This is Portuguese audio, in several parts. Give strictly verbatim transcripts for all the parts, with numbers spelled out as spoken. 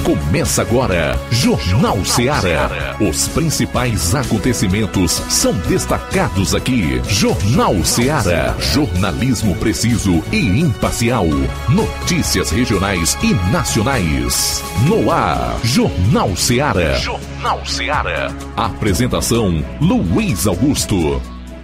Começa agora, Jornal Ceará. Os principais acontecimentos são destacados aqui. Jornal Ceará. Jornalismo preciso e imparcial. Notícias regionais e nacionais. No ar, Jornal Ceará. Jornal Ceará. Apresentação, Luiz Augusto.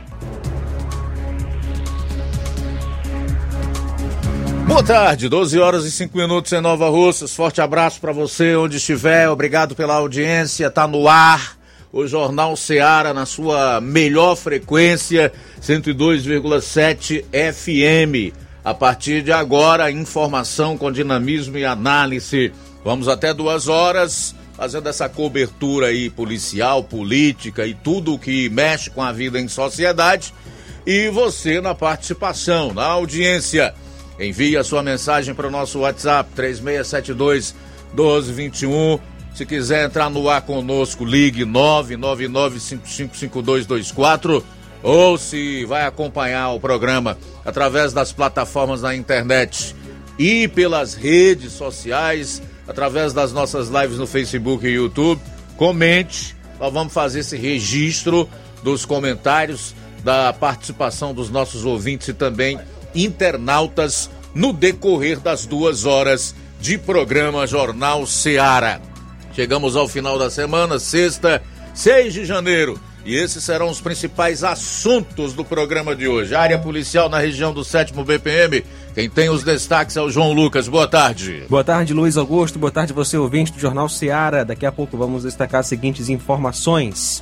Boa tarde, doze horas e cinco minutos em Nova Russas. Forte abraço para você onde estiver. Obrigado pela audiência. Tá no ar o Jornal Ceará na sua melhor frequência, cento e dois vírgula sete F M. A partir de agora, informação com dinamismo e análise. Vamos até duas horas fazendo essa cobertura aí policial, política e tudo o que mexe com a vida em sociedade. E você na participação, na audiência. Envie a sua mensagem para o nosso WhatsApp, três seis sete dois, um dois dois um. Se quiser entrar no ar conosco, ligue nove nove nove cinco cinco cinco dois dois quatro. Ou se vai acompanhar o programa através das plataformas na internet e pelas redes sociais, através das nossas lives no Facebook e YouTube, comente. Nós vamos fazer esse registro dos comentários, da participação dos nossos ouvintes e também internautas no decorrer das duas horas de programa Jornal Ceará. Chegamos ao final da semana, sexta, seis de janeiro, e esses serão os principais assuntos do programa de hoje. Área policial na região do sétimo B P M. Quem tem os destaques é o João Lucas. Boa tarde. Boa tarde, Luiz Augusto. Boa tarde, você ouvinte do Jornal Ceará. Daqui a pouco vamos destacar as seguintes informações.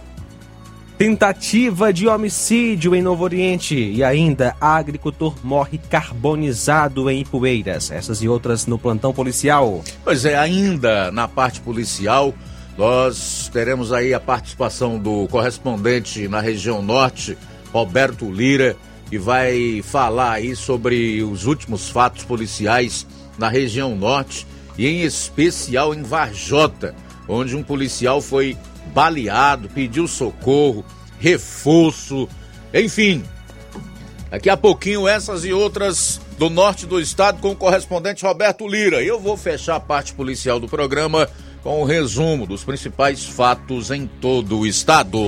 Tentativa de homicídio em Novo Oriente e ainda agricultor morre carbonizado em Ipueiras. Essas e outras no plantão policial. Pois é, ainda na parte policial, nós teremos aí a participação do correspondente na região norte, Roberto Lira, que vai falar aí sobre os últimos fatos policiais na região norte e em especial em Varjota, onde um policial foi baleado, pediu socorro, reforço, enfim. Daqui a pouquinho essas e outras do norte do estado com o correspondente Roberto Lira. Eu vou fechar a parte policial do programa com o resumo dos principais fatos em todo o estado.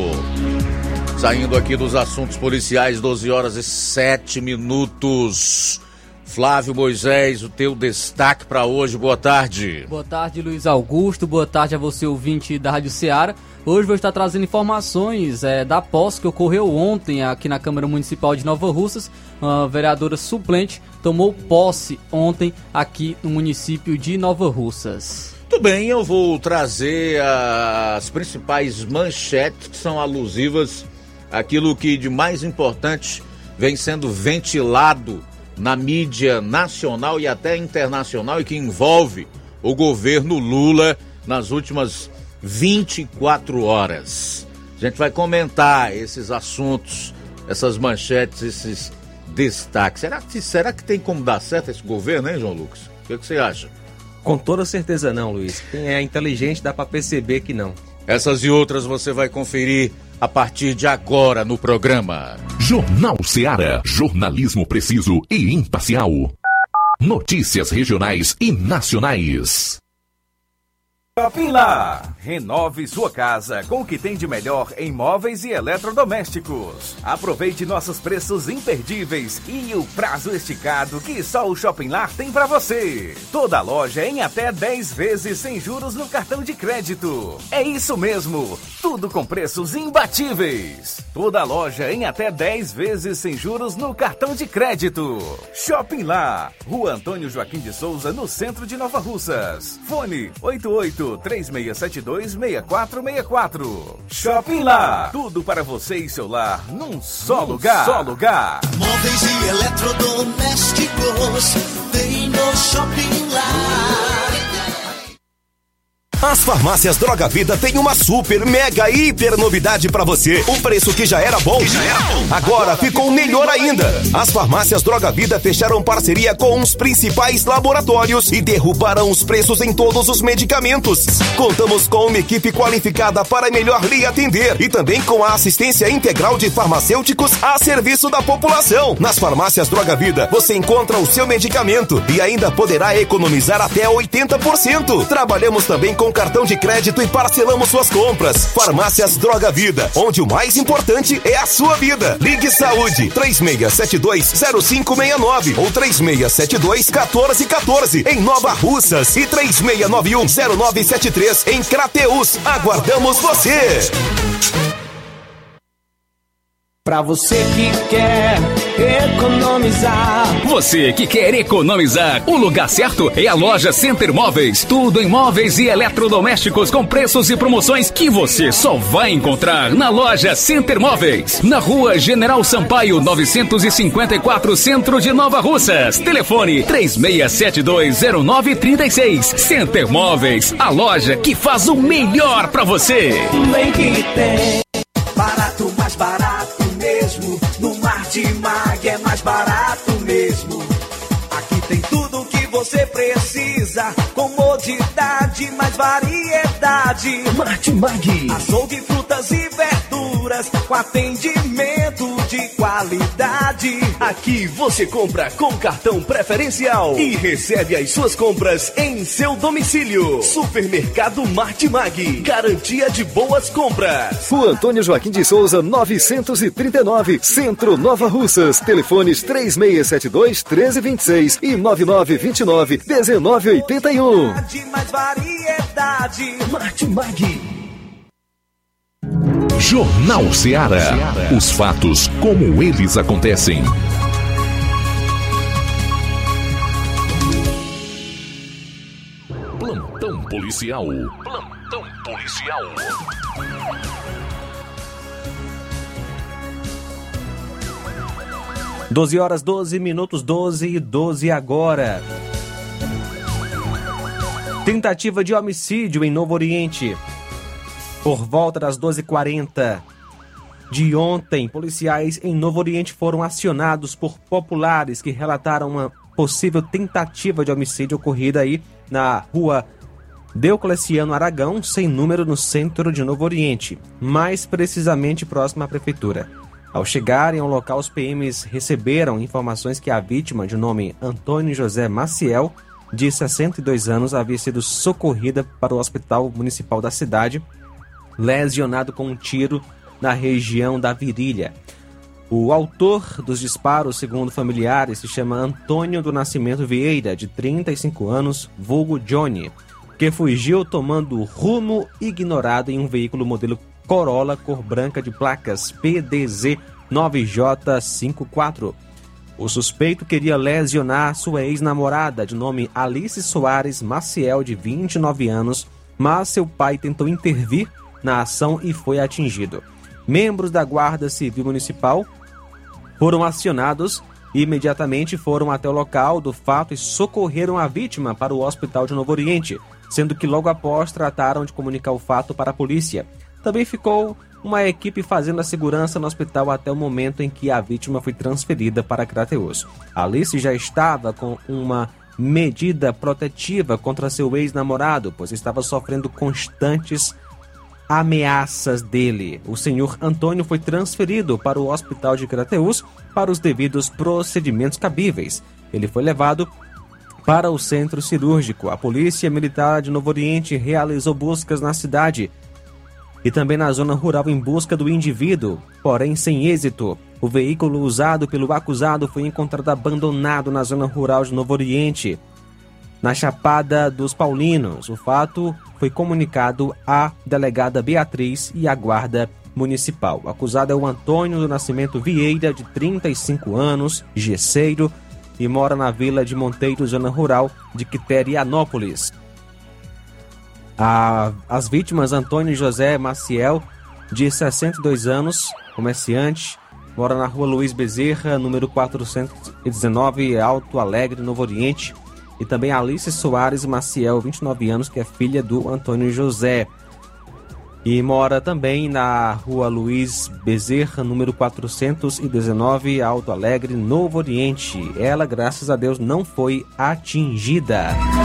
Saindo aqui dos assuntos policiais, doze horas e sete minutos. Flávio Moisés, o teu destaque para hoje, boa tarde. Boa tarde, Luiz Augusto, boa tarde a você, ouvinte da Rádio Ceará. Hoje vou estar trazendo informações é, da posse que ocorreu ontem aqui na Câmara Municipal de Nova Russas. Uma vereadora suplente tomou posse ontem aqui no município de Nova Russas. Tudo bem, eu vou trazer as principais manchetes que são alusivas àquilo que de mais importante vem sendo ventilado na mídia nacional e até internacional e que envolve o governo Lula nas últimas vinte e quatro horas. A gente vai comentar esses assuntos, essas manchetes, esses destaques. Será que, será que tem como dar certo esse governo, hein, João Lucas? O que, que você acha? Com toda certeza não, Luiz. Quem é inteligente dá para perceber que não. Essas e outras você vai conferir a partir de agora no programa. Jornal Ceará. Jornalismo preciso e imparcial. Notícias regionais e nacionais. Shopping Lá. Renove sua casa com o que tem de melhor em móveis e eletrodomésticos. Aproveite nossos preços imperdíveis e o prazo esticado que só o Shopping Lá tem para você. Toda loja em até dez vezes sem juros no cartão de crédito. É isso mesmo, tudo com preços imbatíveis. Toda loja em até dez vezes sem juros no cartão de crédito. Shopping Lá, Rua Antônio Joaquim de Souza, no centro de Nova Russas. Fone oito oito três seis sete dois seis quatro seis quatro. Shopping Lá, tudo para você e seu lar num só num lugar. Só lugar. Móveis e eletrodomésticos tem no Shopping Lá. As farmácias Droga Vida têm uma super, mega, hiper novidade pra você. O preço que já era bom, já era bom. Agora ficou melhor ainda. As farmácias Droga Vida fecharam parceria com os principais laboratórios e derrubaram os preços em todos os medicamentos. Contamos com uma equipe qualificada para melhor lhe atender e também com a assistência integral de farmacêuticos a serviço da população. Nas farmácias Droga Vida, você encontra o seu medicamento e ainda poderá economizar até oitenta por cento. Trabalhamos também com cartão de crédito e parcelamos suas compras. Farmácias Droga Vida, onde o mais importante é a sua vida. Ligue Saúde três seis sete dois zero cinco seis nove ou três seis sete dois um quatro um quatro em Nova Russas e três seis nove um zero nove sete três em Crateús. Aguardamos você! Pra você que quer economizar. Você que quer economizar, o lugar certo é a loja Center Móveis. Tudo em móveis e eletrodomésticos com preços e promoções que você só vai encontrar na loja Center Móveis. Na rua General Sampaio, novecentos e cinquenta e quatro, Centro de Nova Russas. Telefone três seis sete dois zero nove três seis. Center Móveis, a loja que faz o melhor pra você. Vem que tem barato, mais barato mesmo. No Martimag é mais barato mesmo. Aqui tem tudo o que você precisa. Comodidade, mais variedade. Martimag. Açougue, frutas e verduras com atendimento de qualidade. Aqui você compra com cartão preferencial e recebe as suas compras em seu domicílio. Supermercado Martimag. Garantia de boas compras. Rua Antônio Joaquim de Souza, novecentos e trinta e nove, Centro, Nova Russas. Telefones três seis sete dois, um três dois seis e nove nove dois nove, um nove oito um. Mais variedade. Martimag. Jornal Ceará. Os fatos como eles acontecem. Plantão policial. Plantão policial. doze horas, doze minutos, doze e doze agora. Tentativa de homicídio em Novo Oriente. Por volta das doze e quarenta de ontem, policiais em Novo Oriente foram acionados por populares que relataram uma possível tentativa de homicídio ocorrida aí na rua Diocleciano Aragão, sem número, no centro de Novo Oriente, mais precisamente próximo à prefeitura. Ao chegarem ao local, os P Ms receberam informações que a vítima, de nome Antônio José Maciel, de sessenta e dois anos, havia sido socorrida para o hospital municipal da cidade, lesionado com um tiro na região da virilha. O autor dos disparos, segundo familiares, se chama Antônio do Nascimento Vieira, de trinta e cinco anos, vulgo Johnny, que fugiu tomando rumo ignorado em um veículo modelo Corolla cor branca de placas P D Z nove J cinquenta e quatro. O suspeito queria lesionar sua ex-namorada, de nome Alice Soares Maciel, de vinte e nove anos, mas seu pai tentou intervir na ação e foi atingido. Membros da Guarda Civil Municipal foram acionados e imediatamente foram até o local do fato e socorreram a vítima para o Hospital de Novo Oriente, sendo que logo após trataram de comunicar o fato para a polícia. Também ficou uma equipe fazendo a segurança no hospital até o momento em que a vítima foi transferida para Crateús. Alice já estava com uma medida protetiva contra seu ex-namorado, pois estava sofrendo constantes ameaças dele. O senhor Antônio foi transferido para o hospital de Crateús para os devidos procedimentos cabíveis. Ele foi levado para o centro cirúrgico. A Polícia Militar de Novo Oriente realizou buscas na cidade e também na zona rural em busca do indivíduo, porém sem êxito. O veículo usado pelo acusado foi encontrado abandonado na zona rural de Novo Oriente, na Chapada dos Paulinos. O fato foi comunicado à delegada Beatriz e à Guarda Municipal. O acusado é o Antônio do Nascimento Vieira, de trinta e cinco anos, gesseiro, e mora na Vila de Monteiro, zona rural de Quiterianópolis. A, as vítimas, Antônio José Maciel, de sessenta e dois anos, comerciante, mora na rua Luiz Bezerra, número quatrocentos e dezenove, Alto Alegre, Novo Oriente. e também Alice Soares Maciel, vinte e nove anos, que é filha do Antônio José. E mora também na rua Luiz Bezerra, número quatrocentos e dezenove, Alto Alegre, Novo Oriente. Ela, graças a Deus, não foi atingida.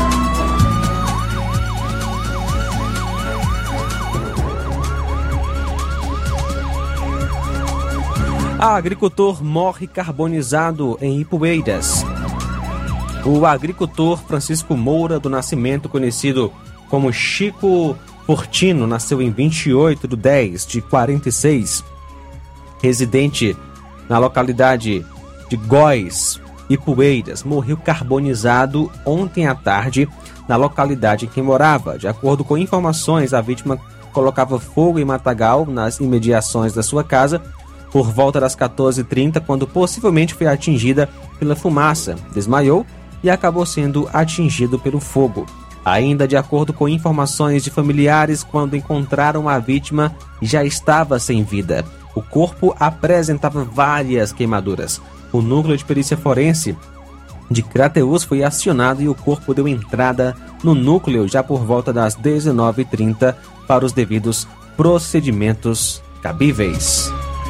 A agricultor morre carbonizado em Ipueiras. O agricultor Francisco Moura do Nascimento, conhecido como Chico Fortino, nasceu em vinte e oito de dez de quarenta e seis, residente na localidade de Góis, Ipueiras, morreu carbonizado ontem à tarde na localidade em que morava. De acordo com informações, a vítima colocava fogo em matagal nas imediações da sua casa por volta das quatorze e trinta, quando possivelmente foi atingida pela fumaça, desmaiou e acabou sendo atingido pelo fogo. Ainda de acordo com informações de familiares, quando encontraram a vítima, já estava sem vida. O corpo apresentava várias queimaduras. O núcleo de perícia forense de Crateús foi acionado e o corpo deu entrada no núcleo já por volta das dezenove e trinta para os devidos procedimentos cabíveis.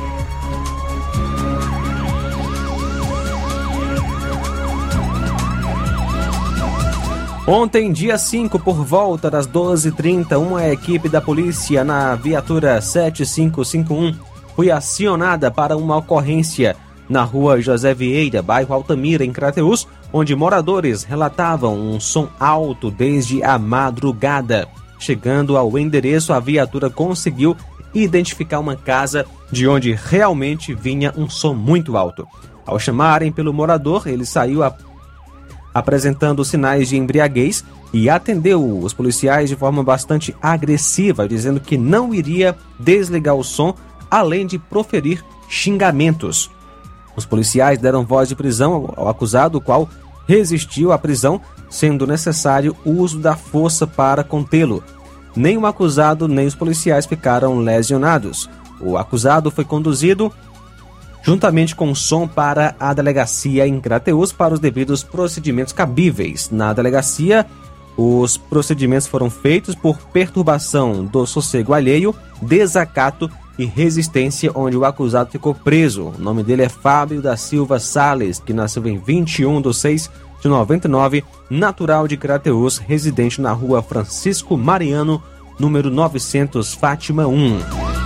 Ontem, dia cinco, por volta das doze e trinta, uma equipe da polícia na viatura sete cinco cinco um foi acionada para uma ocorrência na rua José Vieira, bairro Altamira, em Crateús, onde moradores relatavam um som alto desde a madrugada. Chegando ao endereço, a viatura conseguiu identificar uma casa de onde realmente vinha um som muito alto. Ao chamarem pelo morador, ele saiu a apresentando sinais de embriaguez e atendeu os policiais de forma bastante agressiva, dizendo que não iria desligar o som, além de proferir xingamentos. Os policiais deram voz de prisão ao acusado, o qual resistiu à prisão, sendo necessário o uso da força para contê-lo. Nem o acusado nem os policiais ficaram lesionados. O acusado foi conduzido juntamente com o som para a delegacia em Crateús para os devidos procedimentos cabíveis. Na delegacia, os procedimentos foram feitos por perturbação do sossego alheio, desacato e resistência, onde o acusado ficou preso. O nome dele é Fábio da Silva Sales, que nasceu em vinte e um de seis de noventa e nove, natural de Crateús, residente na rua Francisco Mariano, número novecentos, Fátima um.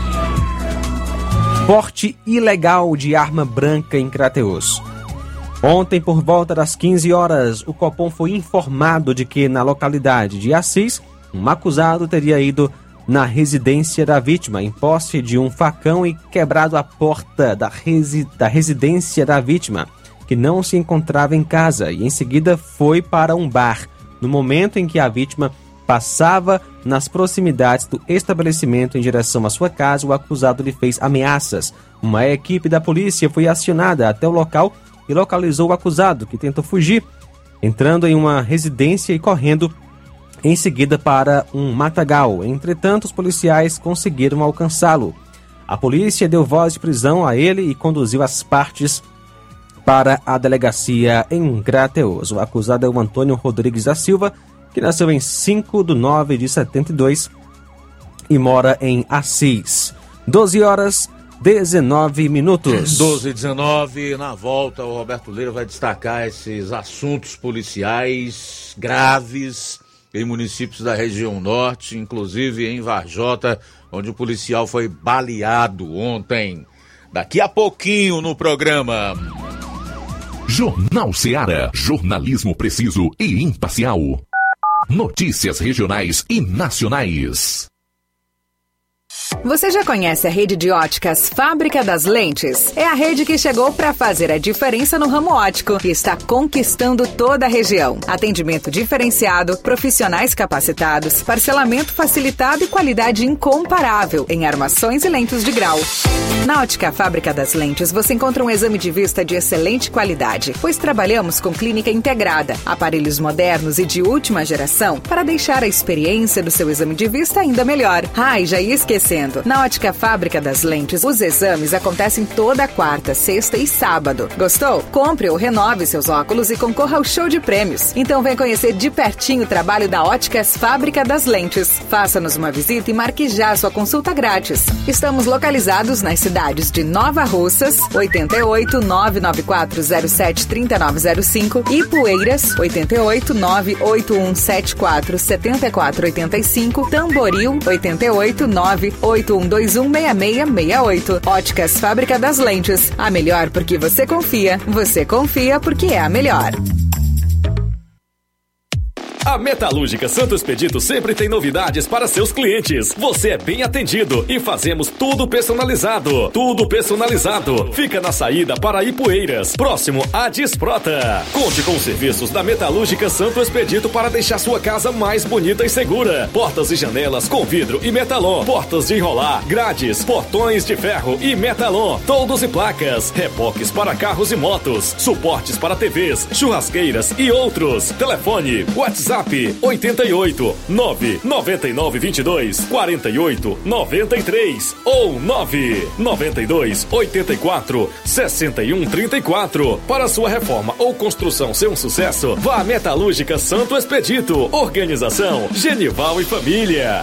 Porte ilegal de arma branca em Crateús. Ontem, por volta das quinze horas, o Copom foi informado de que na localidade de Assis, um acusado teria ido na residência da vítima em posse de um facão e quebrado a porta da, resi- da residência da vítima, que não se encontrava em casa, e em seguida foi para um bar. No momento em que a vítima passava nas proximidades do estabelecimento em direção à sua casa, o acusado lhe fez ameaças. Uma equipe da polícia foi acionada até o local e localizou o acusado, que tentou fugir, entrando em uma residência e correndo em seguida para um matagal. Entretanto, os policiais conseguiram alcançá-lo. A polícia deu voz de prisão a ele e conduziu as partes para a delegacia em Crateús. O acusado é o Antônio Rodrigues da Silva, que nasceu em cinco de nove de setenta e dois e mora em Assis. doze horas, dezenove minutos. doze e dezenove, na volta o Roberto Leira vai destacar esses assuntos policiais graves em municípios da região norte, inclusive em Varjota, onde o policial foi baleado ontem. Daqui a pouquinho no programa. Jornal Ceará, jornalismo preciso e imparcial. Notícias regionais e nacionais. Você já conhece a rede de óticas Fábrica das Lentes? É a rede que chegou para fazer a diferença no ramo óptico e está conquistando toda a região. Atendimento diferenciado, profissionais capacitados, parcelamento facilitado e qualidade incomparável em armações e lentes de grau. Na Ótica Fábrica das Lentes você encontra um exame de vista de excelente qualidade, pois trabalhamos com clínica integrada, aparelhos modernos e de última geração para deixar a experiência do seu exame de vista ainda melhor. Ah, e já ia esquecendo. dizendo. Na Ótica Fábrica das Lentes, os exames acontecem toda quarta, sexta e sábado. Gostou? Compre ou renove seus óculos e concorra ao show de prêmios. Então vem conhecer de pertinho o trabalho da Óticas Fábrica das Lentes. Faça-nos uma visita e marque já sua consulta grátis. Estamos localizados nas cidades de Nova Russas, oito oito, nove nove quatro zero sete, três nove zero cinco, e Poeiras, oito oito, nove oito um sete quatro, sete quatro oito cinco, Tamboril, oito oito, nove oito um dois um, seis seis seis oito. Óticas Fábrica das Lentes. A melhor porque você confia. Você confia porque é a melhor. A Metalúrgica Santo Expedito sempre tem novidades para seus clientes. Você é bem atendido e fazemos tudo personalizado. Tudo personalizado. Fica na saída para Ipueiras, próximo a Desprota. Conte com os serviços da Metalúrgica Santo Expedito para deixar sua casa mais bonita e segura. Portas e janelas com vidro e metalon. Portas de enrolar, grades, portões de ferro e metalon. Toldos e placas. Reboques para carros e motos. Suportes para T Vs, churrasqueiras e outros. Telefone, WhatsApp oito oito, nove nove nove dois dois, quatro oito nove três ou nove nove dois, oito quatro, seis um três quatro. Para sua reforma ou construção ser um sucesso, vá à Metalúrgica Santo Expedito. Organização Genival e Família.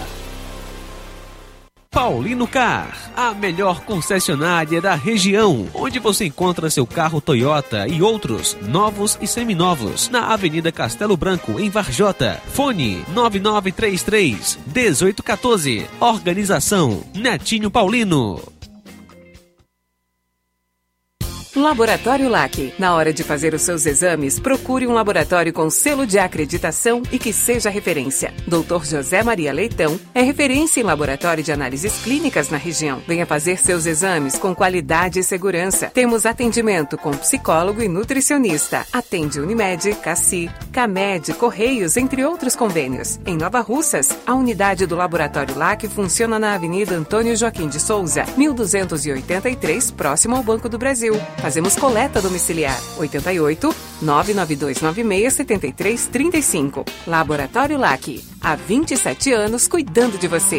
Paulino Car, a melhor concessionária da região, onde você encontra seu carro Toyota e outros novos e seminovos, na Avenida Castelo Branco, em Varjota. Fone nove nove três três, um oito um quatro. Organização Netinho Paulino. Laboratório L A C. Na hora de fazer os seus exames, procure um laboratório com selo de acreditação e que seja referência. doutor José Maria Leitão é referência em laboratório de análises clínicas na região. Venha fazer seus exames com qualidade e segurança. Temos atendimento com psicólogo e nutricionista. Atende Unimed, Cassi, Camed, Correios, entre outros convênios. Em Nova Russas, a unidade do Laboratório L A C funciona na Avenida Antônio Joaquim de Souza, mil duzentos e oitenta e três, próximo ao Banco do Brasil. Fazemos coleta domiciliar. oito oito, nove nove dois nove seis, sete três três cinco. Laboratório L A C. Há vinte e sete anos cuidando de você.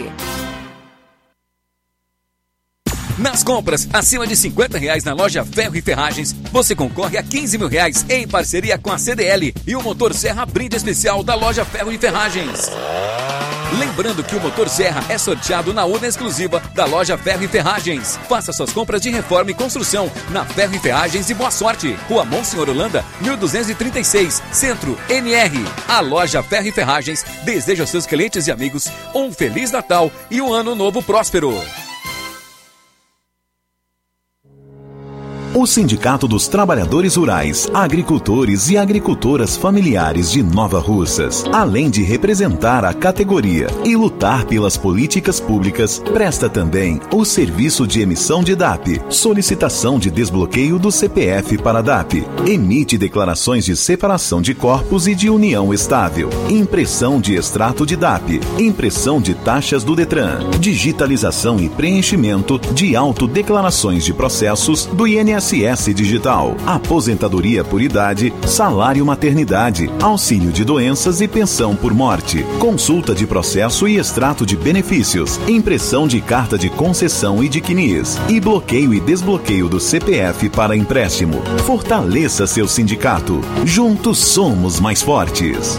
Nas compras acima de cinquenta reais na loja Ferro e Ferragens, você concorre a quinze mil reais em parceria com a C D L e o motor Serra brinde especial da loja Ferro e Ferragens. Lembrando que o motor Serra é sorteado na urna exclusiva da loja Ferro e Ferragens. Faça suas compras de reforma e construção na Ferro e Ferragens e boa sorte. Rua Monsenhor Holanda, mil duzentos e trinta e seis, Centro, N R. A loja Ferro e Ferragens deseja aos seus clientes e amigos um Feliz Natal e um Ano Novo próspero. O Sindicato dos Trabalhadores Rurais, Agricultores e Agricultoras Familiares de Nova Russas, além de representar a categoria e lutar pelas políticas públicas, presta também o serviço de emissão de D A P, solicitação de desbloqueio do C P F para D A P, emite declarações de separação de corpos e de união estável, impressão de extrato de D A P, impressão de taxas do Detran, digitalização e preenchimento de autodeclarações de processos do I N S S Digital, aposentadoria por idade, salário maternidade, auxílio de doenças e pensão por morte, consulta de processo e extrato de benefícios, impressão de carta de concessão e de C N I S, e bloqueio e desbloqueio do C P F para empréstimo. Fortaleça seu sindicato. Juntos somos mais fortes.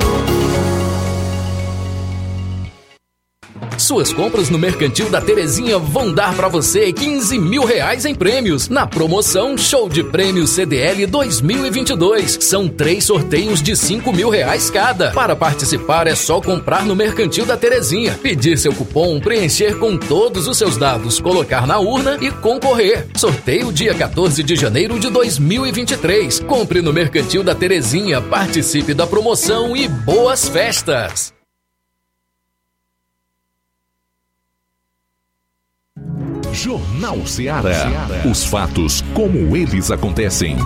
Suas compras no Mercantil da Terezinha vão dar para você quinze mil reais em prêmios na promoção Show de Prêmios C D L dois mil e vinte e dois. São três sorteios de cinco mil reais cada. Para participar é só comprar no Mercantil da Terezinha, pedir seu cupom, preencher com todos os seus dados, colocar na urna e concorrer. Sorteio dia quatorze de janeiro de dois mil e vinte e três. Compre no Mercantil da Terezinha, participe da promoção e boas festas! Jornal Ceará. Os fatos como eles acontecem.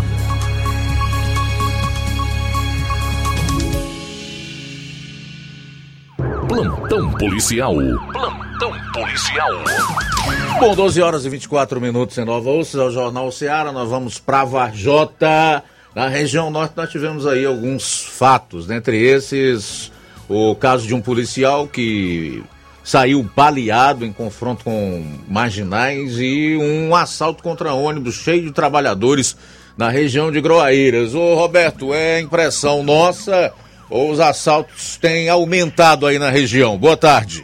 Plantão policial. Plantão policial. Bom, doze horas e vinte e quatro minutos em Nova Russas, é o Jornal Ceará. Nós vamos para Varjota. Na região norte nós tivemos aí alguns fatos, dentre esses o caso de um policial que saiu baleado em confronto com marginais e um assalto contra ônibus cheio de trabalhadores na região de Groaíras. Ô Roberto, é impressão nossa ou os assaltos têm aumentado aí na região? Boa tarde.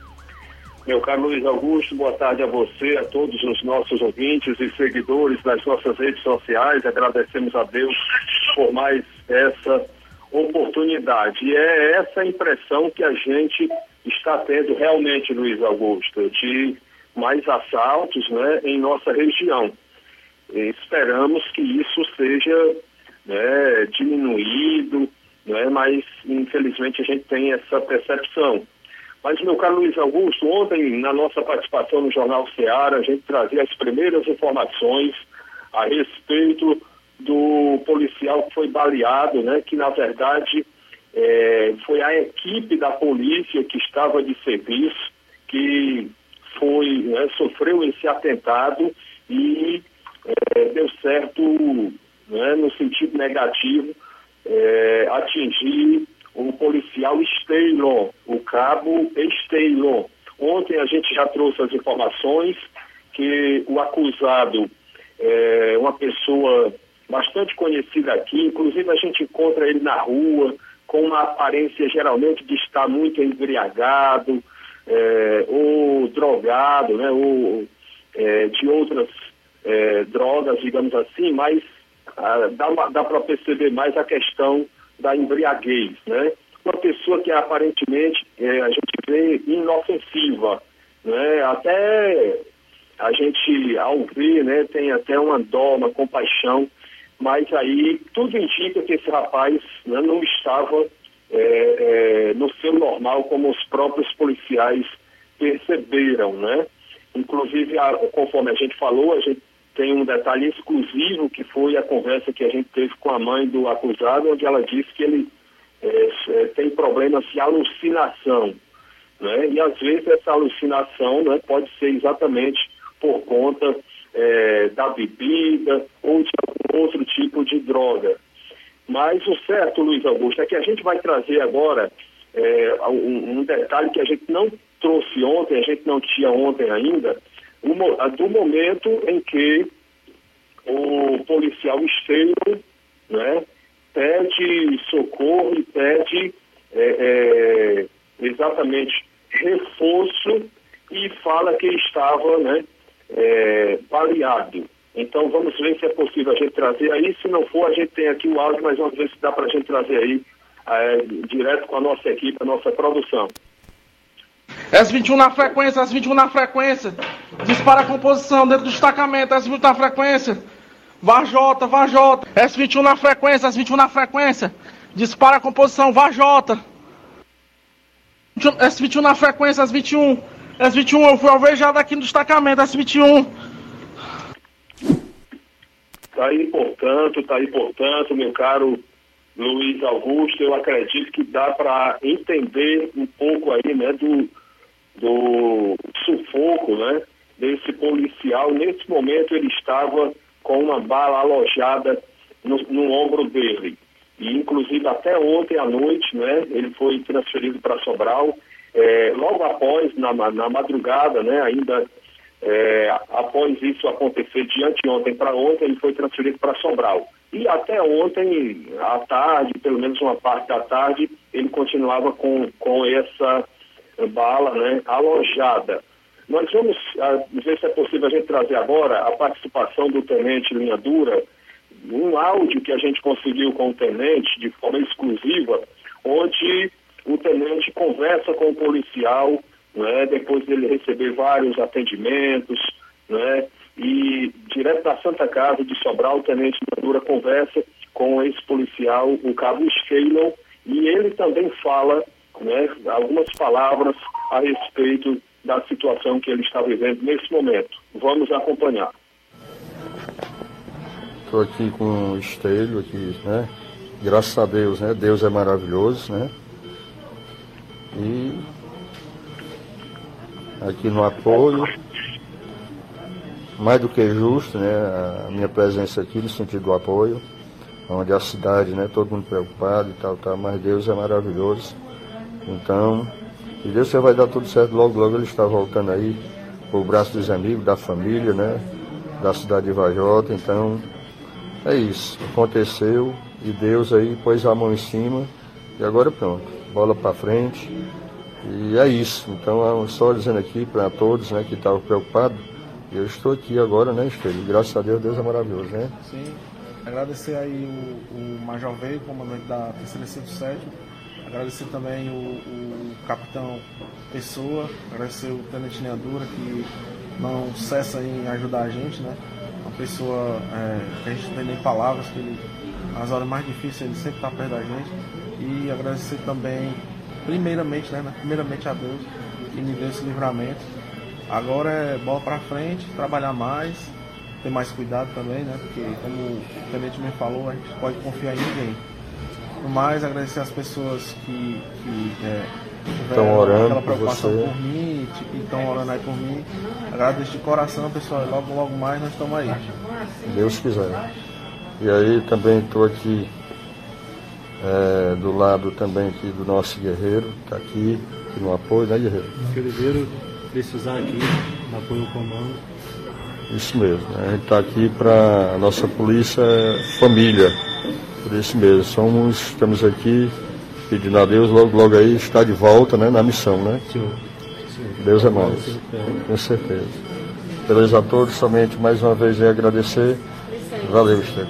Meu caro Luiz Augusto, boa tarde a você, a todos os nossos ouvintes e seguidores das nossas redes sociais. Agradecemos a Deus por mais essa oportunidade. E é essa impressão que a gente está tendo realmente, Luiz Augusto, de mais assaltos, né, em nossa região. E esperamos que isso seja, né, diminuído, né, mas infelizmente a gente tem essa percepção. Mas, meu caro Luiz Augusto, ontem, na nossa participação no Jornal Ceará, a gente trazia as primeiras informações a respeito do policial que foi baleado, né, que, na verdade, é, foi a equipe da polícia que estava de serviço, que foi, né, sofreu esse atentado e é, deu certo, né, no sentido negativo, é, atingir o policial Esteilon, o cabo Esteilon. Ontem a gente já trouxe as informações que o acusado é uma pessoa bastante conhecida aqui, inclusive a gente encontra ele na rua com uma aparência geralmente de estar muito embriagado, é, ou drogado, né, ou é, de outras é, drogas, digamos assim, mas ah, dá, dá para perceber mais a questão da embriaguez, né? Uma pessoa que aparentemente é, a gente vê inofensiva, né? Até a gente, ao ver, né, tem até uma dó, uma compaixão, mas aí tudo indica que esse rapaz, né, não estava é, é, no seu normal, como os próprios policiais perceberam, né? Inclusive, a, conforme a gente falou, a gente tem um detalhe exclusivo que foi a conversa que a gente teve com a mãe do acusado, onde ela disse que ele é, é, tem problemas de alucinação, né? E às vezes essa alucinação, né, pode ser exatamente por conta é, da bebida ou de algum outro tipo de droga. Mas o certo, Luiz Augusto, é que a gente vai trazer agora é, um, um detalhe que a gente não trouxe ontem, a gente não tinha ontem ainda, do momento em que o policial Esteilon, né, pede socorro e pede é, é, exatamente reforço e fala que estava, né, é, baleado. Então vamos ver se é possível a gente trazer aí. Se não for, a gente tem aqui o áudio, mas vamos ver se dá para a gente trazer aí é, direto com a nossa equipe, a nossa produção. S vinte e um na frequência, S vinte e um na frequência. Dispara a composição dentro do destacamento, S vinte e um na frequência. Varjota, Varjota. S vinte e um na frequência, S vinte e um na frequência. Dispara a composição, Varjota. S vinte e um na frequência, S vinte e um. S vinte e um, eu fui alvejado aqui no destacamento, S vinte e um. Tá aí, portanto, tá aí, portanto, meu caro Luiz Augusto, eu acredito que dá para entender um pouco aí, né, do, do sufoco, né, desse policial. Nesse momento ele estava com uma bala alojada no, no ombro dele. E, inclusive, até ontem à noite, né, ele foi transferido para Sobral. É, logo após, na, na madrugada, né, ainda é, após isso acontecer de anteontem para ontem, ele foi transferido para Sobral. E até ontem, à tarde, pelo menos uma parte da tarde, ele continuava com, com essa bala, né, alojada. Nós vamos uh, ver se é possível a gente trazer agora a participação do tenente Linha Dura, um áudio que a gente conseguiu com o tenente de forma exclusiva, onde o tenente conversa com o policial, né, depois dele receber vários atendimentos, né, e direto da Santa Casa de Sobral, o tenente Linha Dura conversa com esse policial, o cabo Esteilon, e ele também fala, né, algumas palavras a respeito da situação que ele está vivendo nesse momento. Vamos acompanhar. Estou aqui com o Esteilon, aqui, né? Graças a Deus, né? Deus é maravilhoso, né? E aqui no apoio, mais do que justo, né? A minha presença aqui no sentido do apoio, onde a cidade, né? Todo mundo preocupado e tal, tal, mas Deus é maravilhoso. Então, E Deus vai dar tudo certo, logo, logo ele está voltando aí pro braço dos amigos, da família, né? Da cidade de Varjota. Então, é isso. Aconteceu e Deus aí pôs a mão em cima e agora pronto, bola para frente. E é isso. Então, só dizendo aqui para todos, né, que estavam preocupados, eu estou aqui agora, né, Espelho? Graças a Deus, Deus é maravilhoso, né? Sim. Agradecer aí o, o Major Veio, comandante da terceira C do sétimo. Agradecer também o, o capitão Pessoa. Agradecer o tenente Neandura, que não cessa em ajudar a gente, né? Uma pessoa é, que a gente não tem nem palavras, que ele, nas horas mais difíceis ele sempre está perto da gente. E agradecer também, primeiramente, né? Primeiramente a Deus, que me deu esse livramento. Agora é bola pra frente, trabalhar mais, ter mais cuidado também, né? Porque, como o tenente me falou, a gente pode confiar em ninguém. No mais, agradecer as pessoas que, que é, estão orando aquela por preocupação você. por mim, que estão orando aí por mim. Agradeço de coração, pessoal. Logo, logo mais nós estamos aí. Deus quiser. E aí também estou aqui é, do lado também aqui do nosso guerreiro, está aqui, aqui no apoio, né, guerreiro? Guerreiro, precisar aqui, apoio ao comando. Isso mesmo, né? A gente está aqui para a nossa polícia família, por isso mesmo, somos, estamos aqui pedindo a Deus, logo, logo aí está de volta, né, na missão, né? Sim. Sim. Deus é mais, com certeza. Beleza a todos, somente mais uma vez é agradecer. Valeu, Estevam.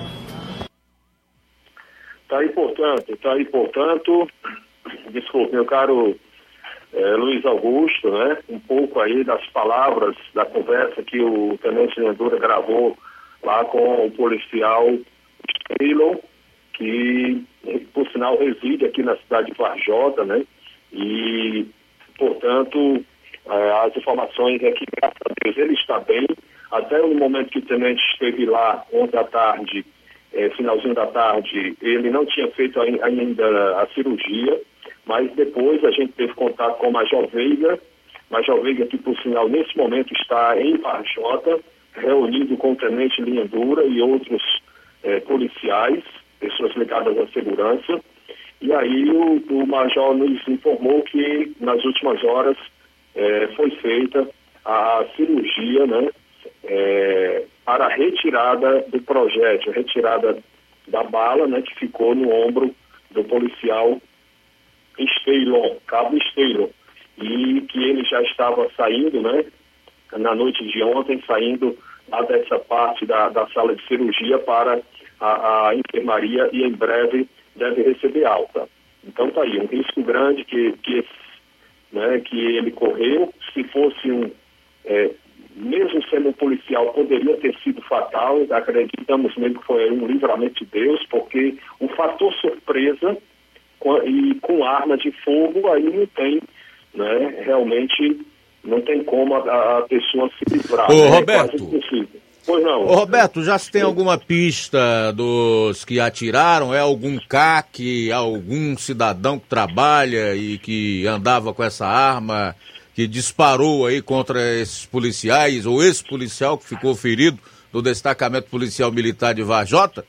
Tá aí, portanto, tá aí, portanto, desculpe, meu caro é, Luiz Augusto, né? Um pouco aí das palavras da conversa que o tenente Neandura gravou lá com o policial Taylor, que, por sinal, reside aqui na cidade de Varjota, né? E, portanto, as informações é que, graças a Deus, ele está bem. Até no momento que o tenente esteve lá, ontem à tarde, é, finalzinho da tarde, ele não tinha feito ainda a cirurgia, mas depois a gente teve contato com o Major Veiga, Major Veiga que, por sinal, nesse momento está em Varjota, reunido com o tenente Neandura e outros é, policiais, pessoas ligadas à segurança. E aí o, o Major nos informou que nas últimas horas é, foi feita a cirurgia, né, é, para a retirada do projétil, retirada da bala, né, que ficou no ombro do policial Steilon, Cabo Steilon, e que ele já estava saindo, né, na noite de ontem, saindo lá dessa parte da, da sala de cirurgia para a, a enfermaria e em breve deve receber alta. Então tá aí, um risco grande que, que, né, que ele correu. Se fosse um, é, mesmo sendo um policial, poderia ter sido fatal. Acreditamos mesmo que foi um livramento de Deus, porque o fator surpresa com, e com arma de fogo aí não tem, né, realmente não tem como a, a pessoa se livrar. Ô, né? Roberto. É quase impossível. Pois não. Ô, Roberto, já se tem alguma pista dos que atiraram? É algum C A C, algum cidadão que trabalha e que andava com essa arma, que disparou aí contra esses policiais, ou esse policial que ficou ferido do destacamento policial militar de Varjota?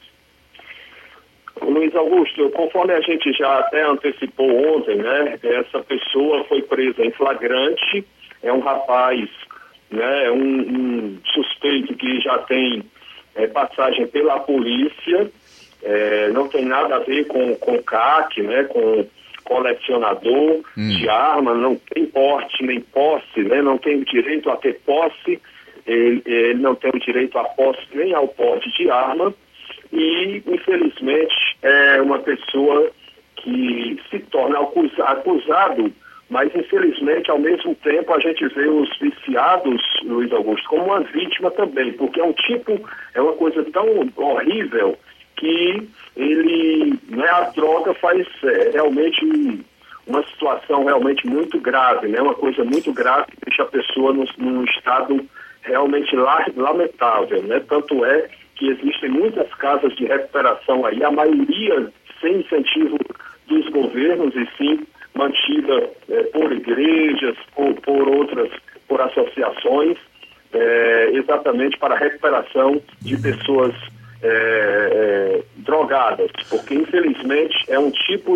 Luiz Augusto, conforme a gente já até antecipou ontem, né, essa pessoa foi presa em flagrante, é um rapaz, né, um, um suspeito que já tem é, passagem pela polícia, é, não tem nada a ver com, com C A C, né, com colecionador hum. de arma, não tem porte nem posse, né, não tem o direito a ter posse, ele, ele não tem o direito a posse nem ao porte de arma, e infelizmente é uma pessoa que se torna acusado, mas infelizmente ao mesmo tempo a gente vê os viciados, Luiz Augusto, como uma vítima também, porque é um tipo, é uma coisa tão horrível que ele, né, a droga faz é, realmente um, uma situação realmente muito grave, né, uma coisa muito grave que deixa a pessoa num, num estado realmente lamentável, né, tanto é que existem muitas casas de recuperação aí, a maioria sem incentivo dos governos e sim mantida eh, por igrejas, por, por outras, por associações, eh, exatamente para a recuperação de pessoas eh, eh, drogadas, porque infelizmente é um tipo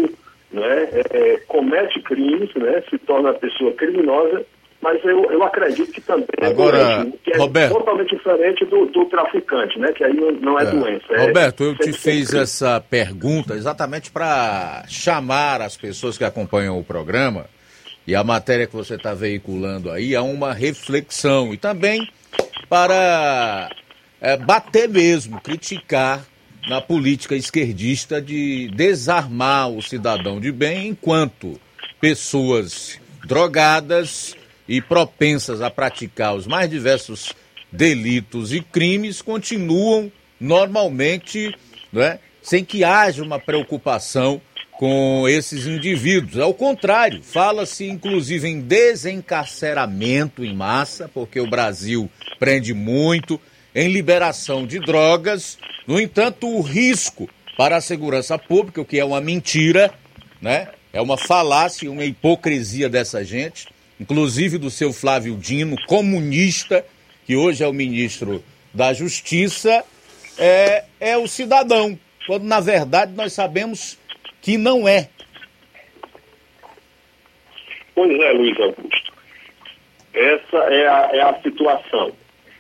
né, é, comete crimes, né, se torna pessoa criminosa, mas eu, eu acredito que também Agora, é doente, que é Roberto, totalmente diferente do, do traficante, né, que aí não, não é, é doença. É, Roberto, eu te fiz essa pergunta exatamente para chamar as pessoas que acompanham o programa e a matéria que você está veiculando aí a uma reflexão e também para é, bater mesmo, criticar na política esquerdista de desarmar o cidadão de bem enquanto pessoas drogadas e propensas a praticar os mais diversos delitos e crimes continuam normalmente, né, sem que haja uma preocupação com esses indivíduos. Ao contrário, fala-se inclusive em desencarceramento em massa, porque o Brasil prende muito, em liberação de drogas. No entanto, o risco para a segurança pública, o que é uma mentira, né, é uma falácia, uma hipocrisia dessa gente, inclusive do seu Flávio Dino, comunista, que hoje é o ministro da Justiça, é, é o cidadão, quando na verdade nós sabemos que não é. Pois é, Luiz Augusto. Essa é a, é a situação.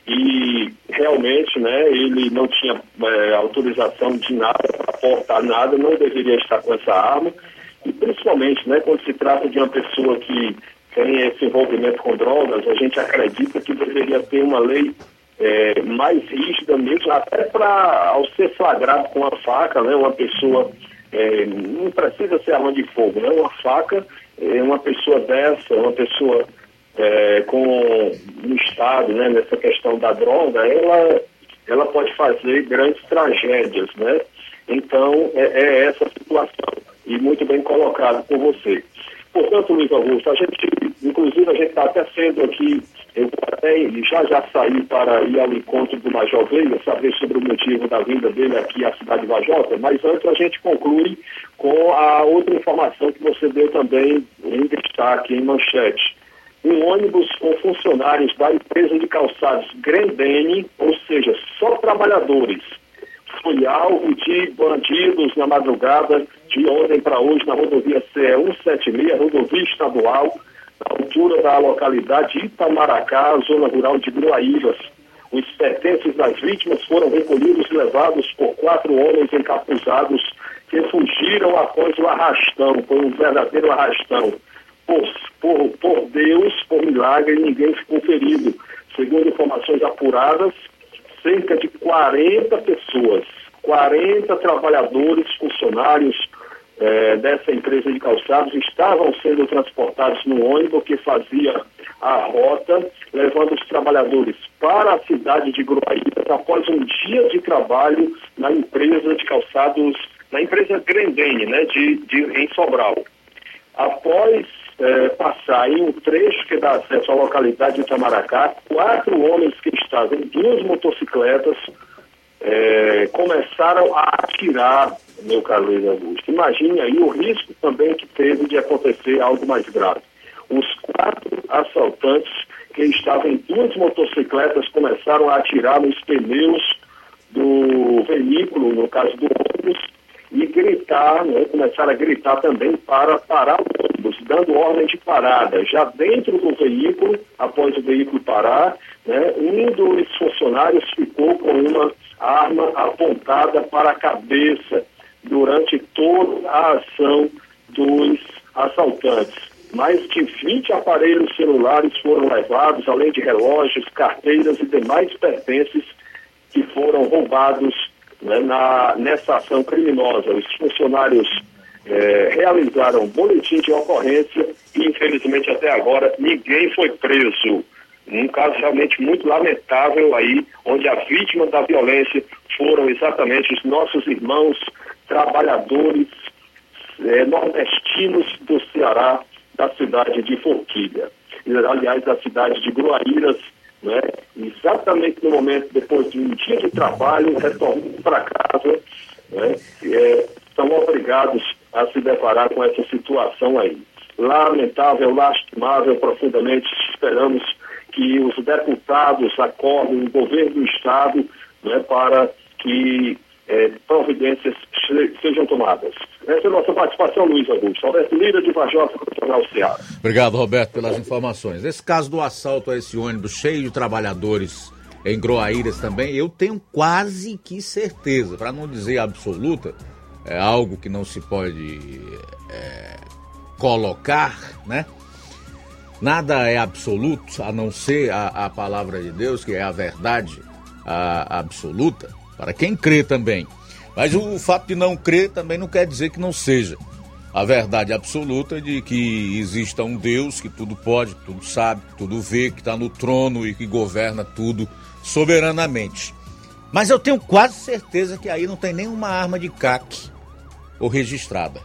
E realmente, né, ele não tinha é, autorização de nada para portar nada, não deveria estar com essa arma. E principalmente, né, quando se trata de uma pessoa que tem esse envolvimento com drogas, a gente acredita que deveria ter uma lei é, mais rígida mesmo, até para, ao ser flagrado com a faca, né, uma pessoa, é, não precisa ser arma de fogo, né, uma faca, é, uma pessoa dessa, uma pessoa é, com no estado, né, nessa questão da droga, ela, ela pode fazer grandes tragédias, né, então é, é essa situação, e muito bem colocado por você. Portanto, Luiz Augusto, a gente, inclusive a gente está até sendo aqui, eu vou até já já sair para ir ao encontro do Major Veiga, saber sobre o motivo da vinda dele aqui à cidade de Vajota, mas antes a gente conclui com a outra informação que você deu também em destaque, em manchete. Um ônibus com funcionários da empresa de calçados Grendene, ou seja, só trabalhadores, foi alvo de bandidos na madrugada de ontem para hoje na rodovia C E cento e setenta e seis, rodovia estadual, na altura da localidade Itamaracá, zona rural de Gruaíras. Os pertences das vítimas foram recolhidos e levados por quatro homens encapuzados que fugiram após o arrastão. Foi um verdadeiro arrastão. Por, por, por Deus, por milagre, ninguém ficou ferido. Segundo informações apuradas, cerca de quarenta pessoas, quarenta trabalhadores, funcionários eh, dessa empresa de calçados estavam sendo transportados no ônibus que fazia a rota, levando os trabalhadores para a cidade de Gruaíras após um dia de trabalho na empresa de calçados, na empresa Grendene, né, de, de, em Sobral. Após É, passar em um trecho que dá acesso à localidade de Itamaracá, quatro homens que estavam em duas motocicletas é, começaram a atirar, meu caro Luiz Augusto. Imagine aí o risco também que teve de acontecer algo mais grave. Os quatro assaltantes que estavam em duas motocicletas começaram a atirar nos pneus do veículo, no caso do ônibus, e gritar, né, começaram a gritar também para parar o ônibus, dando ordem de parada. Já dentro do veículo, após o veículo parar, né, um dos funcionários ficou com uma arma apontada para a cabeça durante toda a ação dos assaltantes. Mais de vinte aparelhos celulares foram levados, além de relógios, carteiras e demais pertences que foram roubados, né, na, nessa ação criminosa. Os funcionários eh, realizaram boletim de ocorrência e, infelizmente, até agora, ninguém foi preso. Um caso realmente muito lamentável aí, onde a vítima da violência foram exatamente os nossos irmãos trabalhadores eh, nordestinos do Ceará, da cidade de Forquilha. Aliás, da cidade de Gruaíras, né? Exatamente no momento, depois de um dia de trabalho, retornando para casa, né? É, são obrigados a se deparar com essa situação aí. Lamentável, lastimável, profundamente. Esperamos que os deputados acordem, o governo do Estado, né, para que é, providências sejam tomadas. Essa é a nossa participação, Luiz Augusto. Roberto Lira, de Vajota, para o Jornal Ceará. Obrigado, Roberto, pelas informações. Esse caso do assalto a esse ônibus cheio de trabalhadores em Groaíras também, eu tenho quase que certeza, para não dizer absoluta, é algo que não se pode é, colocar, né? Nada é absoluto, a não ser a, a palavra de Deus, que é a verdade a, a absoluta, para quem crê também. Mas o fato de não crer também não quer dizer que não seja a verdade absoluta de que exista um Deus que tudo pode, que tudo sabe, que tudo vê, que está no trono e que governa tudo soberanamente. Mas eu tenho quase certeza que aí não tem nenhuma arma de C A C ou registrada.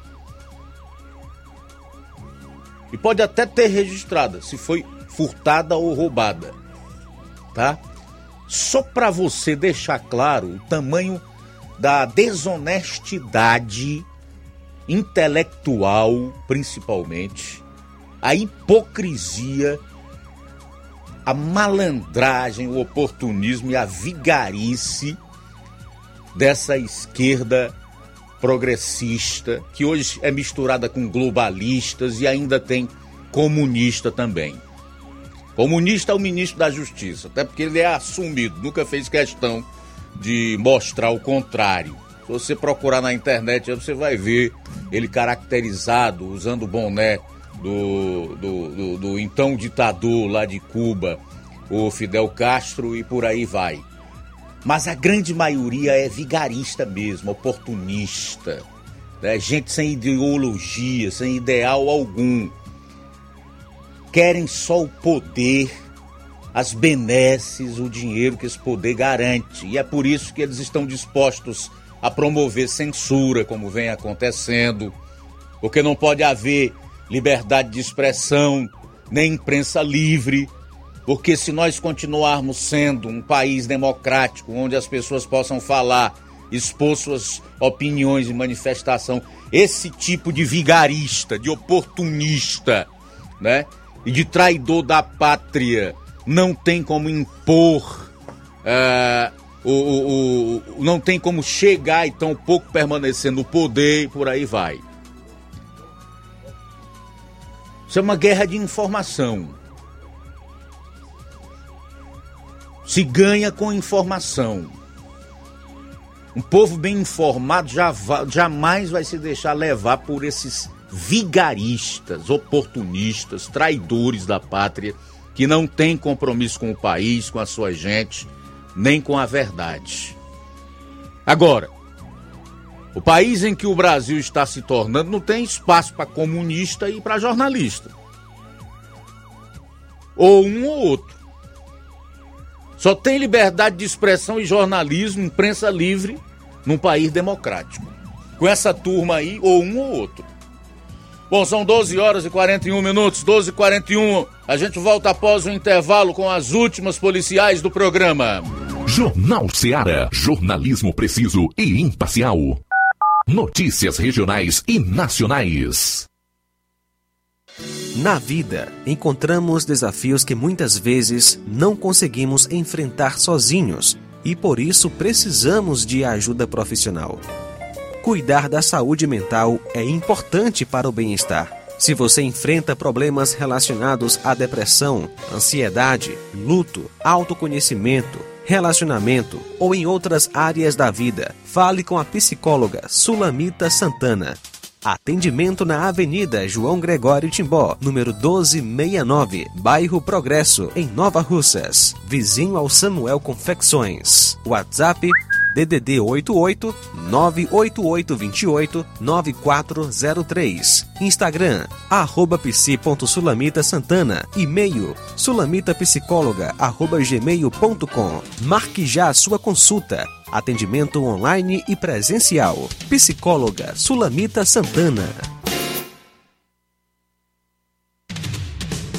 E pode até ter registrada, se foi furtada ou roubada, tá? Só para você deixar claro o tamanho da desonestidade intelectual, principalmente, a hipocrisia, a malandragem, o oportunismo e a vigarice dessa esquerda progressista, que hoje é misturada com globalistas e ainda tem comunista também. Comunista é o ministro da Justiça, até porque ele é assumido, nunca fez questão de mostrar o contrário. Se você procurar na internet, você vai ver ele caracterizado, usando o boné do, do, do, do então ditador lá de Cuba, o Fidel Castro, e por aí vai. Mas a grande maioria é vigarista mesmo, oportunista, né? Gente sem ideologia, sem ideal algum. Querem só o poder, as benesses, o dinheiro que esse poder garante. E é por isso que eles estão dispostos a promover censura, como vem acontecendo, porque não pode haver liberdade de expressão, nem imprensa livre, porque se nós continuarmos sendo um país democrático, onde as pessoas possam falar, expor suas opiniões e manifestação, esse tipo de vigarista, de oportunista, né, e de traidor da pátria, não tem como impor, uh, o, o, o, não tem como chegar e tão pouco permanecer no poder e por aí vai. Isso é uma guerra de informação. Se ganha com informação. Um povo bem informado já va- jamais vai se deixar levar por esses vigaristas, oportunistas, traidores da pátria, que não têm compromisso com o país, com a sua gente, nem com a verdade. Agora, o país em que o Brasil está se tornando não tem espaço para comunista e para jornalista. Ou um ou outro. Só tem liberdade de expressão e jornalismo, imprensa livre, num país democrático. Com essa turma aí, ou um ou outro. Bom, são doze horas e quarenta e um minutos, doze e quarenta e um. A gente volta após o intervalo com as últimas policiais do programa. Jornal Ceará, jornalismo preciso e imparcial. Notícias regionais e nacionais. Na vida, encontramos desafios que muitas vezes não conseguimos enfrentar sozinhos e por isso precisamos de ajuda profissional. Cuidar da saúde mental é importante para o bem-estar. Se você enfrenta problemas relacionados à depressão, ansiedade, luto, autoconhecimento, relacionamento ou em outras áreas da vida, fale com a psicóloga Sulamita Santana. Atendimento na Avenida João Gregório Timbó, número doze sessenta e nove, bairro Progresso, em Nova Russas, vizinho ao Samuel Confecções. WhatsApp D D D oito oito nove oito oito dois oito nove quatro zero três. Instagram, arroba psi.sulamitasantana. E-mail, sulamitapsicóloga, arroba gmail ponto com. Marque já a sua consulta. Atendimento online e presencial. Psicóloga Sulamita Santana.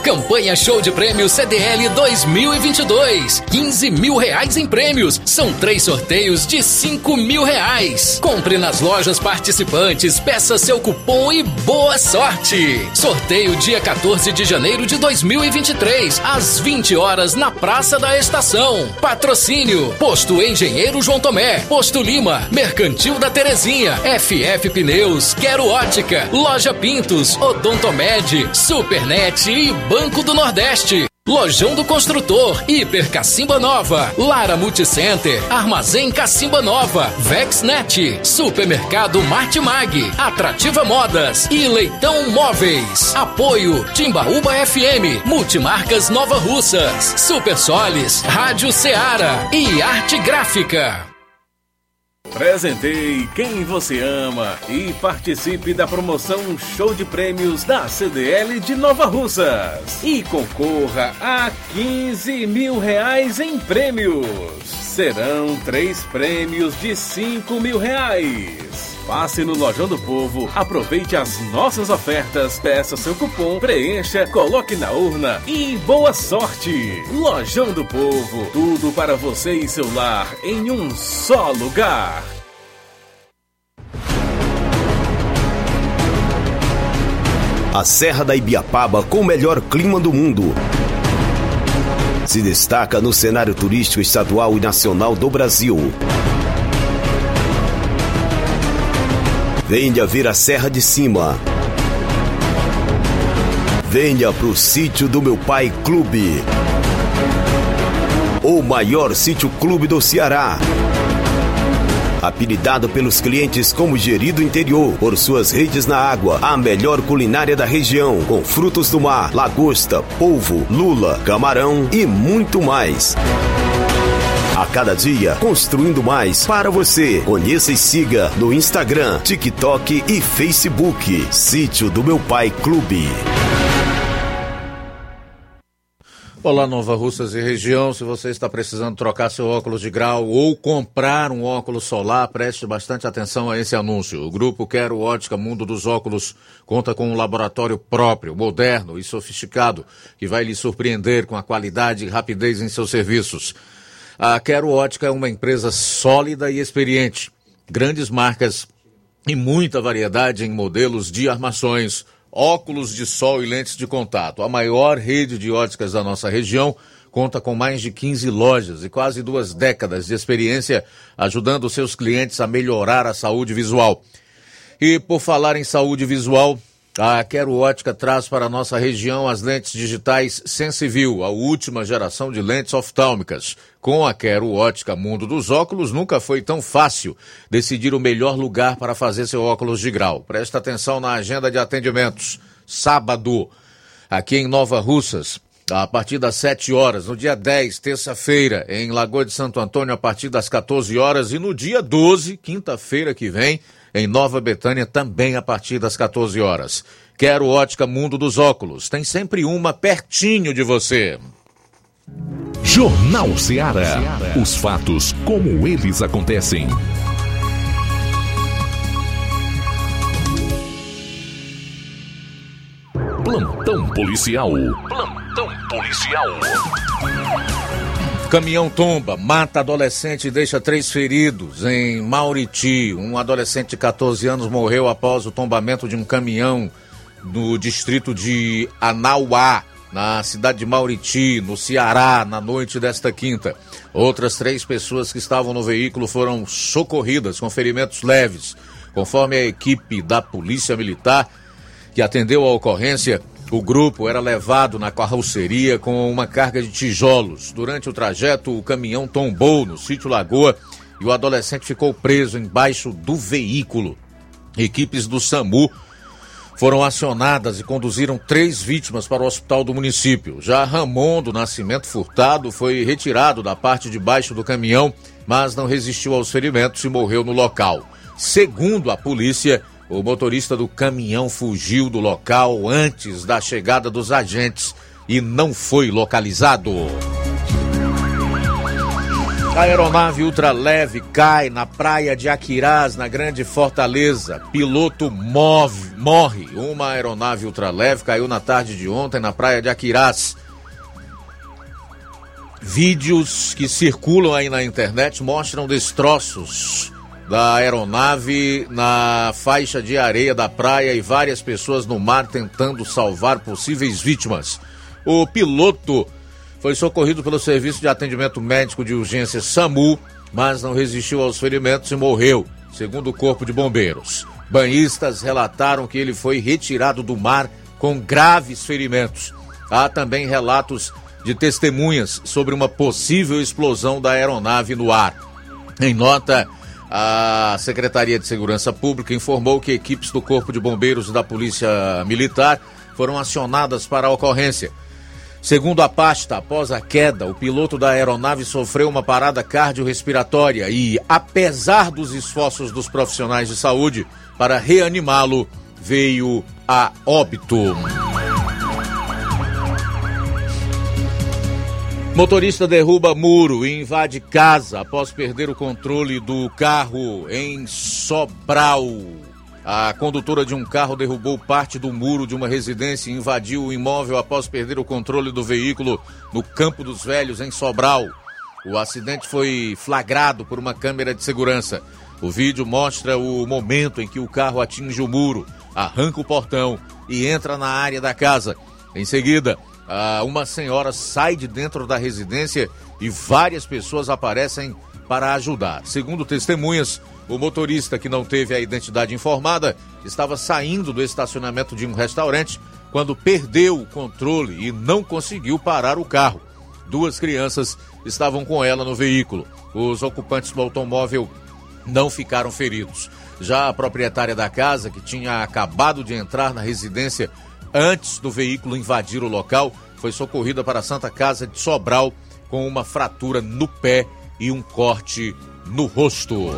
Campanha Show de Prêmios C D L dois mil e vinte e dois. quinze mil reais em prêmios. São três sorteios de cinco mil reais. Compre nas lojas participantes, peça seu cupom e boa sorte. Sorteio dia quatorze de janeiro de dois mil e vinte e três, às vinte horas na Praça da Estação. Patrocínio: Posto Engenheiro João Tomé, Posto Lima, Mercantil da Terezinha, F F Pneus, Quero Ótica, Loja Pintos, Odontomed, Supernet e Banco do Nordeste. Lojão do Construtor, Hiper Cacimba Nova, Lara Multicenter, Armazém Cacimba Nova, Vexnet, Supermercado Martimag, Atrativa Modas e Leitão Móveis. Apoio: Timbaúba F M, Multimarcas Nova Russas, Super Solis, Rádio Ceará e Arte Gráfica. Presenteie quem você ama e participe da promoção Show de Prêmios da C D L de Nova Russas e concorra a quinze mil reais em prêmios. Serão três prêmios de cinco mil reais. Passe no Lojão do Povo, aproveite as nossas ofertas, peça seu cupom, preencha, coloque na urna e boa sorte! Lojão do Povo, tudo para você e seu lar em um só lugar. A Serra da Ibiapaba, com o melhor clima do mundo, se destaca no cenário turístico estadual e nacional do Brasil. Venha ver a Serra de Cima. Venha pro Sítio do Meu Pai Clube, o maior sítio clube do Ceará. Apelidado pelos clientes como Gerido Interior, por suas redes na água, a melhor culinária da região, com frutos do mar, lagosta, polvo, lula, camarão e muito mais. A cada dia, construindo mais para você. Conheça e siga no Instagram, TikTok e Facebook. Sítio do Meu Pai Clube. Olá, Nova Russas e região. Se você está precisando trocar seu óculos de grau ou comprar um óculos solar, preste bastante atenção a esse anúncio. O Grupo Quero Ótica Mundo dos Óculos conta com um laboratório próprio, moderno e sofisticado, que vai lhe surpreender com a qualidade e rapidez em seus serviços. A Quero Ótica é uma empresa sólida e experiente. Grandes marcas e muita variedade em modelos de armações, óculos de sol e lentes de contato. A maior rede de óticas da nossa região conta com mais de quinze lojas e quase duas décadas de experiência, ajudando seus clientes a melhorar a saúde visual. E por falar em saúde visual, a Quero Ótica traz para a nossa região as lentes digitais Sensiview, a última geração de lentes oftálmicas. Com a Quero Ótica Mundo dos Óculos, nunca foi tão fácil decidir o melhor lugar para fazer seu óculos de grau. Presta atenção na agenda de atendimentos. Sábado, aqui em Nova Russas, a partir das sete horas. No dia dez, terça-feira, em Lagoa de Santo Antônio, a partir das quatorze horas. E no dia doze, quinta-feira que vem, em Nova Betânia, também a partir das quatorze horas. Quero Ótica Mundo dos Óculos. Tem sempre uma pertinho de você. Jornal Ceará. Os fatos como eles acontecem. Plantão policial. Plantão policial. Caminhão tomba, mata adolescente e deixa três feridos em Mauriti. Um adolescente de quatorze anos morreu após o tombamento de um caminhão no distrito de Anauá, na cidade de Mauriti, no Ceará, na noite desta quinta. Outras três pessoas que estavam no veículo foram socorridas com ferimentos leves. Conforme a equipe da Polícia Militar que atendeu a ocorrência, o grupo era levado na carroceria com uma carga de tijolos. Durante o trajeto, o caminhão tombou no sítio Lagoa e o adolescente ficou preso embaixo do veículo. Equipes do SAMU foram acionadas e conduziram três vítimas para o hospital do município. Já Ramon do Nascimento Furtado foi retirado da parte de baixo do caminhão, mas não resistiu aos ferimentos e morreu no local. Segundo a polícia, o motorista do caminhão fugiu do local antes da chegada dos agentes e não foi localizado. A aeronave ultraleve cai na praia de Aquirás, na Grande Fortaleza. Piloto move, morre. Uma aeronave ultraleve caiu na tarde de ontem na praia de Aquirás. Vídeos que circulam aí na internet mostram destroços da aeronave na faixa de areia da praia e várias pessoas no mar tentando salvar possíveis vítimas. O piloto foi socorrido pelo Serviço de Atendimento Médico de Urgência SAMU, mas não resistiu aos ferimentos e morreu, segundo o Corpo de Bombeiros. Banhistas relataram que ele foi retirado do mar com graves ferimentos. Há também relatos de testemunhas sobre uma possível explosão da aeronave no ar. Em nota, a Secretaria de Segurança Pública informou que equipes do Corpo de Bombeiros e da Polícia Militar foram acionadas para a ocorrência. Segundo a pasta, após a queda, o piloto da aeronave sofreu uma parada cardiorrespiratória e, apesar dos esforços dos profissionais de saúde para reanimá-lo, veio a óbito. Motorista derruba muro e invade casa após perder o controle do carro em Sobral. A condutora de um carro derrubou parte do muro de uma residência e invadiu o imóvel após perder o controle do veículo no Campo dos Velhos, em Sobral. O acidente foi flagrado por uma câmera de segurança. O vídeo mostra o momento em que o carro atinge o muro, arranca o portão e entra na área da casa. Em seguida, uma senhora sai de dentro da residência e várias pessoas aparecem para ajudar. Segundo testemunhas, o motorista, que não teve a identidade informada, estava saindo do estacionamento de um restaurante quando perdeu o controle e não conseguiu parar o carro. Duas crianças estavam com ela no veículo. Os ocupantes do automóvel não ficaram feridos. Já a proprietária da casa, que tinha acabado de entrar na residência antes do veículo invadir o local, foi socorrida para a Santa Casa de Sobral com uma fratura no pé e um corte no rosto.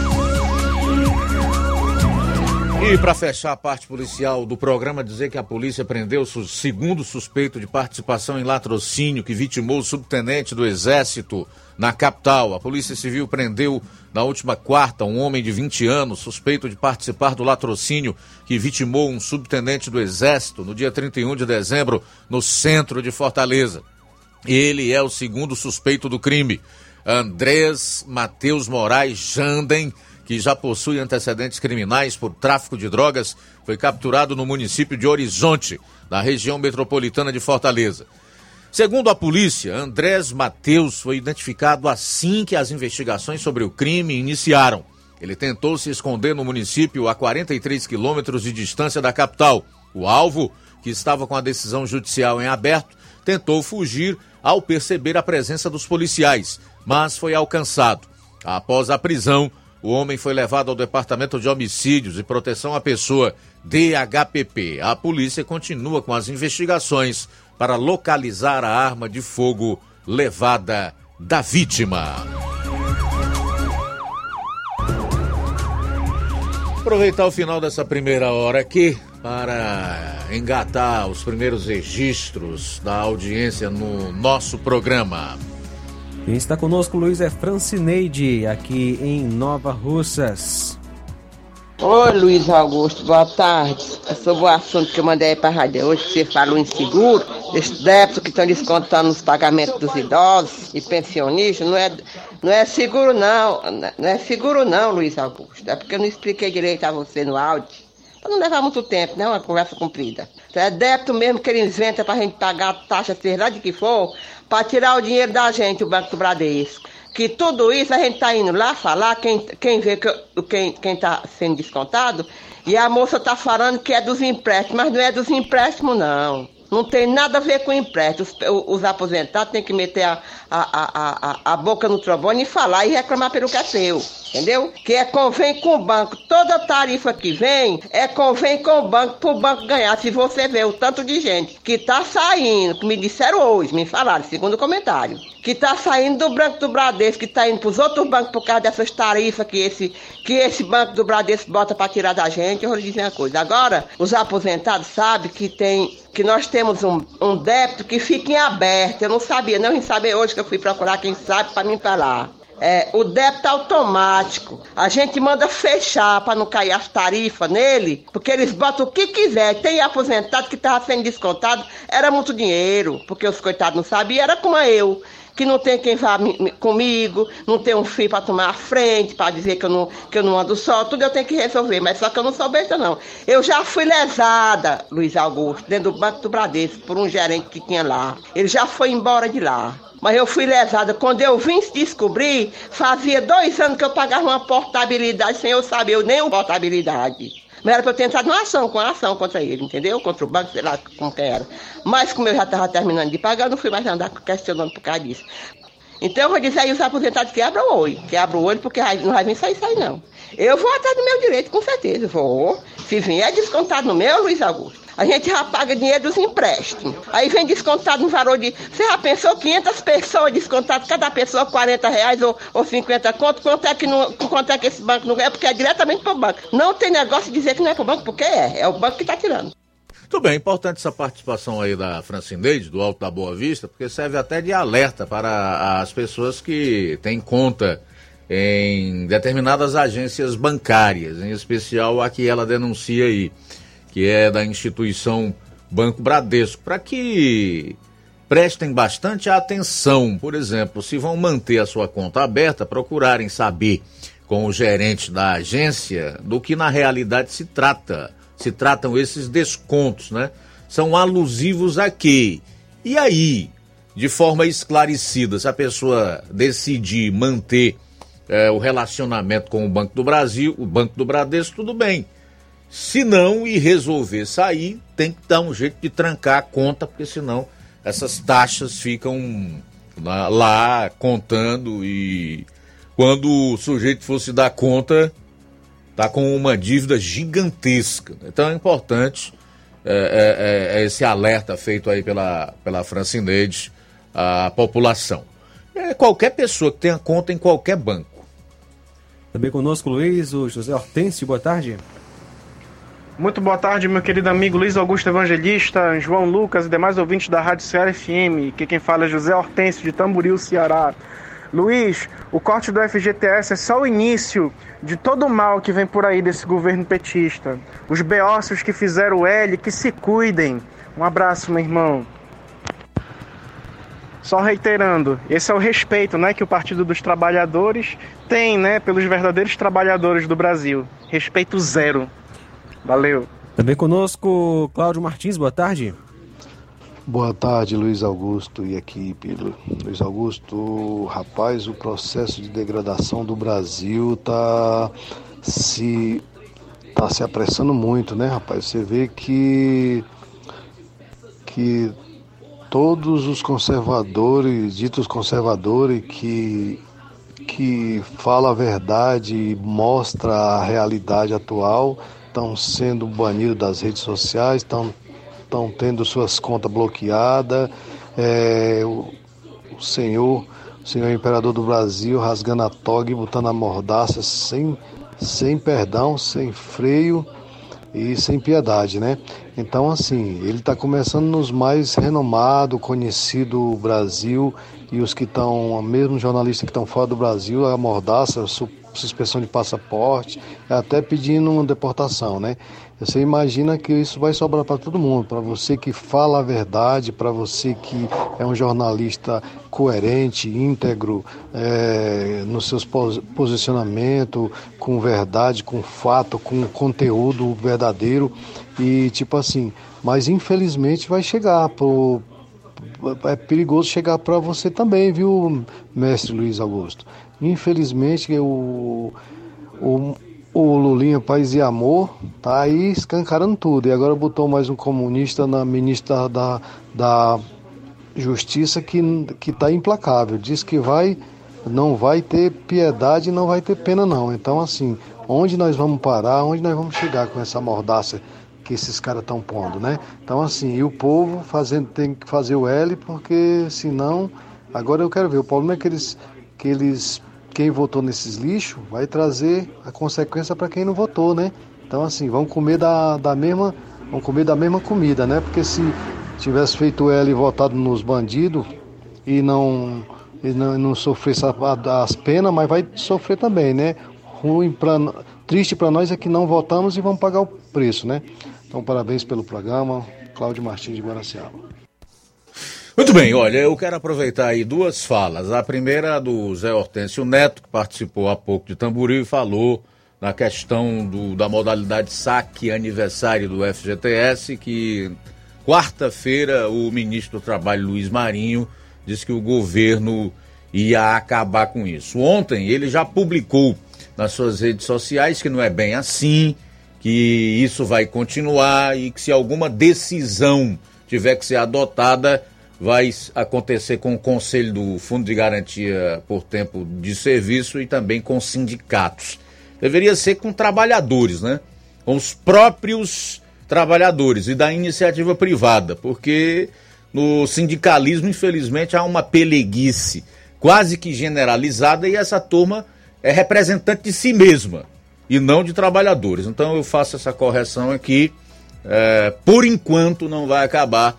E para fechar a parte policial do programa, dizer que a polícia prendeu o segundo suspeito de participação em latrocínio que vitimou o subtenente do Exército na capital. A Polícia Civil prendeu na última quarta um homem de vinte anos, suspeito de participar do latrocínio que vitimou um subtenente do Exército no dia trinta e um de dezembro no centro de Fortaleza. Ele é o segundo suspeito do crime. Andrés Matheus Moraes Jandem, que já possui antecedentes criminais por tráfico de drogas, foi capturado no município de Horizonte, na região metropolitana de Fortaleza. Segundo a polícia, Andrés Matheus foi identificado assim que as investigações sobre o crime iniciaram. Ele tentou se esconder no município a quarenta e três quilômetros de distância da capital. O alvo, que estava com a decisão judicial em aberto, tentou fugir ao perceber a presença dos policiais, mas foi alcançado. Após a prisão, o homem foi levado ao Departamento de Homicídios e Proteção à Pessoa, D H P P. A polícia continua com as investigações para localizar a arma de fogo levada da vítima. Aproveitar o final dessa primeira hora aqui para engatar os primeiros registros da audiência no nosso programa. Quem está conosco, Luiz, é Francineide, aqui em Nova Russas. Oi, Luiz Augusto, boa tarde. É sobre o assunto que eu mandei para a rádio hoje, que você falou em seguro, esses débitos que estão descontando nos pagamentos dos idosos e pensionistas, não é, não é seguro não, não é seguro não, Luiz Augusto. É porque eu não expliquei direito a você no áudio, para não levar muito tempo, né, uma conversa comprida. É débito mesmo que eles inventam para a gente pagar a taxa, seja lá de que for, para tirar o dinheiro da gente, o Banco do Bradesco. Que tudo isso a gente está indo lá falar, quem, quem vê que, quem, quem tá sendo descontado, e a moça está falando que é dos empréstimos, mas não é dos empréstimos não. Não tem nada a ver com empréstimo. Os, os aposentados têm que meter a, a, a, a, a boca no trombone e falar e reclamar pelo que é seu. Entendeu? Que é convém com o banco. Toda tarifa que vem é convém com o banco para o banco ganhar. Se você vê o tanto de gente que está saindo, que me disseram hoje, me falaram, segundo o comentário, que está saindo do Banco do Bradesco, que está indo para os outros bancos por causa dessas tarifas que esse, que esse Banco do Bradesco bota para tirar da gente, eu vou lhe dizer uma coisa. Agora, os aposentados sabem que, tem, que nós temos um, um débito que fica em aberto. Eu não sabia, não, em saber hoje que eu fui procurar quem sabe para me falar. É, o débito automático. A gente manda fechar para não cair as tarifas nele, porque eles botam o que quiser. Tem aposentado que estava sendo descontado, era muito dinheiro, porque os coitados não sabiam, era como eu, que não tem quem vá comigo, não tem um filho para tomar a frente, para dizer que eu, não, que eu não ando só, tudo eu tenho que resolver, mas só que eu não sou besta não. Eu já fui lesada, Luiz Augusto, dentro do Banco do Bradesco, por um gerente que tinha lá. Ele já foi embora de lá. Mas eu fui lesada. Quando eu vim descobrir, fazia dois anos que eu pagava uma portabilidade sem eu saber, eu nem uma portabilidade. Mas era para eu ter entrado numa ação, com uma ação contra ele, entendeu? Contra o banco, sei lá como que era. Mas como eu já estava terminando de pagar, eu não fui mais andar questionando por causa disso. Então eu vou dizer aí os aposentados que abram o olho. Que abram o olho porque não vai vir sair isso aí não. Eu vou atrás do meu direito, com certeza. Vou. Se vier descontado no meu, Luiz Augusto. A gente já paga dinheiro dos empréstimos. Aí vem descontado no valor de... Você já pensou quinhentas pessoas descontadas, cada pessoa quarenta reais ou, ou cinquenta conto? Quanto é, que não, quanto é que esse banco não ganha? Porque é diretamente para o banco. Não tem negócio de dizer que não é para o banco, porque é. É o banco que está tirando. Muito bem, importante essa participação aí da Francineide, do Alto da Boa Vista, porque serve até de alerta para as pessoas que têm conta em determinadas agências bancárias, em especial a que ela denuncia aí, que é da instituição Banco Bradesco, para que prestem bastante atenção. Por exemplo, se vão manter a sua conta aberta, procurarem saber com o gerente da agência do que na realidade se trata. Se tratam esses descontos, né? São alusivos a quê? E aí, de forma esclarecida, se a pessoa decidir manter é, o relacionamento com o Banco do Brasil, o Banco do Bradesco, tudo bem. Se não e resolver sair, tem que dar um jeito de trancar a conta, porque senão essas taxas ficam lá, lá contando e quando o sujeito fosse dar conta, tá com uma dívida gigantesca. Então é importante é, é, é esse alerta feito aí pela, pela Francineide à população. É qualquer pessoa que tenha conta em qualquer banco. Também conosco, Luiz, o José Hortêncio, boa tarde. Muito boa tarde, meu querido amigo Luiz Augusto Evangelista, João Lucas e demais ouvintes da Rádio Ceará F M. Aqui quem fala é José Hortêncio, de Tamboril, Ceará. Luiz, o corte do F G T S é só o início de todo o mal que vem por aí desse governo petista. Os beócios que fizeram o L, que se cuidem. Um abraço, meu irmão. Só reiterando, esse é o respeito, né, que o Partido dos Trabalhadores tem, né, pelos verdadeiros trabalhadores do Brasil. Respeito zero. Valeu. Também conosco, Cláudio Martins, boa tarde. Boa tarde, Luiz Augusto e equipe. Luiz Augusto, rapaz, o processo de degradação do Brasil tá se, tá se apressando muito, né, rapaz? Você vê que, que todos os conservadores, ditos conservadores, que, que falam a verdade e mostram a realidade atual, estão sendo banidos das redes sociais, estão estão tendo suas contas bloqueadas, é, o, o senhor, o senhor imperador do Brasil rasgando a toga e botando a mordaça sem, sem perdão, sem freio e sem piedade, né? Então, assim, ele está começando nos mais renomados, conhecido Brasil, e os que estão, mesmo jornalistas que estão fora do Brasil, a mordaça, suspensão de passaporte, até pedindo uma deportação, né? Você imagina que isso vai sobrar para todo mundo, para você que fala a verdade, para você que é um jornalista coerente, íntegro, é, nos seus posicionamentos, com verdade, com fato, com conteúdo verdadeiro e tipo assim, mas infelizmente vai chegar pro, é perigoso chegar para você também, viu, mestre Luiz Augusto? Infelizmente o, o, o Lulinha Paz e Amor tá aí escancarando tudo, e agora botou mais um comunista na ministra da, da Justiça que que tá implacável, diz que vai, não vai ter piedade, não vai ter pena não. Então assim, onde nós vamos parar, onde nós vamos chegar com essa mordaça que esses caras estão pondo, né? Então assim, e o povo fazendo, tem que fazer o L, porque senão, agora eu quero ver, o problema é que eles, que eles quem votou nesses lixos vai trazer a consequência para quem não votou, né? Então assim, vão comer da, da mesma, vão comer da mesma comida, né? Porque se tivesse feito o L e votado nos bandidos e não e não, não sofrer as penas, mas vai sofrer também, né? Ruim pra, triste para nós é que não votamos e vamos pagar o preço, né? Então, parabéns pelo programa. Cláudio Martins de Guaraciaba. Muito bem, olha, eu quero aproveitar aí duas falas. A primeira do Zé Hortêncio Neto, que participou há pouco de Tamboril e falou na questão do, da modalidade saque aniversário do F G T S, que quarta-feira o ministro do Trabalho, Luiz Marinho, disse que o governo ia acabar com isso. Ontem ele já publicou nas suas redes sociais que não é bem assim, que isso vai continuar e que se alguma decisão tiver que ser adotada, vai acontecer com o Conselho do Fundo de Garantia por Tempo de Serviço e também com sindicatos. Deveria ser com trabalhadores, né? Com os próprios trabalhadores e da iniciativa privada, porque no sindicalismo, infelizmente, há uma peleguice quase que generalizada e essa turma é representante de si mesma e não de trabalhadores. Então eu faço essa correção aqui. É, por enquanto não vai acabar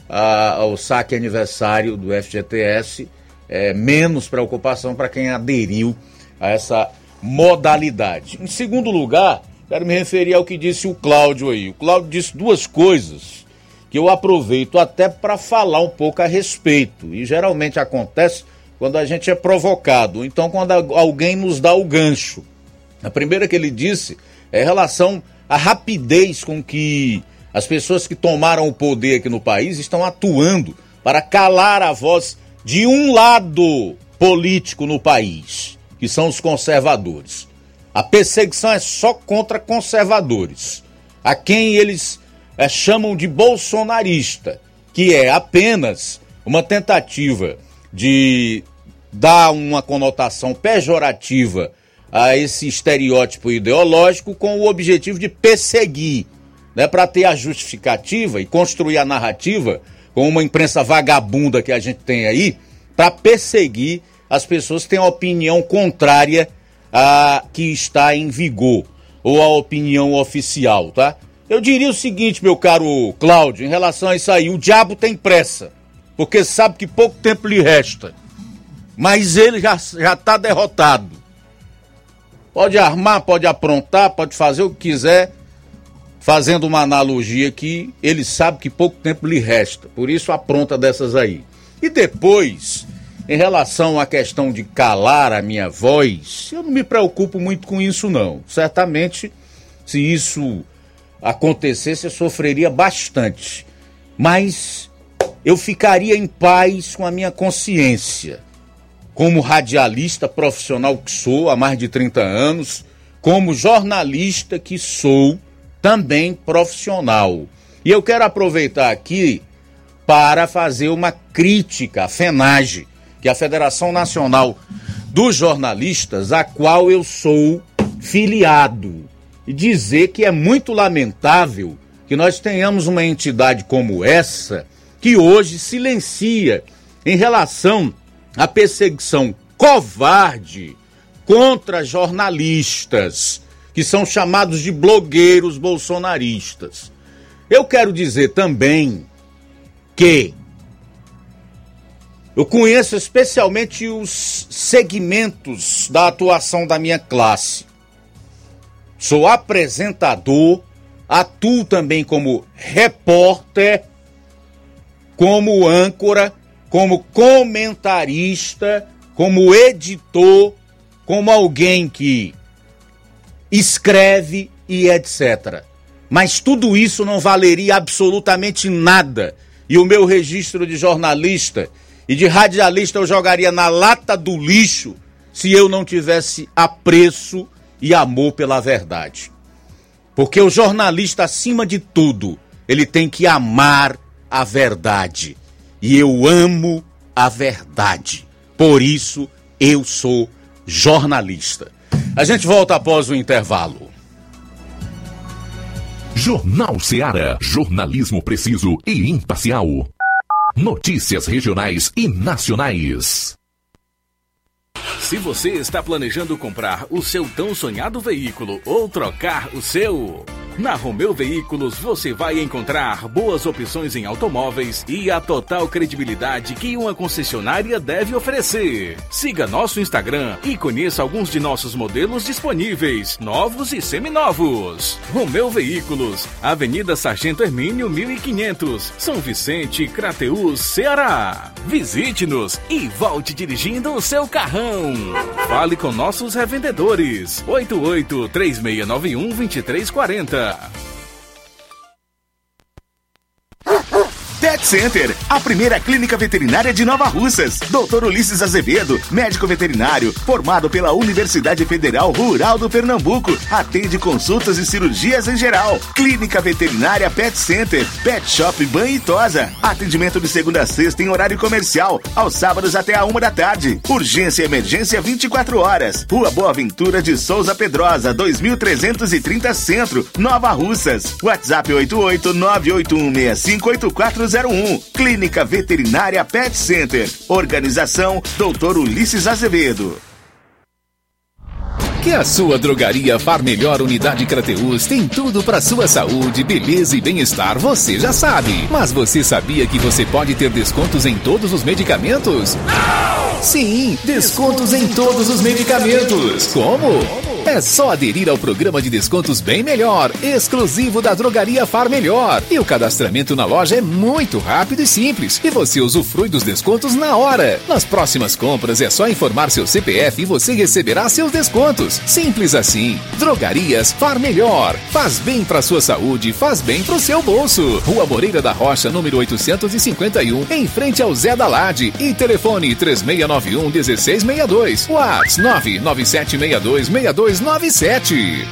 a, o saque aniversário do F G T S. É, menos preocupação para quem aderiu a essa modalidade. Em segundo lugar, quero me referir ao que disse o Cláudio aí. O Cláudio disse duas coisas que eu aproveito até para falar um pouco a respeito. E geralmente acontece quando a gente é provocado, então quando alguém nos dá o gancho. A primeira que ele disse é em relação à rapidez com que as pessoas que tomaram o poder aqui no país estão atuando para calar a voz de um lado político no país, que são os conservadores. A perseguição é só contra conservadores, a quem eles é, chamam de bolsonarista, que é apenas uma tentativa de dar uma conotação pejorativa a esse estereótipo ideológico com o objetivo de perseguir, né, para ter a justificativa e construir a narrativa com uma imprensa vagabunda que a gente tem aí, para perseguir as pessoas que têm a opinião contrária à que está em vigor, ou a opinião oficial, tá? Eu diria o seguinte, meu caro Cláudio, em relação a isso aí, o diabo tem pressa, porque sabe que pouco tempo lhe resta, mas ele já já está derrotado. Pode armar, pode aprontar, pode fazer o que quiser, fazendo uma analogia que ele sabe que pouco tempo lhe resta, por isso apronta dessas aí. E depois, em relação à questão de calar a minha voz, eu não me preocupo muito com isso não. Certamente, se isso acontecesse, eu sofreria bastante. Mas eu ficaria em paz com a minha consciência. Como radialista profissional que sou há mais de trinta anos, como jornalista que sou, também profissional. E eu quero aproveitar aqui para fazer uma crítica à FENAGE, que é a Federação Nacional dos Jornalistas, a qual eu sou filiado, e dizer que é muito lamentável que nós tenhamos uma entidade como essa, que hoje silencia em relação à perseguição covarde contra jornalistas, que são chamados de blogueiros bolsonaristas. Eu quero dizer também que eu conheço especialmente os segmentos da atuação da minha classe. Sou apresentador, atuo também como repórter, como âncora, como comentarista, como editor, como alguém que escreve e etcétera. Mas tudo isso não valeria absolutamente nada. E o meu registro de jornalista e de radialista eu jogaria na lata do lixo se eu não tivesse apreço e amor pela verdade. Porque o jornalista, acima de tudo, ele tem que amar a verdade. E eu amo a verdade. Por isso, eu sou jornalista. A gente volta após o intervalo. Jornal Ceará. Jornalismo preciso e imparcial. Notícias regionais e nacionais. Se você está planejando comprar o seu tão sonhado veículo ou trocar o seu... Na Romeu Veículos você vai encontrar boas opções em automóveis e a total credibilidade que uma concessionária deve oferecer. Siga nosso Instagram e conheça alguns de nossos modelos disponíveis, novos e seminovos. Romeu Veículos, Avenida Sargento Hermínio mil e quinhentos, São Vicente, Crateús, Ceará. Visite-nos e volte dirigindo o seu carrão. Fale com nossos revendedores. oito oito, três seis nove um, dois três quatro zero. Pet Center, a primeira clínica veterinária de Nova Russas. doutor Ulisses Azevedo, médico veterinário, formado pela Universidade Federal Rural do Pernambuco. Atende consultas e cirurgias em geral. Clínica Veterinária Pet Center, Pet Shop Banho e Tosa. Atendimento de segunda a sexta em horário comercial, aos sábados até a uma da tarde. Urgência e emergência vinte e quatro horas. Rua Boa Ventura de Souza Pedrosa, dois mil trezentos e trinta Centro, Nova Russas. WhatsApp oito oito nove oito um seis cinco oito quatro zero um. Clínica Veterinária Pet Center. Organização doutor Ulisses Azevedo. Que a sua drogaria Far Melhor Unidade Crateús tem tudo para sua saúde, beleza e bem-estar, você já sabe. Mas você sabia que você pode ter descontos em todos os medicamentos? Não! Sim, descontos em todos os medicamentos. Como? É só aderir ao programa de descontos Bem Melhor, exclusivo da Drogaria Far Melhor. E o cadastramento na loja é muito rápido e simples. E você usufrui dos descontos na hora. Nas próximas compras é só informar seu C P F e você receberá seus descontos. Simples assim. Drogarias Far Melhor. Faz bem pra sua saúde, faz bem pro seu bolso. Rua Moreira da Rocha, número oitocentos e cinquenta e um, em frente ao Zé da Lade. E telefone três seis nove um, um seis seis dois. WhatsApp nove nove sete seis dois seis dois nove sete.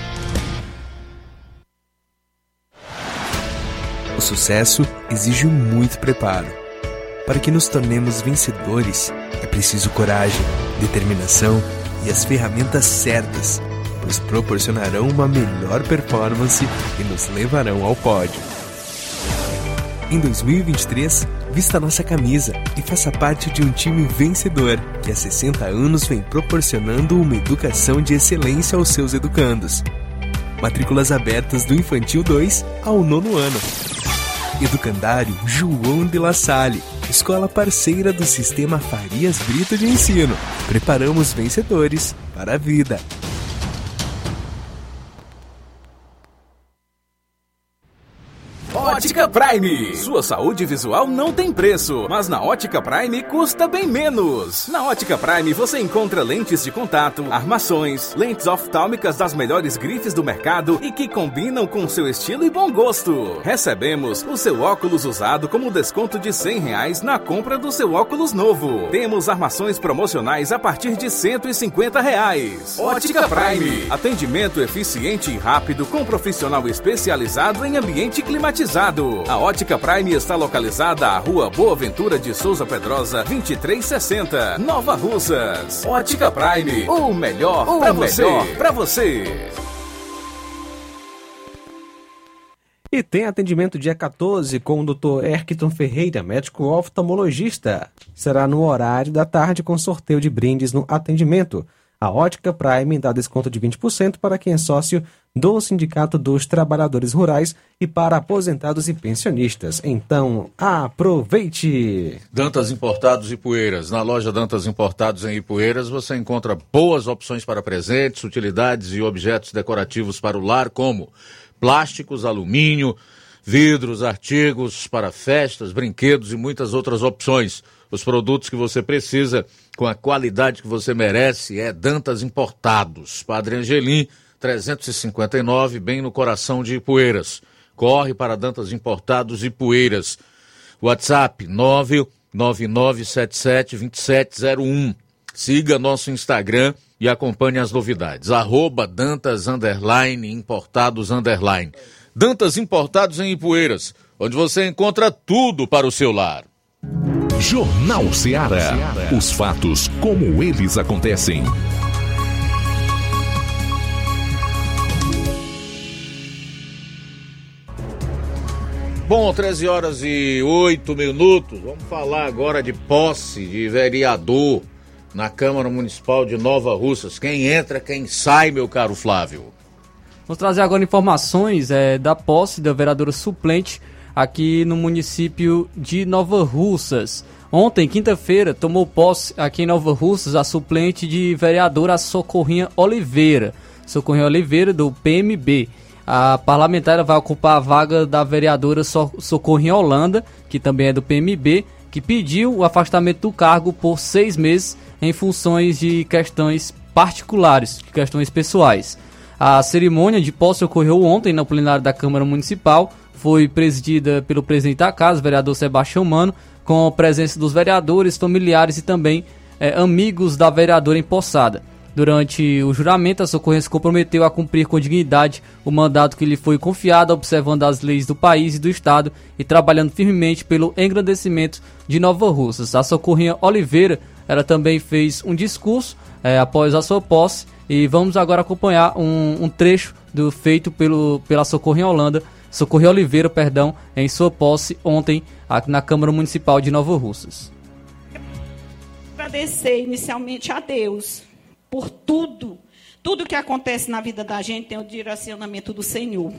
O sucesso exige muito preparo. Para que nos tornemos vencedores, é preciso coragem, determinação e as ferramentas certas, pois proporcionarão uma melhor performance e nos levarão ao pódio. Em dois mil e vinte e três, vista nossa camisa e faça parte de um time vencedor que há sessenta anos vem proporcionando uma educação de excelência aos seus educandos. Matrículas abertas do Infantil dois ao nono ano. Educandário João de La Salle, escola parceira do Sistema Farias Brito de Ensino. Preparamos vencedores para a vida. Ótica Prime. Sua saúde visual não tem preço, mas na Ótica Prime custa bem menos. Na Ótica Prime você encontra lentes de contato, armações, lentes oftálmicas das melhores grifes do mercado e que combinam com seu estilo e bom gosto. Recebemos o seu óculos usado como desconto de cem reais na compra do seu óculos novo. Temos armações promocionais a partir de cento e cinquenta reais. Ótica Prime. Atendimento eficiente e rápido com profissional especializado em ambiente climatizado. A Ótica Prime está localizada à Rua Boa Ventura de Souza Pedrosa, vinte e três sessenta, Nova Russas. Ótica Prime, o melhor para você. Pra você. E tem atendimento dia quatorze com o doutor Erkton Ferreira, médico oftalmologista. Será no horário da tarde com sorteio de brindes no atendimento. A Ótica Prime dá desconto de vinte por cento para quem é sócio do Sindicato dos Trabalhadores Rurais e para aposentados e pensionistas. Então, aproveite! Dantas Importados Ipueiras. Na loja Dantas Importados em Ipueiras você encontra boas opções para presentes, utilidades e objetos decorativos para o lar, como plásticos, alumínio, vidros, artigos para festas, brinquedos e muitas outras opções. Os produtos que você precisa, com a qualidade que você merece, é Dantas Importados. Padre Angelim, trezentos e cinquenta e nove, bem no coração de Ipueiras. Corre para Dantas Importados Ipueiras. WhatsApp nove nove nove sete sete dois sete zero um. Siga nosso Instagram e acompanhe as novidades. Arroba Dantas underline, Importados underline. Dantas Importados em Ipueiras, onde você encontra tudo para o seu lar. Jornal Ceará. Os fatos como eles acontecem. Bom, treze horas e oito minutos. Vamos falar agora de posse de vereador na Câmara Municipal de Nova Russas. Quem entra, quem sai, meu caro Flávio? Vamos trazer agora informações é, da posse da vereadora suplente aqui no município de Nova Russas. Ontem, quinta-feira, tomou posse aqui em Nova Russas a suplente de vereadora Socorrinha Oliveira. Socorrinha Oliveira, do P M B. A parlamentar vai ocupar a vaga da vereadora Socorrinha Holanda, que também é do P M B, que pediu o afastamento do cargo por seis meses em funções de questões particulares, de questões pessoais. A cerimônia de posse ocorreu ontem no plenário da Câmara Municipal, foi presidida pelo presidente da casa, vereador Sebastião Mano, com a presença dos vereadores, familiares e também é, amigos da vereadora empossada. Durante o juramento, a Socorrinha se comprometeu a cumprir com dignidade o mandato que lhe foi confiado, observando as leis do país e do Estado e trabalhando firmemente pelo engrandecimento de Nova Russas. A Socorrinha Oliveira, ela também fez um discurso é, após a sua posse, e vamos agora acompanhar um, um trecho do feito pelo, pela Socorrinha Holanda, Socorrinha Oliveira, perdão, em sua posse ontem aqui na Câmara Municipal de Nova Russas. Agradecer inicialmente a Deus por tudo, tudo que acontece na vida da gente tem o direcionamento do Senhor.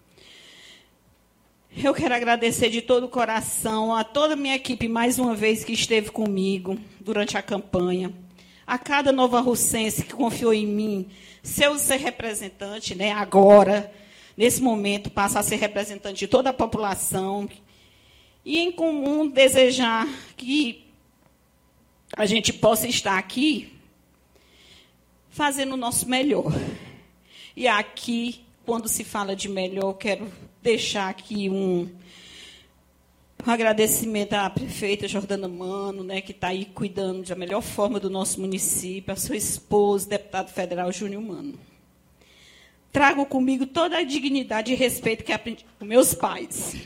Eu quero agradecer de todo o coração a toda a minha equipe, mais uma vez, que esteve comigo durante a campanha. A cada novarrucense que confiou em mim, se eu ser representante, né, agora, nesse momento, passar a ser representante de toda a população, e em comum desejar que a gente possa estar aqui fazendo o nosso melhor. E aqui, quando se fala de melhor, eu quero deixar aqui um, um agradecimento à prefeita Jordana Mano, né, que está aí cuidando da melhor forma do nosso município, a sua esposa, deputado federal Júnior Mano. Trago comigo toda a dignidade e respeito que aprendi com meus pais.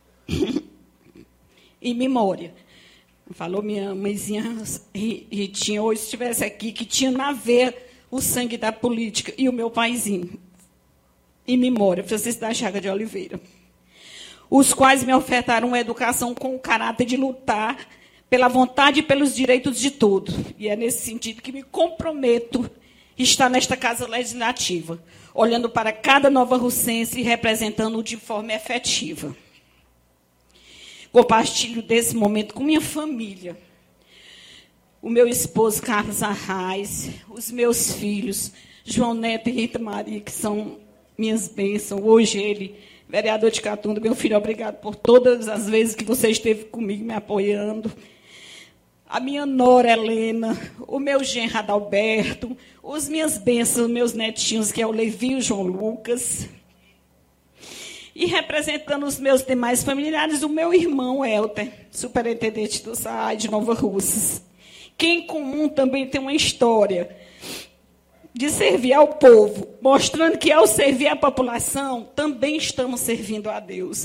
Em memória. Falou minha mãezinha Ritinha, hoje estivesse aqui, que tinha na veia o sangue da política, e o meu paizinho. Em memória, Francisco da Chaga de Oliveira. Os quais me ofertaram uma educação com o caráter de lutar pela vontade e pelos direitos de todos. E é nesse sentido que me comprometo a estar nesta Casa Legislativa, olhando para cada novarrucense e representando-o de forma efetiva. Compartilho desse momento com minha família, o meu esposo Carlos Arraes, os meus filhos, João Neto e Rita Maria, que são minhas bênçãos. Hoje ele, vereador de Catunda, meu filho, obrigado por todas as vezes que você esteve comigo me apoiando. A minha nora Helena, o meu genro Adalberto, os minhas bênçãos, meus netinhos, que é o Levi e o João Lucas. E representando os meus demais familiares, o meu irmão Helter, superintendente do S A I de Nova Russas, que em comum também tem uma história de servir ao povo, mostrando que ao servir a população, também estamos servindo a Deus.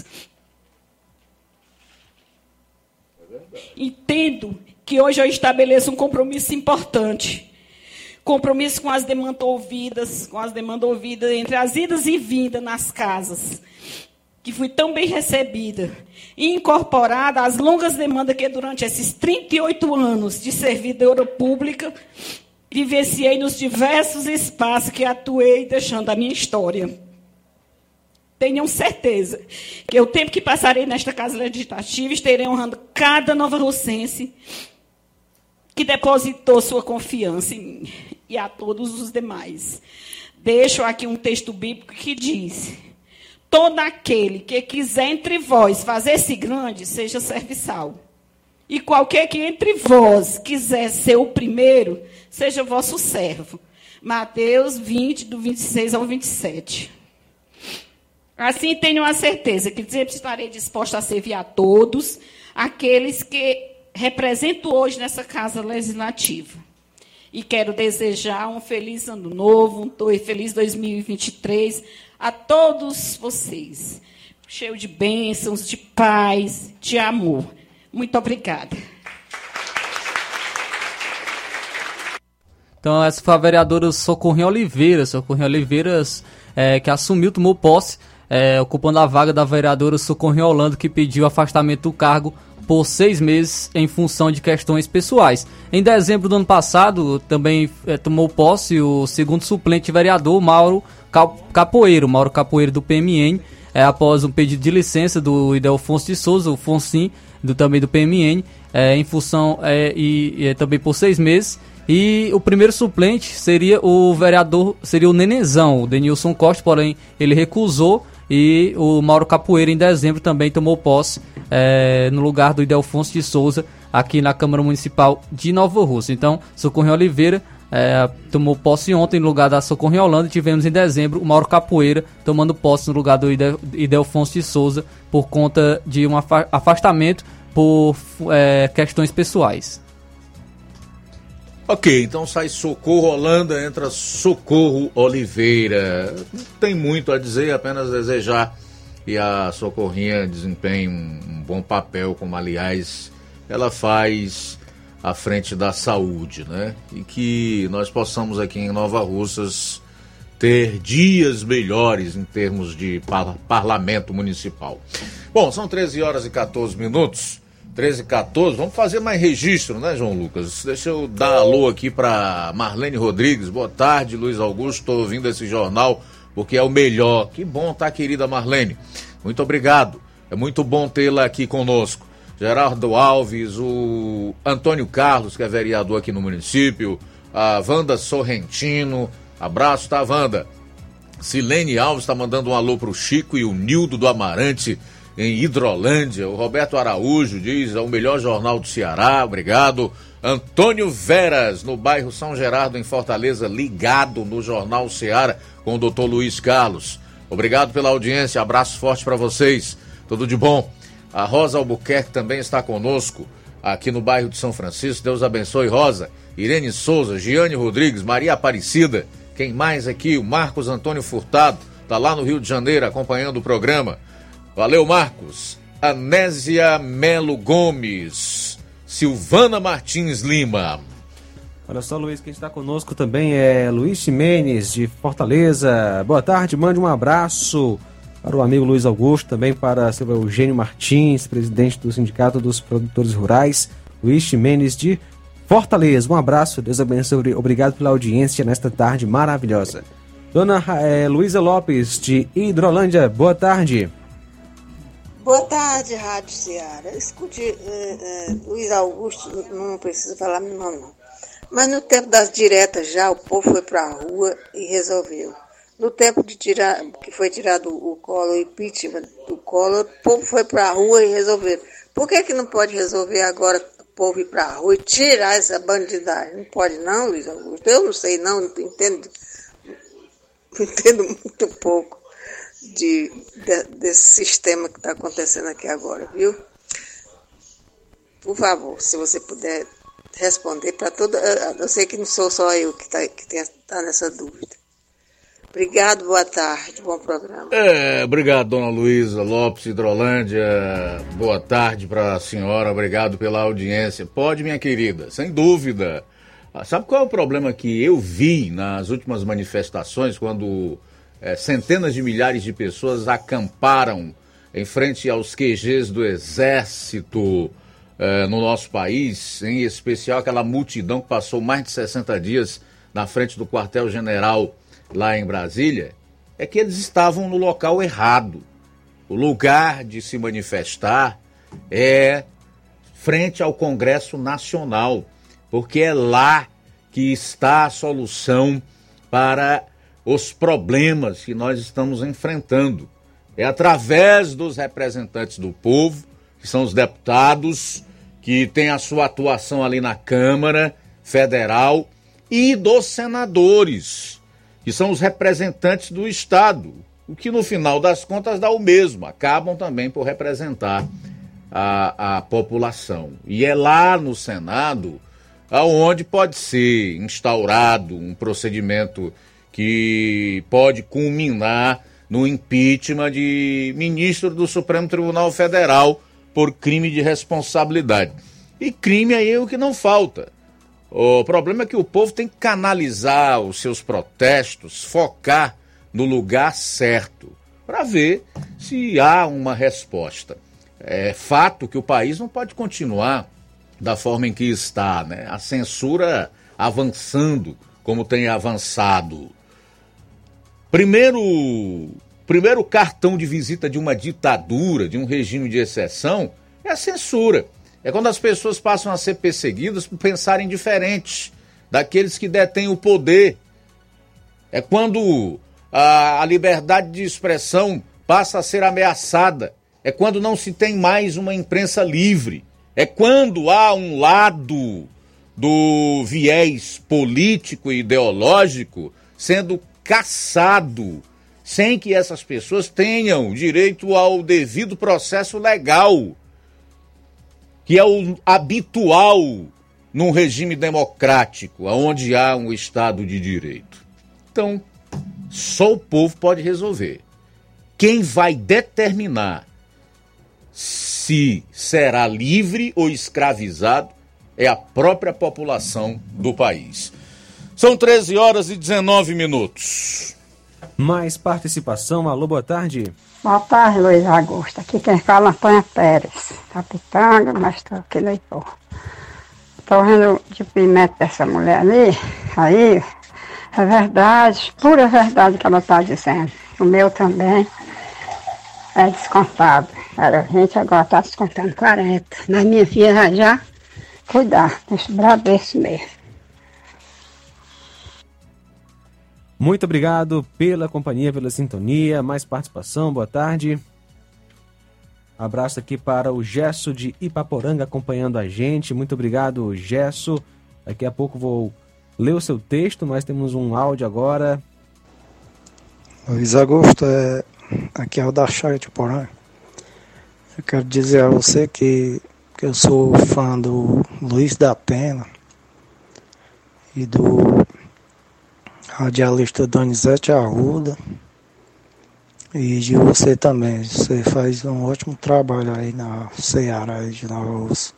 Entendo que hoje eu estabeleço um compromisso importante, compromisso com as demandas ouvidas, com as demandas ouvidas entre as idas e vindas nas casas, que fui tão bem recebida, e incorporada às longas demandas que durante esses trinta e oito anos de servidora pública vivenciei nos diversos espaços que atuei, deixando a minha história. Tenham certeza que o tempo que passarei nesta Casa Legislativa estarei honrando cada novarrucense que depositou sua confiança em mim e a todos os demais. Deixo aqui um texto bíblico que diz: todo aquele que quiser entre vós fazer-se grande, seja serviçal. E qualquer que entre vós quiser ser o primeiro, seja vosso servo. Mateus vinte, do vinte e seis ao vinte e sete. Assim tenho a certeza que sempre estarei disposta a servir a todos aqueles que represento hoje nessa Casa Legislativa. E quero desejar um feliz ano novo, um feliz dois mil e vinte e três a todos vocês. Cheio de bênçãos, de paz, de amor. Muito obrigada. Então, essa foi a vereadora Socorrinha Oliveira. Socorrinha Oliveira, é, que assumiu, tomou posse, é, ocupando a vaga da vereadora Socorrinha Holanda, que pediu afastamento do cargo por seis meses em função de questões pessoais. Em dezembro do ano passado, também é, tomou posse o segundo suplente vereador, Mauro Capoeiro, Mauro Capoeiro do P M N, é, após um pedido de licença do Idelfonso de Souza, o Fonsim, do, também do P M N, é, em função é, e, e é, também por seis meses. E o primeiro suplente seria o vereador, seria o Nenezão, o Denilson Costa, porém ele recusou, e o Mauro Capoeira em dezembro também tomou posse é, no lugar do Idelfonso de Souza aqui na Câmara Municipal de Nova Russa. Então, Socorrinho Oliveira é, tomou posse ontem no lugar da Socorrinho Holanda, e tivemos em dezembro o Mauro Capoeira tomando posse no lugar do Idel, Idelfonso de Souza por conta de um afastamento por é, questões pessoais. Ok, então sai Socorro Holanda, entra Socorro Oliveira. Não tem muito a dizer, apenas desejar que a Socorrinha desempenhe um, um bom papel, como aliás ela faz à frente da saúde, né? E que nós possamos aqui em Nova Russas ter dias melhores em termos de par- parlamento municipal. Bom, são treze horas e quatorze minutos. treze e quatorze, vamos fazer mais registro, né, João Lucas? Deixa eu dar alô aqui para Marlene Rodrigues. Boa tarde, Luiz Augusto, estou ouvindo esse jornal porque é o melhor. Que bom, tá, querida Marlene? Muito obrigado, é muito bom tê-la aqui conosco. Gerardo Alves, o Antônio Carlos, que é vereador aqui no município, a Wanda Sorrentino, abraço, tá, Wanda? Silene Alves está mandando um alô pro Chico e o Nildo do Amarante, em Hidrolândia. O Roberto Araújo diz, é o melhor jornal do Ceará, obrigado. Antônio Veras, no bairro São Gerardo, em Fortaleza, ligado no Jornal Ceará com o doutor Luiz Carlos. Obrigado pela audiência, abraço forte para vocês, tudo de bom. A Rosa Albuquerque também está conosco, aqui no bairro de São Francisco, Deus abençoe, Rosa. Irene Souza, Giane Rodrigues, Maria Aparecida, quem mais aqui? O Marcos Antônio Furtado, está lá no Rio de Janeiro acompanhando o programa. Valeu, Marcos. Anésia Melo Gomes. Silvana Martins Lima. Olha só, Luiz, quem está conosco também é Luiz Ximenes, de Fortaleza. Boa tarde, mande um abraço para o amigo Luiz Augusto, também para seu Eugênio Martins, presidente do Sindicato dos Produtores Rurais, Luiz Ximenes, de Fortaleza. Um abraço, Deus abençoe, obrigado pela audiência nesta tarde maravilhosa. Dona é, Luísa Lopes, de Hidrolândia, boa tarde. Boa tarde, Rádio Ceará. Escute, é, é, Luiz Augusto, não precisa falar meu nome, não. Mas no tempo das diretas já, o povo foi para a rua e resolveu. No tempo de tirar, que foi tirado o Collor, o impeachment do Collor, o povo foi para a rua e resolveu. Por que que não pode resolver agora o povo ir para a rua e tirar essa bandidagem? Não pode não, Luiz Augusto. Eu não sei não, não entendo, não entendo muito pouco. De, de, desse sistema que está acontecendo aqui agora, viu? Por favor, se você puder responder para toda... Eu sei que não sou só eu que está que tá nessa dúvida. Obrigado, boa tarde, bom programa. É, obrigado, dona Luísa Lopes, Hidrolândia. Boa tarde para a senhora, obrigado pela audiência. Pode, minha querida, sem dúvida. Sabe qual é o problema que eu vi nas últimas manifestações, quando... É, centenas de milhares de pessoas acamparam em frente aos Q Gs do Exército é, no nosso país, em especial aquela multidão que passou mais de sessenta dias na frente do quartel-general lá em Brasília, é que eles estavam no local errado. O lugar de se manifestar é frente ao Congresso Nacional, porque é lá que está a solução para os problemas que nós estamos enfrentando. É através dos representantes do povo, que são os deputados, que têm a sua atuação ali na Câmara Federal, e dos senadores, que são os representantes do Estado, o que no final das contas dá o mesmo, acabam também por representar a, a população. E é lá no Senado aonde pode ser instaurado um procedimento que pode culminar no impeachment de ministro do Supremo Tribunal Federal por crime de responsabilidade. E crime aí é o que não falta. O problema é que o povo tem que canalizar os seus protestos, focar no lugar certo, para ver se há uma resposta. é fato que o país não pode continuar da forma em que está, né? A censura avançando como tem avançado. Primeiro, primeiro cartão de visita de uma ditadura, de um regime de exceção, é a censura. É quando as pessoas passam a ser perseguidas por pensarem diferente daqueles que detêm o poder. É quando a, a liberdade de expressão passa a ser ameaçada. É quando não se tem mais uma imprensa livre. É quando há um lado do viés político e ideológico sendo caçado, sem que essas pessoas tenham direito ao devido processo legal, que é o habitual num regime democrático, onde há um Estado de Direito. Então, só o povo pode resolver. Quem vai determinar se será livre ou escravizado é a própria população do país. São treze horas e dezenove minutos. Mais participação. Alô, boa tarde. Boa tarde, Luiz Augusto. Aqui quem fala é Antônia Pérez. Tá pitando, mas estou aqui no Ipô. Estou vendo o depoimento dessa mulher ali. Aí, é verdade, pura verdade que ela está dizendo. O meu também é descontado. Era vinte, agora está descontando quarenta. Na minha filha já, cuidar, deixa o Bradesco mesmo. Muito obrigado pela companhia, pela sintonia, mais participação, boa tarde. Abraço aqui para o Gesso de Ipaporanga acompanhando a gente, muito obrigado, Gesso. Daqui a pouco vou ler o seu texto, mas temos um áudio agora. Luiz Augusto, é... aqui é o da Chaga de Ipaporanga. Eu quero dizer a você que, que eu sou fã do Luiz da Atena e do radialista Donizete Arruda e de você também. Você faz um ótimo trabalho aí na Ceará aí de Nova Rússia.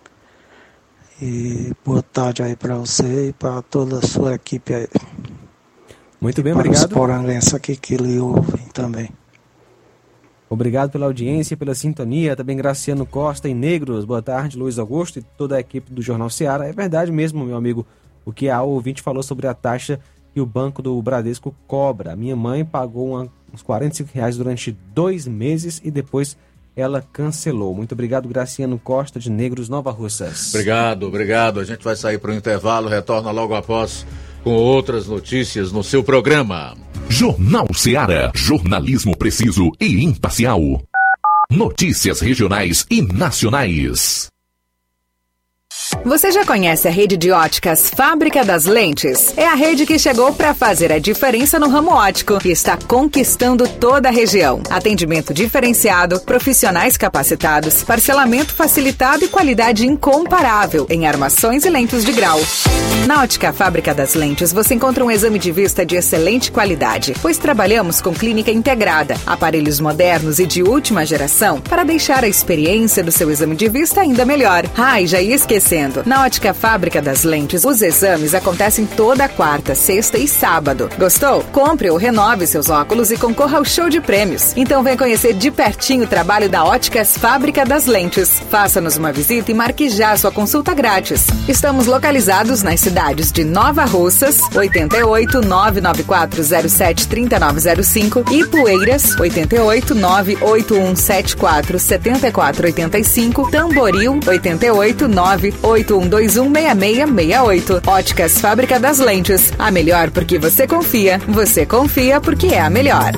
E boa tarde aí para você e para toda a sua equipe aí. Muito bem, para obrigado. Para os poranguenses aqui que lhe ouvem também. Obrigado pela audiência, pela sintonia. Também Graciano Costa em Negros. Boa tarde, Luiz Augusto e toda a equipe do Jornal Ceará. É verdade mesmo, meu amigo, o que a ouvinte falou sobre a taxa que o Banco do Bradesco cobra. A minha mãe pagou uma, uns quarenta e cinco reais durante dois meses e depois ela cancelou. Muito obrigado, Graciano Costa de Negros, Nova Russas. Obrigado, obrigado. A gente vai sair para o intervalo, retorna logo após com outras notícias no seu programa. Jornal Ceará, jornalismo preciso e imparcial. Notícias regionais e nacionais. Você já conhece a rede de óticas Fábrica das Lentes? É a rede que chegou para fazer a diferença no ramo óptico e está conquistando toda a região. Atendimento diferenciado, profissionais capacitados, parcelamento facilitado e qualidade incomparável em armações e lentes de grau. Na Ótica Fábrica das Lentes você encontra um exame de vista de excelente qualidade, pois trabalhamos com clínica integrada, aparelhos modernos e de última geração para deixar a experiência do seu exame de vista ainda melhor. Ah, e já ia esquecendo. Na Ótica Fábrica das Lentes, os exames acontecem toda quarta, sexta e sábado. Gostou? Compre ou renove seus óculos e concorra ao show de prêmios. Então vem conhecer de pertinho o trabalho da Óticas Fábrica das Lentes. Faça-nos uma visita e marque já sua consulta grátis. Estamos localizados nas cidades de Nova Russas, oito oito, nove nove quatro zero sete, três nove zero cinco, e Ipueiras, oito oito, nove oito um sete quatro, sete quatro oito cinco, Tamboril, oito oito, nove oito um dois um, seis seis seis oito. Óticas Fábrica das Lentes. A melhor porque você confia. Você confia porque é a melhor.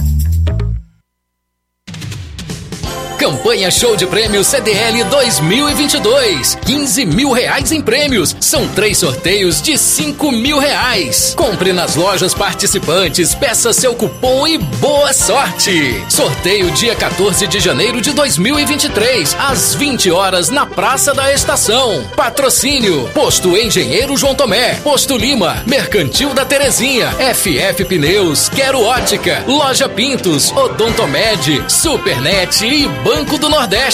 Campanha Show de Prêmios C D L dois mil e vinte e dois. quinze mil reais em prêmios. São três sorteios de cinco mil reais. Compre nas lojas participantes, peça seu cupom e boa sorte. Sorteio dia quatorze de janeiro de dois mil e vinte e três, às vinte horas, na Praça da Estação. Patrocínio: Posto Engenheiro João Tomé, Posto Lima, Mercantil da Terezinha, F F Pneus, Quero Ótica, Loja Pintos, Odontomed, Supernet e Banco do Nordeste.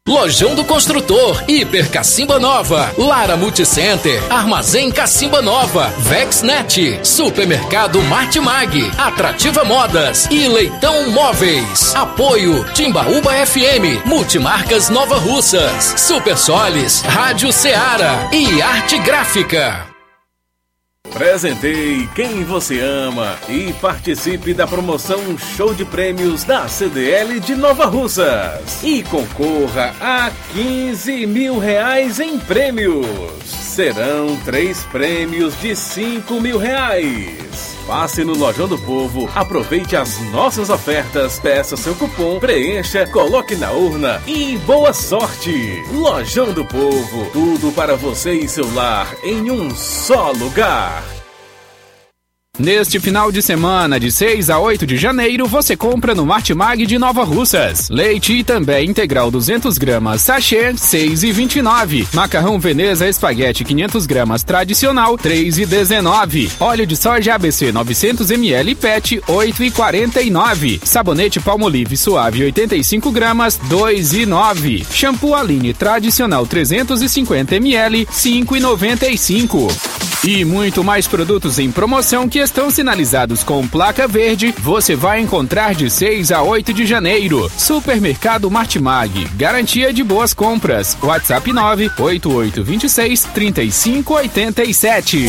Lojão do Construtor, Hiper Cacimba Nova, Lara Multicenter, Armazém Cacimba Nova, Vexnet, Supermercado Martimag, Atrativa Modas e Leitão Móveis. Apoio Timbaúba F M, Multimarcas Nova Russas, Super Solis, Rádio Ceará e Arte Gráfica. Presenteie quem você ama e participe da promoção Show de Prêmios da C D L de Nova Russas e concorra a quinze mil reais em prêmios. Serão três prêmios de cinco mil reais. Passe no Lojão do Povo, aproveite as nossas ofertas, peça seu cupom, preencha, coloque na urna e boa sorte! Lojão do Povo, tudo para você e seu lar em um só lugar. Neste final de semana, de seis a oito de janeiro, você compra no Martimag de Nova Russas. Leite também integral duzentos gramas, sachê seis e vinte e nove. Macarrão Veneza espaguete quinhentos gramas tradicional, três e dezenove. Óleo de soja A B C novecentos mililitros PET, oito e quarenta e nove. Sabonete Palmolive suave oitenta e cinco gramas, dois e nove. Shampoo Aline tradicional trezentos e cinquenta mililitros, cinco e noventa e cinco. E muito mais produtos em promoção que estão sinalizados com placa verde, você vai encontrar de seis a oito de janeiro. Supermercado Martimag, garantia de boas compras. WhatsApp nove oito oito dois seis, três cinco oito sete.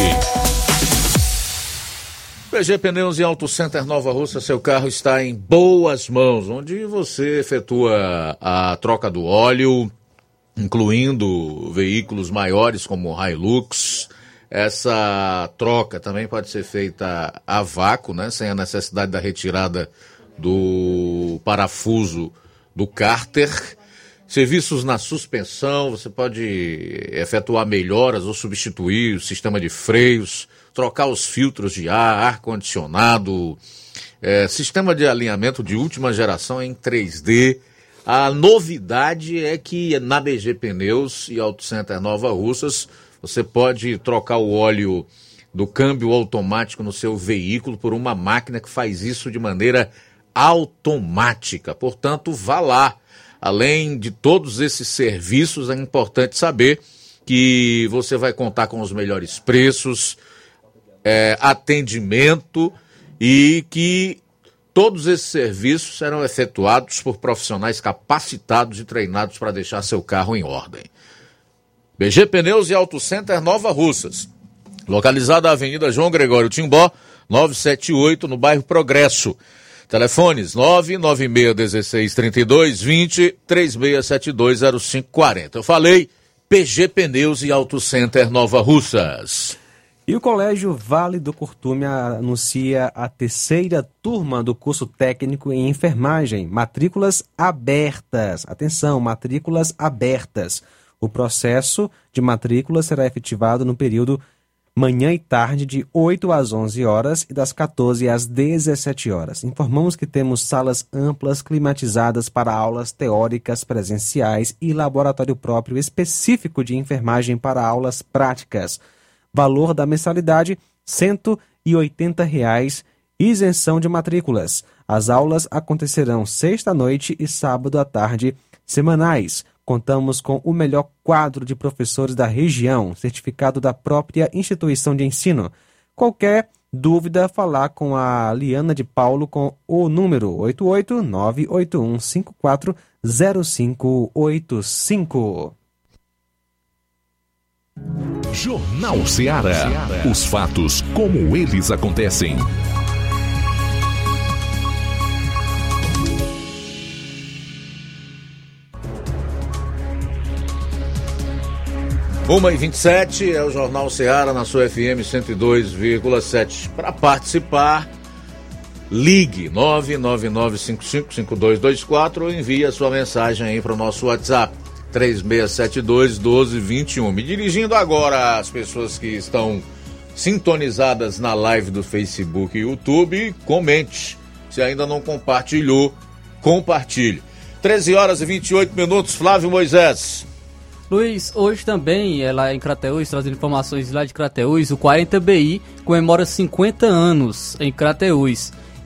P G Pneus e Auto Center Nova Russa, seu carro está em boas mãos, onde você efetua a troca do óleo, incluindo veículos maiores como Hilux. Essa troca também pode ser feita a vácuo, né, sem a necessidade da retirada do parafuso do cárter. Serviços na suspensão, você pode efetuar melhoras ou substituir o sistema de freios, trocar os filtros de ar, ar-condicionado, é, sistema de alinhamento de última geração em três D. A novidade é que na B G Pneus e Auto Center Nova Russas, você pode trocar o óleo do câmbio automático no seu veículo por uma máquina que faz isso de maneira automática. Portanto, vá lá. Além de todos esses serviços, é importante saber que você vai contar com os melhores preços, é, atendimento e que todos esses serviços serão efetuados por profissionais capacitados e treinados para deixar seu carro em ordem. B G Pneus e Auto Center Nova Russas, localizada na Avenida João Gregório Timbó, novecentos e setenta e oito, no bairro Progresso. Telefones nove nove seis um seis, três dois dois zero, três seis sete dois zero cinco quatro zero. Eu falei P G Pneus e Auto Center Nova Russas. E o Colégio Vale do Curtume anuncia a terceira turma do curso técnico em enfermagem. Matrículas abertas. Atenção, matrículas abertas. O processo de matrícula será efetivado no período manhã e tarde de oito às onze horas e das quatorze às dezessete horas. Informamos que temos salas amplas climatizadas para aulas teóricas presenciais e laboratório próprio específico de enfermagem para aulas práticas. Valor da mensalidade, cento e oitenta reais, isenção de matrículas. As aulas acontecerão sexta à noite e sábado à tarde, semanais. Contamos com o melhor quadro de professores da região, certificado da própria instituição de ensino. Qualquer dúvida, falar com a Liana de Paulo com o número oito oito nove oito um cinco quatro zero cinco oito cinco. Jornal Ceará. Os fatos como eles acontecem. uma e vinte e sete é o Jornal Ceará na sua F M cento e dois vírgula sete. Para participar, ligue nove nove nove cinco cinco cinco dois dois quatro ou envie a sua mensagem aí para o nosso WhatsApp três seis sete dois um dois dois um. Me dirigindo agora às pessoas que estão sintonizadas na live do Facebook e YouTube, comente. Se ainda não compartilhou, compartilhe. treze horas e vinte e oito minutos, Flávio Moisés. Luiz, hoje também, é lá em Crateús, trazendo informações lá de Crateús, o quarenta B I comemora cinquenta anos em Crateús.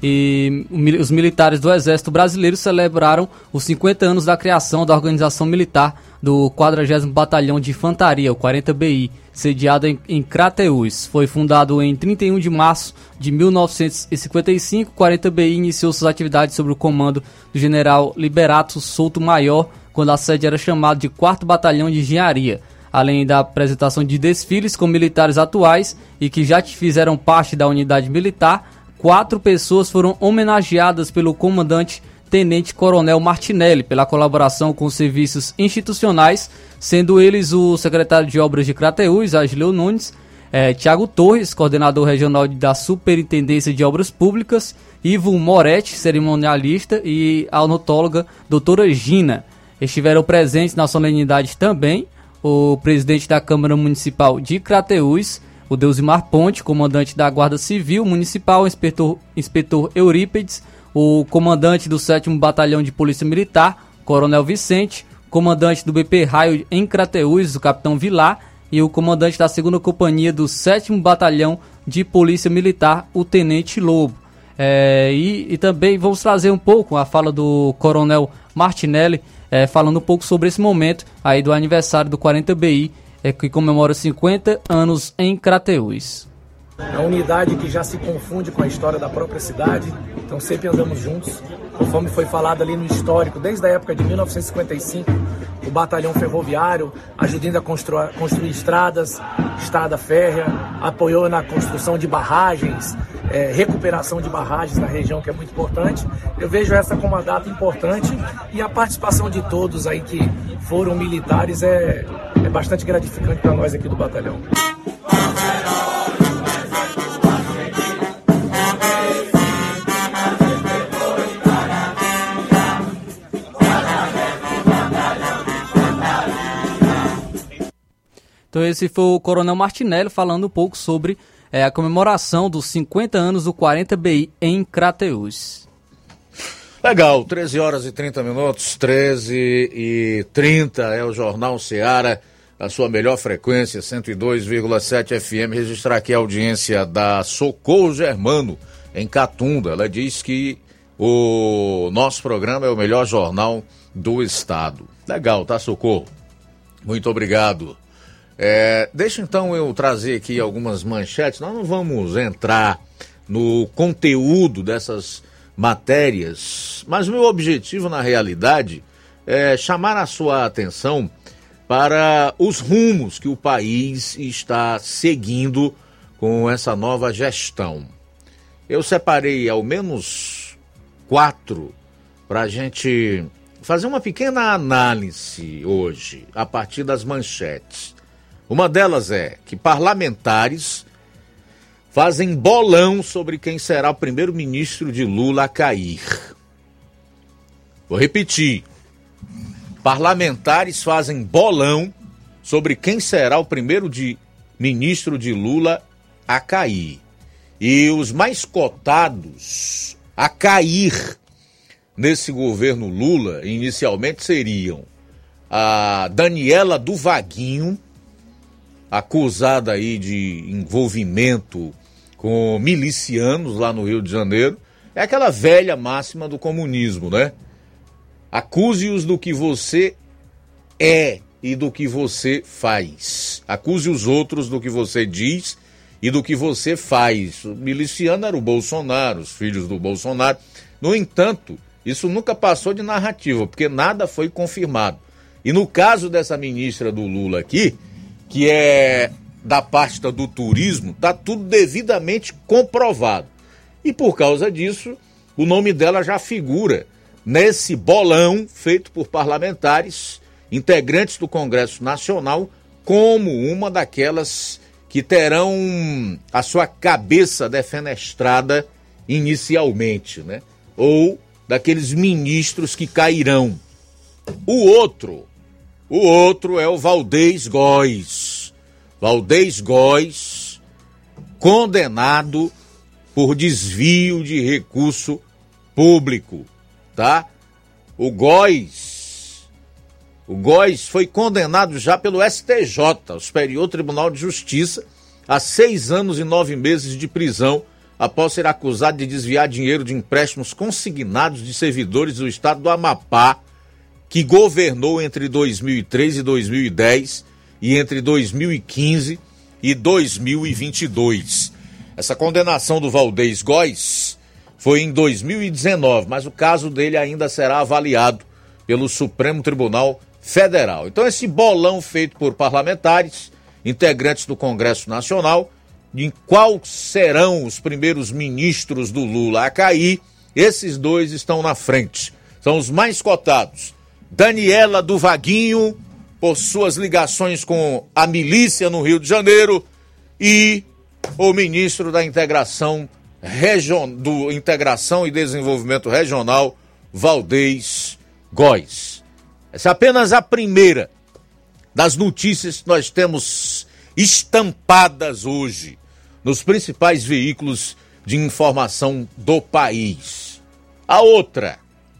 e os militares do Exército Brasileiro celebraram os cinquenta anos da criação da organização militar do quadragésimo Batalhão de Infantaria, o quarenta B I, sediado em, em Crateús. Foi fundado em trinta e um de março de mil novecentos e cinquenta e cinco. O quarenta B I iniciou suas atividades sob o comando do general Liberato Souto Maior, quando a sede era chamada de quarto Batalhão de Engenharia. Além da apresentação de desfiles com militares atuais e que já fizeram parte da unidade militar, quatro pessoas foram homenageadas pelo comandante Tenente Coronel Martinelli pela colaboração com os serviços institucionais, sendo eles o secretário de Obras de Crateús, Agileu Nunes, eh, Tiago Torres, coordenador regional da Superintendência de Obras Públicas, Ivo Moretti, cerimonialista, e a odontóloga doutora Gina. Estiveram presentes na solenidade também o presidente da Câmara Municipal de Crateús, o Deusimar Ponte, comandante da Guarda Civil Municipal, inspetor, inspetor Eurípedes, o comandante do sétimo Batalhão de Polícia Militar, Coronel Vicente, comandante do B P Raio em Crateús, o Capitão Vilar, e o comandante da segunda Companhia do sétimo Batalhão de Polícia Militar, o Tenente Lobo. É, e, e também vamos trazer um pouco a fala do Coronel Martinelli, é, falando um pouco sobre esse momento aí do aniversário do quarenta B I, é, que comemora cinquenta anos em Crateús. É uma unidade que já se confunde com a história da própria cidade, então sempre andamos juntos. Conforme foi falado ali no histórico, desde a época de mil novecentos e cinquenta e cinco, o batalhão ferroviário ajudando a construir, construir estradas, estrada férrea, apoiou na construção de barragens, é, recuperação de barragens na região, que é muito importante. Eu vejo essa como uma data importante e a participação de todos aí que foram militares é, é bastante gratificante para nós aqui do batalhão. Então esse foi o Coronel Martinelli falando um pouco sobre é, a comemoração dos cinquenta anos do quarenta B I em Crateús. Legal, treze horas e trinta minutos, treze e trinta é o Jornal Seara, a sua melhor frequência, cento e dois vírgula sete F M. Registrar aqui a audiência da Socorro Germano, em Catunda. Ela diz que o nosso programa é o melhor jornal do estado. Legal, tá, Socorro? Muito obrigado. É, deixa então eu trazer aqui algumas manchetes. Nós não vamos entrar no conteúdo dessas matérias, mas o meu objetivo na realidade é chamar a sua atenção para os rumos que o país está seguindo com essa nova gestão. Eu separei ao menos quatro para a gente fazer uma pequena análise hoje, a partir das manchetes. Uma delas é que parlamentares fazem bolão sobre quem será o primeiro-ministro de Lula a cair. Vou repetir. Parlamentares fazem bolão sobre quem será o primeiro de ministro de Lula a cair. E os mais cotados a cair nesse governo Lula, inicialmente, seriam a Daniela do Vaguinho, acusada aí de envolvimento com milicianos lá no Rio de Janeiro. É aquela velha máxima do comunismo, né? Acuse-os do que você é e do que você faz. Acuse os outros do que você diz e do que você faz. O miliciano era o Bolsonaro, os filhos do Bolsonaro. No entanto, isso nunca passou de narrativa, porque nada foi confirmado. E no caso dessa ministra do Lula aqui, que é da pasta do turismo, está tudo devidamente comprovado. E por causa disso, o nome dela já figura nesse bolão feito por parlamentares, integrantes do Congresso Nacional, como uma daquelas que terão a sua cabeça defenestrada inicialmente, né? Ou daqueles ministros que cairão. O outro... O outro é o Valdez Góes. Valdez Góes, condenado por desvio de recurso público, tá? O Góes, o Góes foi condenado já pelo S T J, o Superior Tribunal de Justiça, a seis anos e nove meses de prisão, após ser acusado de desviar dinheiro de empréstimos consignados de servidores do estado do Amapá, que governou entre dois mil e três e dois mil e dez e entre dois mil e quinze e dois mil e vinte e dois. Essa condenação do Valdez Góes foi em dois mil e dezenove, mas o caso dele ainda será avaliado pelo Supremo Tribunal Federal. Então esse bolão feito por parlamentares, integrantes do Congresso Nacional, em qual serão os primeiros ministros do Lula a cair, esses dois estão na frente. São os mais cotados. Daniela do Vaguinho, por suas ligações com a milícia no Rio de Janeiro, e o ministro da Integração, Region... do Integração e Desenvolvimento Regional, Valdez Góes. Essa é apenas a primeira das notícias que nós temos estampadas hoje nos principais veículos de informação do país. A outra: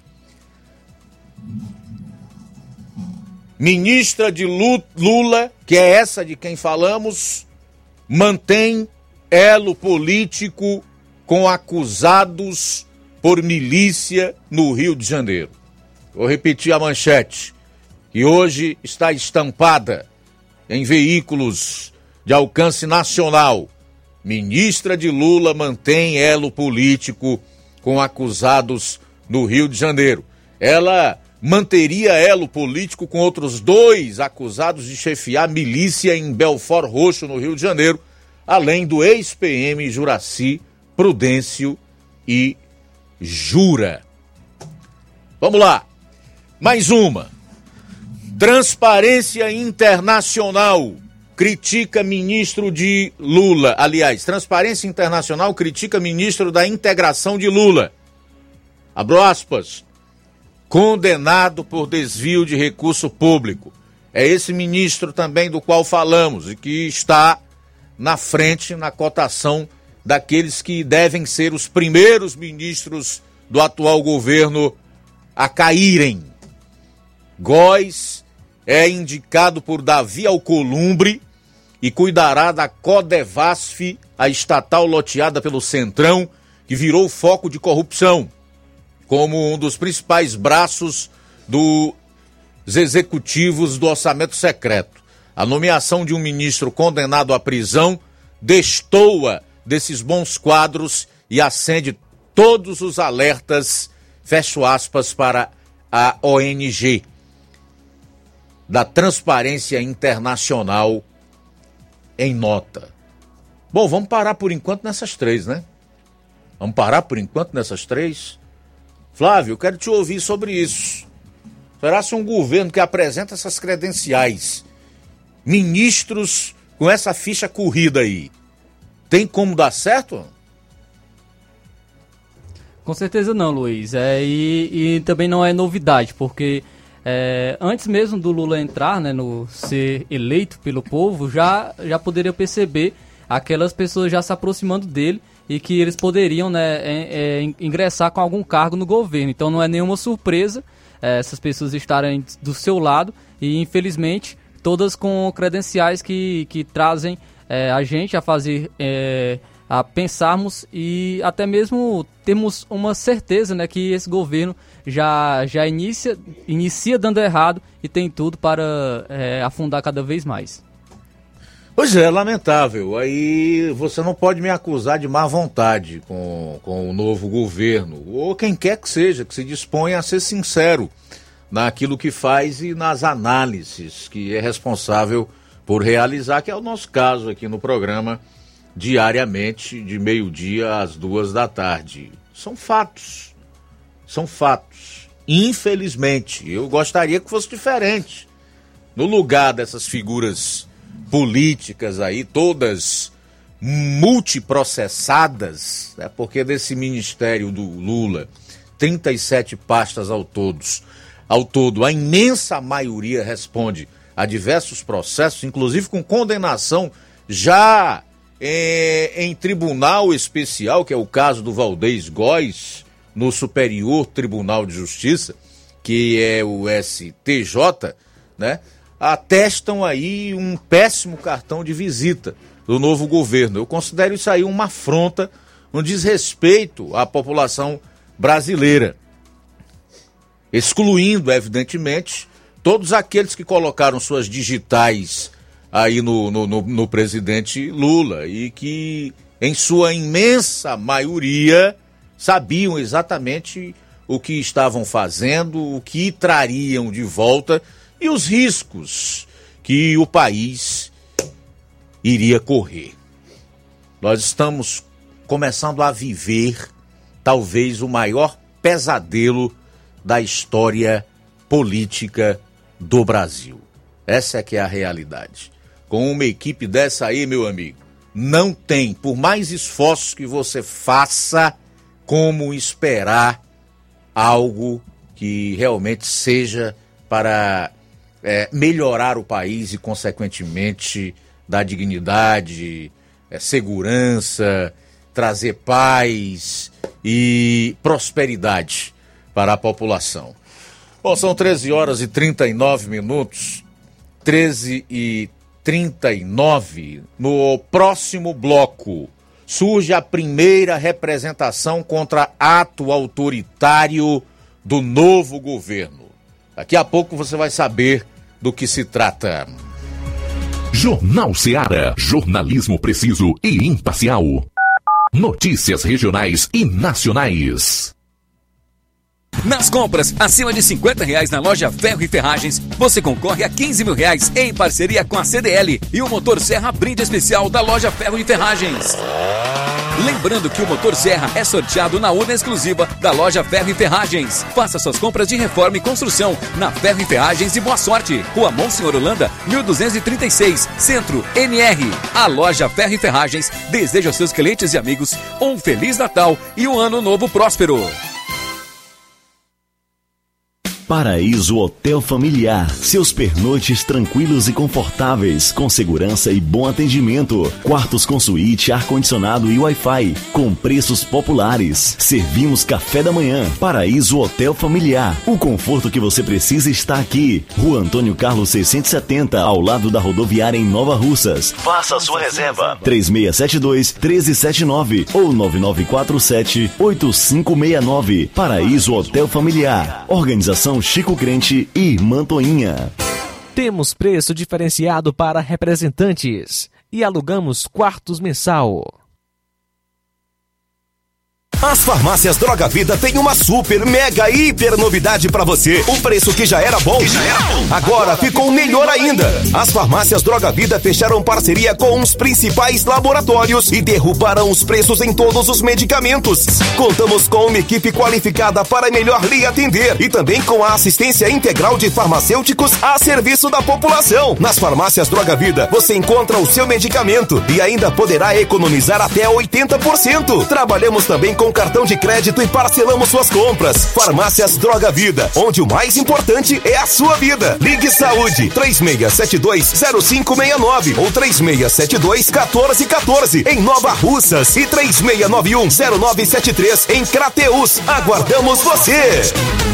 ministra de Lula, que é essa de quem falamos, mantém elo político com acusados por milícia no Rio de Janeiro. Vou repetir a manchete, que hoje está estampada em veículos de alcance nacional. Ministra de Lula mantém elo político com acusados no Rio de Janeiro. Ela manteria elo político com outros dois acusados de chefiar milícia em Belford Roxo, no Rio de Janeiro, além do ex-P M Juraci Prudêncio e Jura. Vamos lá. Mais uma. Transparência Internacional critica ministro de Lula. Aliás, Transparência Internacional critica ministro da Integração de Lula. Abro aspas. Condenado por desvio de recurso público. É esse ministro também do qual falamos e que está na frente na cotação daqueles que devem ser os primeiros ministros do atual governo a caírem. Góes é indicado por Davi Alcolumbre e cuidará da Codevasf, a estatal loteada pelo Centrão, que virou foco de corrupção, como um dos principais braços dos executivos do orçamento secreto. A nomeação de um ministro condenado à prisão destoa desses bons quadros e acende todos os alertas, fecho aspas, para a O N G, da Transparência Internacional, em nota. Bom, vamos parar por enquanto nessas três, né? Vamos parar por enquanto nessas três? Flávio, eu quero te ouvir sobre isso. Será se um governo que apresenta essas credenciais, ministros com essa ficha corrida aí, tem como dar certo? Com certeza não, Luiz. É, e, e também não é novidade, porque é, antes mesmo do Lula entrar, né, no ser eleito pelo povo, já, já poderia perceber aquelas pessoas já se aproximando dele e que eles poderiam, né, é, é, ingressar com algum cargo no governo. Então não é nenhuma surpresa é, essas pessoas estarem do seu lado e, infelizmente, todas com credenciais que, que trazem é, a gente a fazer, é, a pensarmos e até mesmo temos uma certeza, né, que esse governo já, já inicia, inicia dando errado e tem tudo para é, afundar cada vez mais. Pois é, lamentável. Aí você não pode me acusar de má vontade com, com o novo governo, ou quem quer que seja, que se disponha a ser sincero naquilo que faz e nas análises que é responsável por realizar, que é o nosso caso aqui no programa, diariamente, de meio-dia às duas da tarde. São fatos. São fatos. Infelizmente, eu gostaria que fosse diferente. No lugar dessas figuras políticas aí, todas multiprocessadas, né, porque desse ministério do Lula, trinta e sete pastas ao todos, ao todo, a imensa maioria responde a diversos processos, inclusive com condenação já é, em tribunal especial, que é o caso do Valdez Góes, no Superior Tribunal de Justiça, que é o S T J, né? Atestam aí um péssimo cartão de visita do novo governo. Eu considero isso aí uma afronta um desrespeito à população brasileira, excluindo, evidentemente, todos aqueles que colocaram suas digitais aí no, no, no, no presidente Lula e que, em sua imensa maioria, sabiam exatamente o que estavam fazendo, o que trariam de volta e os riscos que o país iria correr. Nós estamos começando a viver talvez o maior pesadelo da história política do Brasil. Essa é que é a realidade. Com uma equipe dessa aí, meu amigo, não tem, por mais esforços que você faça, como esperar algo que realmente seja para é, melhorar o país e, consequentemente, dar dignidade, é, segurança, trazer paz e prosperidade para a população. Bom, são treze horas e trinta e nove minutos, treze e trinta e nove. No próximo bloco, surge a primeira representação contra ato autoritário do novo governo. Daqui a pouco você vai saber do que se trata. Jornal Ceará, jornalismo preciso e imparcial. Notícias regionais e nacionais. Nas compras acima de cinquenta reais na loja Ferro e Ferragens, você concorre a quinze mil reais em parceria com a C D L e o motor Serra brinde especial da loja Ferro e Ferragens. Lembrando que o motor Serra é sorteado na urna exclusiva da loja Ferro e Ferragens. Faça suas compras de reforma e construção na Ferro e Ferragens e boa sorte. Rua Monsenhor Holanda, mil duzentos e trinta e seis, Centro, N R. A loja Ferro e Ferragens deseja aos seus clientes e amigos um Feliz Natal e um Ano Novo próspero. Paraíso Hotel Familiar. Seus pernoites tranquilos e confortáveis, com segurança e bom atendimento. Quartos com suíte, ar-condicionado e Wi-Fi, com preços populares. Servimos café da manhã. Paraíso Hotel Familiar. O conforto que você precisa está aqui. Rua Antônio Carlos seiscentos e setenta, ao lado da rodoviária em Nova Russas. Faça a sua reserva. três seis sete dois, um três sete nove ou nove nove quatro sete, oito cinco seis nove. Paraíso Hotel Familiar. Organização Chico Crente e Mantoinha. Temos preço diferenciado para representantes e alugamos quartos mensal. As farmácias Droga Vida têm uma super, mega, hiper novidade pra você. O preço que já era bom, que já era bom. Agora ficou melhor ainda. As farmácias Droga Vida fecharam parceria com os principais laboratórios e derrubaram os preços em todos os medicamentos. Contamos com uma equipe qualificada para melhor lhe atender e também com a assistência integral de farmacêuticos a serviço da população. Nas farmácias Droga Vida você encontra o seu medicamento e ainda poderá economizar até oitenta por cento. Trabalhamos também com cartão de crédito e parcelamos suas compras. Farmácias Droga Vida, onde o mais importante é a sua vida. Ligue Saúde três seis sete dois, zero cinco seis nove ou três seis sete dois, um quatro um quatro em Nova Russas e três seis nove um, zero nove sete três em Crateús. Aguardamos você!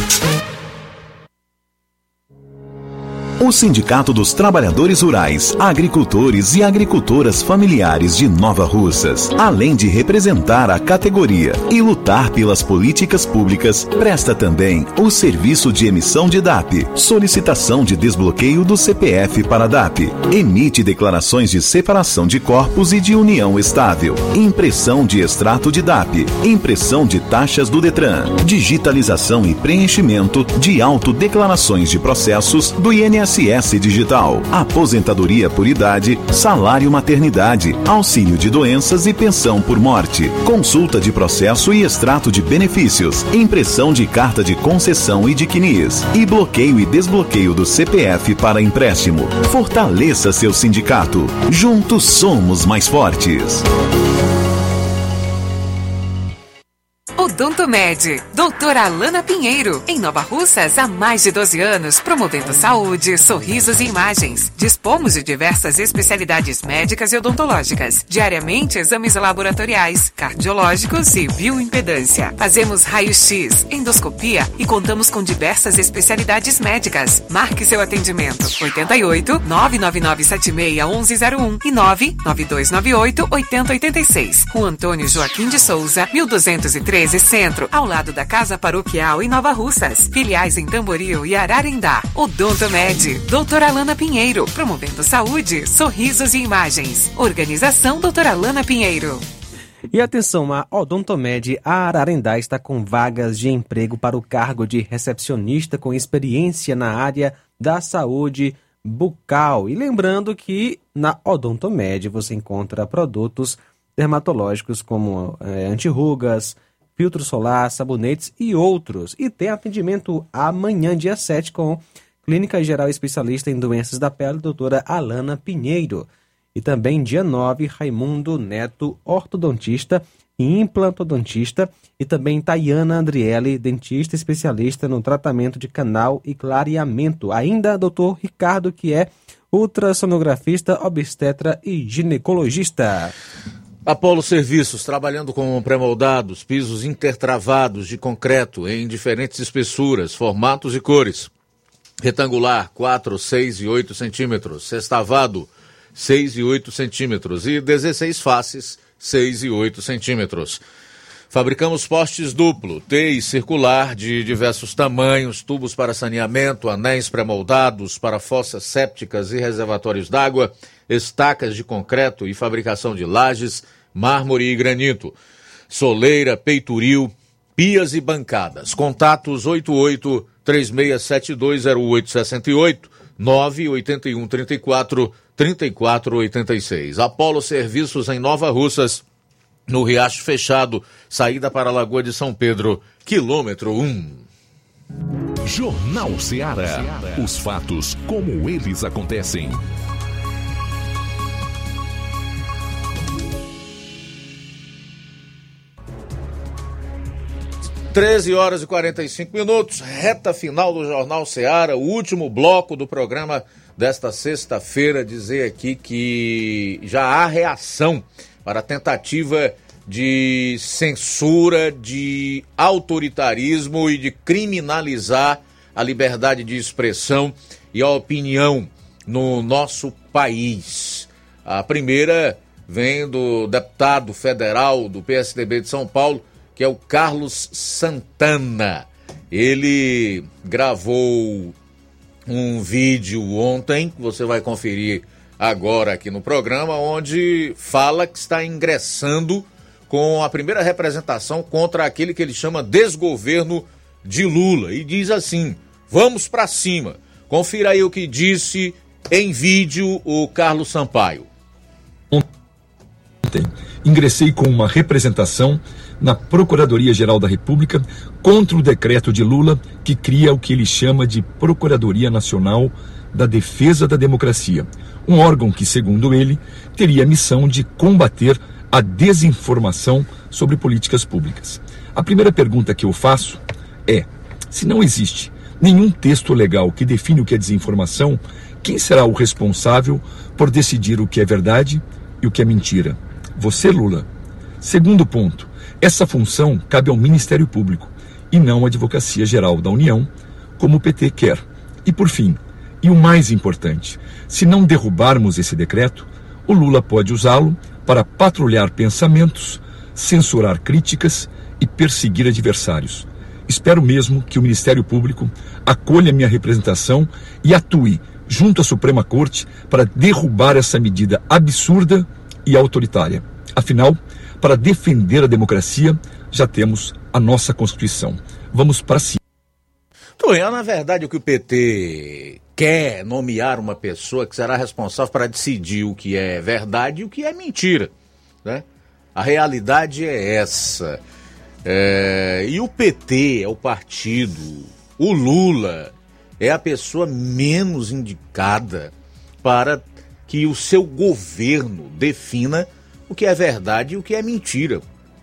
O Sindicato dos Trabalhadores Rurais, Agricultores e Agricultoras Familiares de Nova Russas, além de representar a categoria e lutar pelas políticas públicas, presta também o serviço de emissão de D A P, solicitação de desbloqueio do C P F para D A P, emite declarações de separação de corpos e de união estável, impressão de extrato de D A P, impressão de taxas do Detran, digitalização e preenchimento de autodeclarações de processos do I N S S Digital, aposentadoria por idade, salário maternidade, auxílio de doenças e pensão por morte, consulta de processo e extrato de benefícios, impressão de carta de concessão e de C N I S, e bloqueio e desbloqueio do C P F para empréstimo. Fortaleça seu sindicato. Juntos somos mais fortes. Odontomed, doutora Alana Pinheiro, em Nova Russas há mais de doze anos, promovendo saúde, sorrisos e imagens. Dispomos de diversas especialidades médicas e odontológicas. Diariamente, exames laboratoriais, cardiológicos e bioimpedância. Fazemos raio-x, endoscopia e contamos com diversas especialidades médicas. Marque seu atendimento. oito oito, nove nove nove sete seis, um um zero um e nove nove dois nove oito, oito zero oito seis. Rua Antônio Joaquim de Souza, mil duzentos e treze, Centro, ao lado da Casa Paroquial em Nova Russas. Filiais em Tamboril e Ararindá. Odontomed, doutora Alana Pinheiro, promovendo saúde, sorrisos e imagens. Organização doutora Alana Pinheiro. E atenção, a Odontomed Ararendá está com vagas de emprego para o cargo de recepcionista com experiência na área da saúde bucal. E lembrando que na Odontomed você encontra produtos dermatológicos como é, antirrugas, filtro solar, sabonetes e outros. E tem atendimento amanhã, dia sete, com Clínica Geral Especialista em Doenças da Pele, doutora Alana Pinheiro. E também dia nove, Raimundo Neto, ortodontista e implantodontista. E também Tayana Andriele, dentista especialista no tratamento de canal e clareamento. Ainda doutor Ricardo, que é ultrassonografista, obstetra e ginecologista. Apolo Serviços, trabalhando com pré-moldados, pisos intertravados de concreto em diferentes espessuras, formatos e cores. Retangular, quatro, seis e oito centímetros. Sextavado, seis e oito centímetros. E dezesseis faces, seis e oito centímetros. Fabricamos postes duplo, T e circular de diversos tamanhos, tubos para saneamento, anéis pré-moldados para fossas sépticas e reservatórios d'água, estacas de concreto e fabricação de lajes, mármore e granito, soleira, peitoril, pias e bancadas. Contatos oito oito, três seis sete dois, zero oito seis oito, nove oito um, três quatro, três quatro oito seis. Apolo Serviços em Nova Russas, no Riacho Fechado, saída para a Lagoa de São Pedro, quilômetro um. Jornal Ceará. Os fatos como eles acontecem. treze horas e quarenta e cinco minutos, reta final do Jornal Ceará, o último bloco do programa desta sexta-feira. Dizer aqui que já há reação para a tentativa de censura, de autoritarismo e de criminalizar a liberdade de expressão e a opinião no nosso país. A primeira vem do deputado federal do P S D B de São Paulo, que é o Carlos Santana. Ele gravou um vídeo ontem, que você vai conferir agora aqui no programa, onde fala que está ingressando com a primeira representação contra aquele que ele chama desgoverno de Lula. E diz assim: vamos para cima. Confira aí o que disse em vídeo o Carlos Sampaio. Ontem, ingressei com uma representação na Procuradoria-Geral da República contra o decreto de Lula que cria o que ele chama de Procuradoria Nacional da Defesa da Democracia, um órgão que, segundo ele, teria a missão de combater a desinformação sobre políticas públicas. A primeira pergunta que eu faço é: se não existe nenhum texto legal que define o que é desinformação, quem será o responsável por decidir o que é verdade e o que é mentira? Você, Lula. Segundo ponto, essa função cabe ao Ministério Público e não à Advocacia Geral da União, como o P T quer. E por fim, e o mais importante, se não derrubarmos esse decreto, o Lula pode usá-lo para patrulhar pensamentos, censurar críticas e perseguir adversários. Espero mesmo que o Ministério Público acolha minha representação e atue junto à Suprema Corte para derrubar essa medida absurda e autoritária. Afinal, para defender a democracia, já temos a nossa Constituição. Vamos para cima. Então, é na verdade o que o P T quer nomear uma pessoa que será responsável para decidir o que é verdade e o que é mentira, né? A realidade é essa. É... E o P T é o partido, o Lula é a pessoa menos indicada para que o seu governo defina o que é verdade e o que é mentira.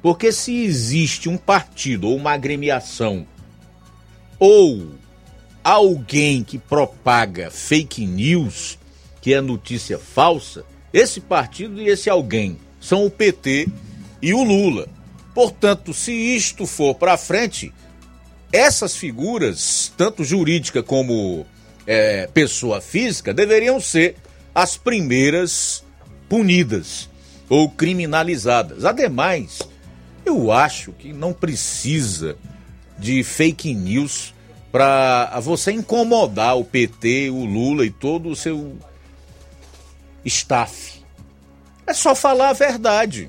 Porque se existe um partido ou uma agremiação ou alguém que propaga fake news, que é notícia falsa, esse partido e esse alguém são o P T e o Lula. Portanto, se isto for para frente, essas figuras, tanto jurídica como é, pessoa física, deveriam ser as primeiras punidas ou criminalizadas. Ademais, eu acho que não precisa de fake news para você incomodar o P T, o Lula e todo o seu staff. É só falar a verdade.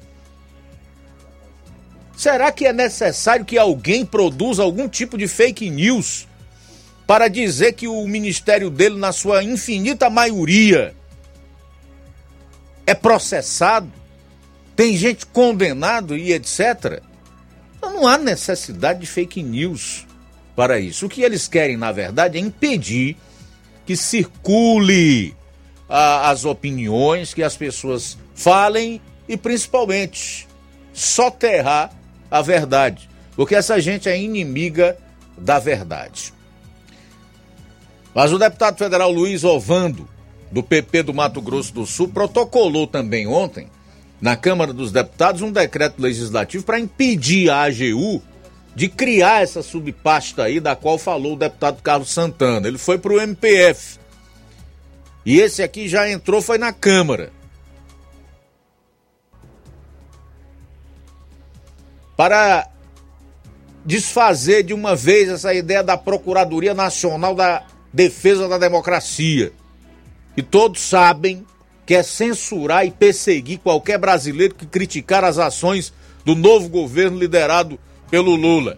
Será que é necessário que alguém produza algum tipo de fake news para dizer que o ministério dele, na sua infinita maioria, é processado? Tem gente condenado e etcétera? Então não há necessidade de fake news para isso. O que eles querem, na verdade, é impedir que circule a, as opiniões, que as pessoas falem e, principalmente, soterrar a verdade. Porque essa gente é inimiga da verdade. Mas o deputado federal Luiz Ovando, do P P do Mato Grosso do Sul, protocolou também ontem, na Câmara dos Deputados, um decreto legislativo para impedir a A G U de criar essa subpasta aí da qual falou o deputado Carlos Santana. Ele foi para o M P F. E esse aqui já entrou, foi na Câmara. Para desfazer de uma vez essa ideia da Procuradoria Nacional da Defesa da Democracia. E todos sabem que é censurar e perseguir qualquer brasileiro que criticar as ações do novo governo liderado pelo Lula.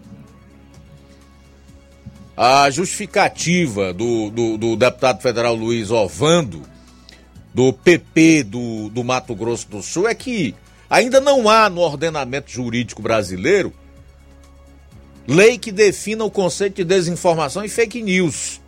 A justificativa do, do, do deputado federal Luiz Ovando, do P P do, do Mato Grosso do Sul, é que ainda não há no ordenamento jurídico brasileiro lei que defina o conceito de desinformação e fake news.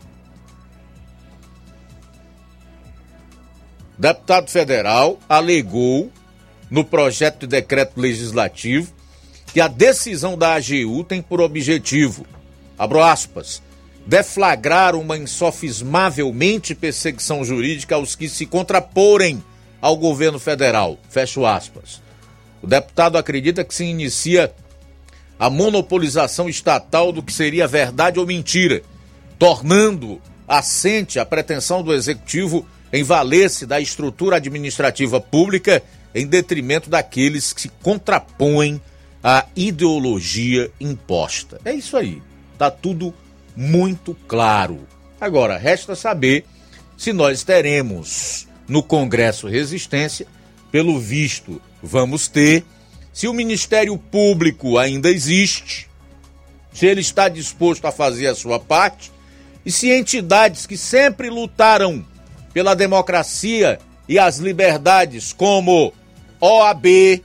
O deputado federal alegou no projeto de decreto legislativo que a decisão da A G U tem por objetivo, abro aspas, deflagrar uma insofismavelmente perseguição jurídica aos que se contraporem ao governo federal, fecho aspas. O deputado acredita que se inicia a monopolização estatal do que seria verdade ou mentira, tornando assente a pretensão do executivo em valer-se da estrutura administrativa pública em detrimento daqueles que se contrapõem à ideologia imposta. É isso aí, tá tudo muito claro. Agora, resta saber se nós teremos no Congresso resistência. Pelo visto, vamos ter. Se o Ministério Público ainda existe, se ele está disposto a fazer a sua parte, e se entidades que sempre lutaram pela democracia e as liberdades, como O A B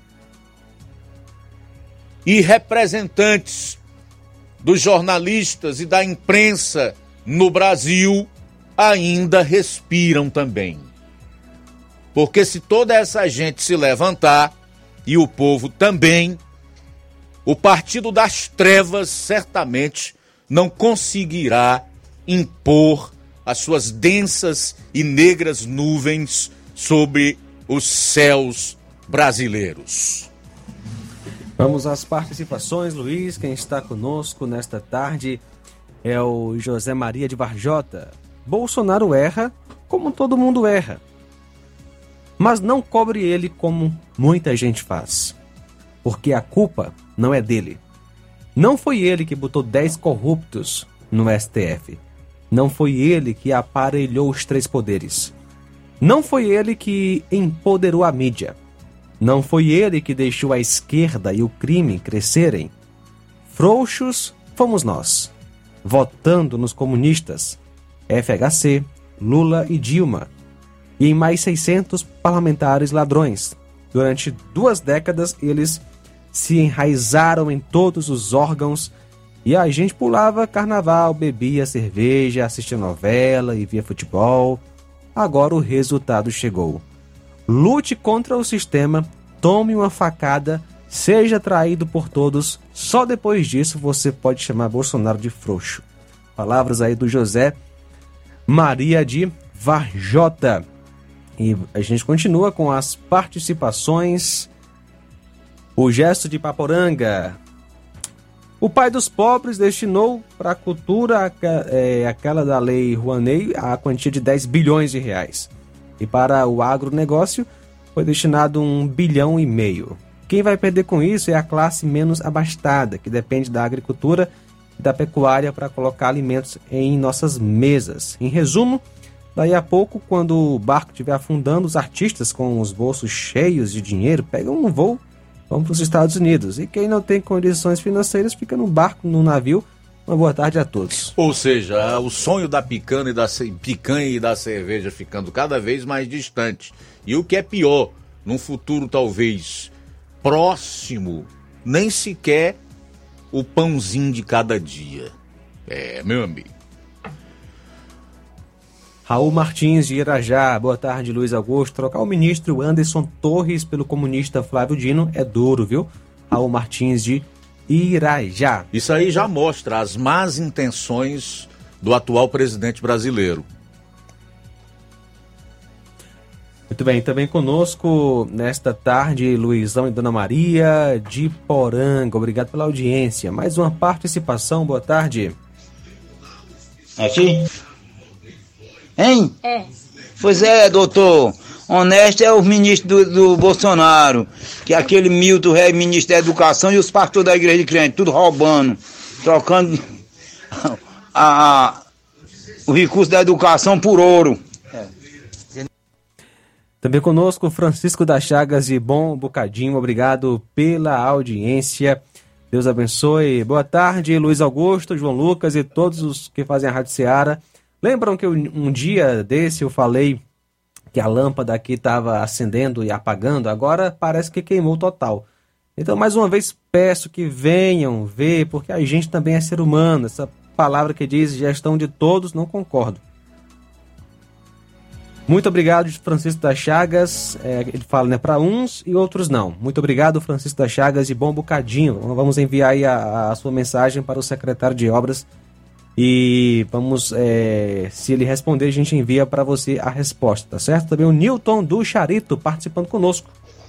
e representantes dos jornalistas e da imprensa no Brasil, ainda respiram também. Porque se toda essa gente se levantar, e o povo também, o Partido das Trevas certamente não conseguirá impor as suas densas e negras nuvens sobre os céus brasileiros. Vamos às participações, Luiz. Quem está conosco nesta tarde é o José Maria de Varjota. Bolsonaro erra como todo mundo erra, mas não cobre ele como muita gente faz, porque a culpa não é dele. Não foi ele que botou dez corruptos no S T F. Não foi ele que aparelhou os três poderes. Não foi ele que empoderou a mídia. Não foi ele que deixou a esquerda e o crime crescerem. Frouxos fomos nós, votando nos comunistas, F H C, Lula e Dilma, e em mais seiscentos parlamentares ladrões. Durante duas décadas, eles se enraizaram em todos os órgãos e a gente pulava carnaval, bebia cerveja, assistia novela e via futebol. Agora o resultado chegou. Lute contra o sistema, tome uma facada, Seja traído por todos, só depois disso você pode chamar Bolsonaro de frouxo. Palavras aí do José Maria de Varjota. E a gente continua com as participações. O Gesto de Paporanga. O pai dos pobres destinou para a cultura é, aquela da Lei Rouanet a quantia de dez bilhões de reais. E para o agronegócio foi destinado um bilhão e meio. Quem vai perder com isso é a classe menos abastada, que depende da agricultura e da pecuária para colocar alimentos em nossas mesas. Em resumo, daí a pouco, quando o barco estiver afundando, os artistas com os bolsos cheios de dinheiro pegam um voo, vão para os Estados Unidos. E quem não tem condições financeiras fica no barco, no navio. Uma boa tarde a todos. Ou seja, o sonho da picanha e da, picanha e da cerveja ficando cada vez mais distante. E o que é pior, num futuro talvez próximo, nem sequer o pãozinho de cada dia. É, meu amigo. Raul Martins de Irajá, boa tarde, Luiz Augusto. Trocar o ministro Anderson Torres pelo comunista Flávio Dino é duro, viu? Raul Martins de Irajá. Isso aí já mostra as más intenções do atual presidente brasileiro. Muito bem, também conosco nesta tarde, Luizão e Dona Maria de Poranga. Obrigado pela audiência. Mais uma participação, boa tarde. Aqui? Hein? É. Pois é, doutor. Honesto é o ministro do, do Bolsonaro, que é aquele Milton Ré, ministro da Educação, e os pastores da igreja de crente, tudo roubando, trocando a, a, o recurso da educação por ouro. É. Também conosco Francisco das Chagas e Bom Bocadinho, obrigado pela audiência. Deus abençoe. Boa tarde, Luiz Augusto, João Lucas e todos os que fazem a Rádio Ceará. Lembram que eu, um dia desse eu falei que a lâmpada aqui estava acendendo e apagando? Agora parece que queimou total. Então, mais uma vez, peço que venham ver, porque a gente também é ser humano. Essa palavra que diz gestão de todos, não concordo. Muito obrigado, Francisco das Chagas. É, ele fala, né, para uns e outros não. Muito obrigado, Francisco das Chagas, e bom bocadinho. Vamos enviar aí a, a sua mensagem para o secretário de Obras e vamos, é, se ele responder, a gente envia para você a resposta, tá certo? Também o Newton do Charito participando conosco.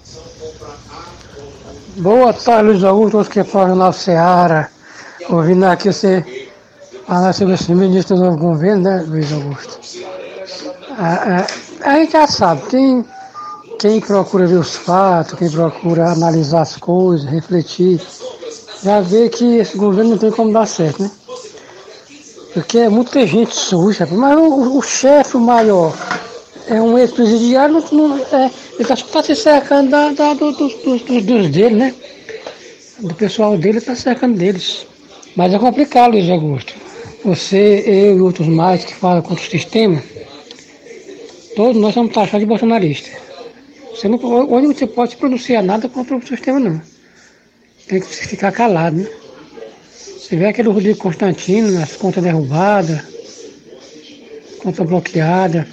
Boa tarde, Luiz Augusto, que fala na Ceará. Ouvindo aqui você falar sobre esse ministro do novo governo, né, Luiz Augusto? A, a, a gente já sabe, quem, quem procura ver os fatos, quem procura analisar as coisas, refletir, já vê que esse governo não tem como dar certo, né? Porque é muita gente suja, mas o, o chefe, o maior, é um ex-presidiário, não, não, é, ele está se cercando da, da, do, do, dos, dos dele, né? Do pessoal dele, está cercando deles. Mas é complicado, Luiz Augusto. Você, eu e outros mais que falam contra o sistema, todos nós somos taxados de bolsonaristas. Você não, hoje você pode se pronunciar nada contra o sistema, não. Tem que ficar calado, né? Você vê aquele Rodrigo Constantino, as contas derrubadas, conta bloqueada.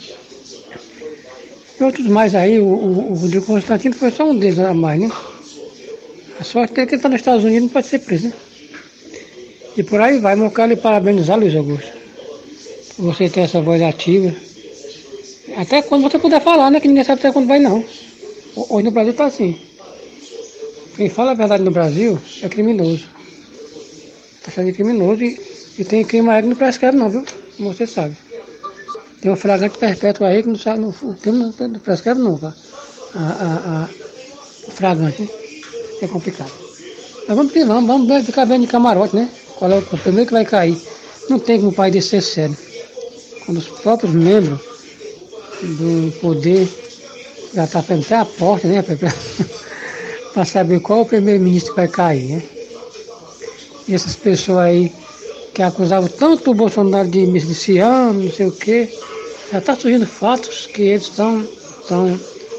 E outros mais aí, o, o, o Rodrigo Constantino foi só um deles a mais, né? A sorte é que ele está nos Estados Unidos, não pode ser preso, né? E por aí vai, meu quero lhe parabenizar, Luiz Augusto, por você ter essa voz ativa. Até quando você puder falar, né? Que ninguém sabe até quando vai, não. Hoje no Brasil está assim. Quem fala a verdade no Brasil é criminoso. Está sendo criminoso e, e tem crime aí que não prescreve não, viu? Como você sabe. Tem um flagrante perpétuo aí que não sabe, não, não, não prescreve nunca. A, a, a, o flagrante, né? É complicado. Mas vamos, vamos, vamos ficar vendo de camarote, né? Qual é o primeiro que vai cair? Não tem como o país desse ser sério. Quando os próprios membros do poder já está perto até a porta, né? Para saber qual o primeiro-ministro que vai cair, né? E essas pessoas aí que acusavam tanto o Bolsonaro de miliciano, não sei o quê, já está surgindo fatos que eles estão, estão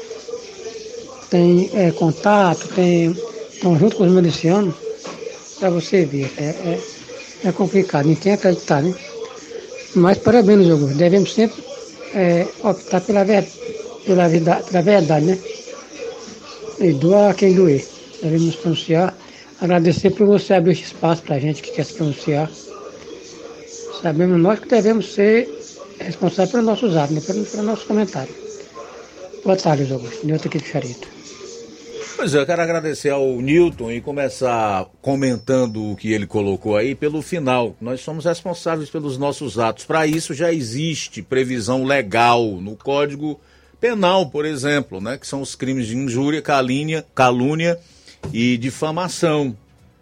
têm é, contato, têm, estão junto com os milicianos, para você ver. É, é, é complicado, ninguém acreditar, né? Mas parabéns, Diogo. Devemos sempre é, optar pela, ver, pela, verdade, pela verdade, né? E doa a quem doer. devemos nos pronunciar. Agradecer por você abrir esse espaço para a gente que quer se pronunciar. Sabemos nós que devemos ser responsáveis pelos nossos atos, pelos, pelos nossos comentários. Boa tarde, Luiz Augusto. Nilton aqui de Charito. Pois é, eu quero agradecer ao Nilton e começar comentando o que ele colocou aí pelo final. Nós somos responsáveis pelos nossos atos. Para isso já existe previsão legal no Código Penal, por exemplo, né, que são os crimes de injúria, calúnia, calúnia e difamação.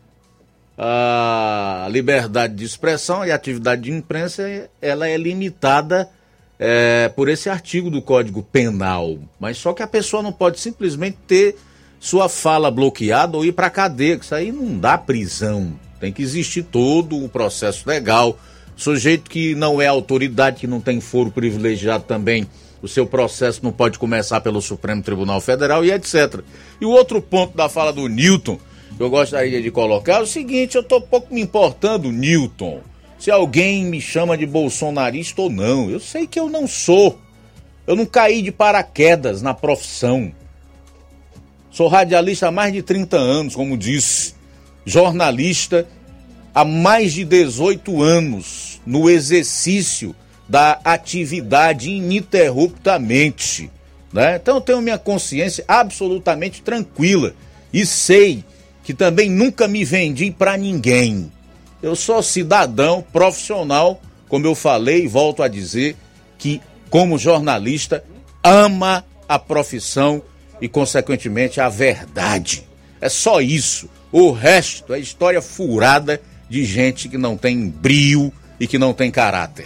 A liberdade de expressão e atividade de imprensa, ela é limitada é, por esse artigo do Código Penal. Mas só que a pessoa não pode simplesmente ter sua fala bloqueada ou ir para a cadeia, que isso aí não dá prisão. Tem que existir todo o processo legal. Sujeito que não é autoridade, que não tem foro privilegiado também, o seu processo não pode começar pelo Supremo Tribunal Federal e etcétera. E o outro ponto da fala do Nilton, que eu gostaria de colocar, é o seguinte: eu estou pouco me importando, Nilton, se alguém me chama de bolsonarista ou não. Eu sei que eu não sou. Eu não caí de paraquedas na profissão. Sou radialista há mais de trinta anos, como disse. Jornalista há mais de dezoito anos, no exercício da atividade ininterruptamente, né? Então eu tenho minha consciência absolutamente tranquila e sei que também nunca me vendi para ninguém. Eu sou cidadão profissional, como eu falei e volto a dizer, que como jornalista ama a profissão e consequentemente a verdade. É só isso. O resto é história furada de gente que não tem brio e que não tem caráter.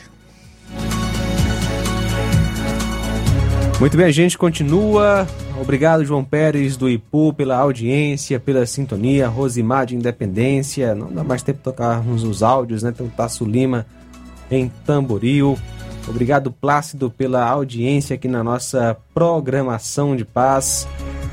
Muito bem, a gente continua. Obrigado, João Pérez do Ipu, pela audiência, pela sintonia. Rosimar de Independência. Não dá mais tempo de tocarmos os áudios, né? Tem o Tasso Lima em Tamboril. Obrigado, Plácido, pela audiência aqui na nossa programação de paz.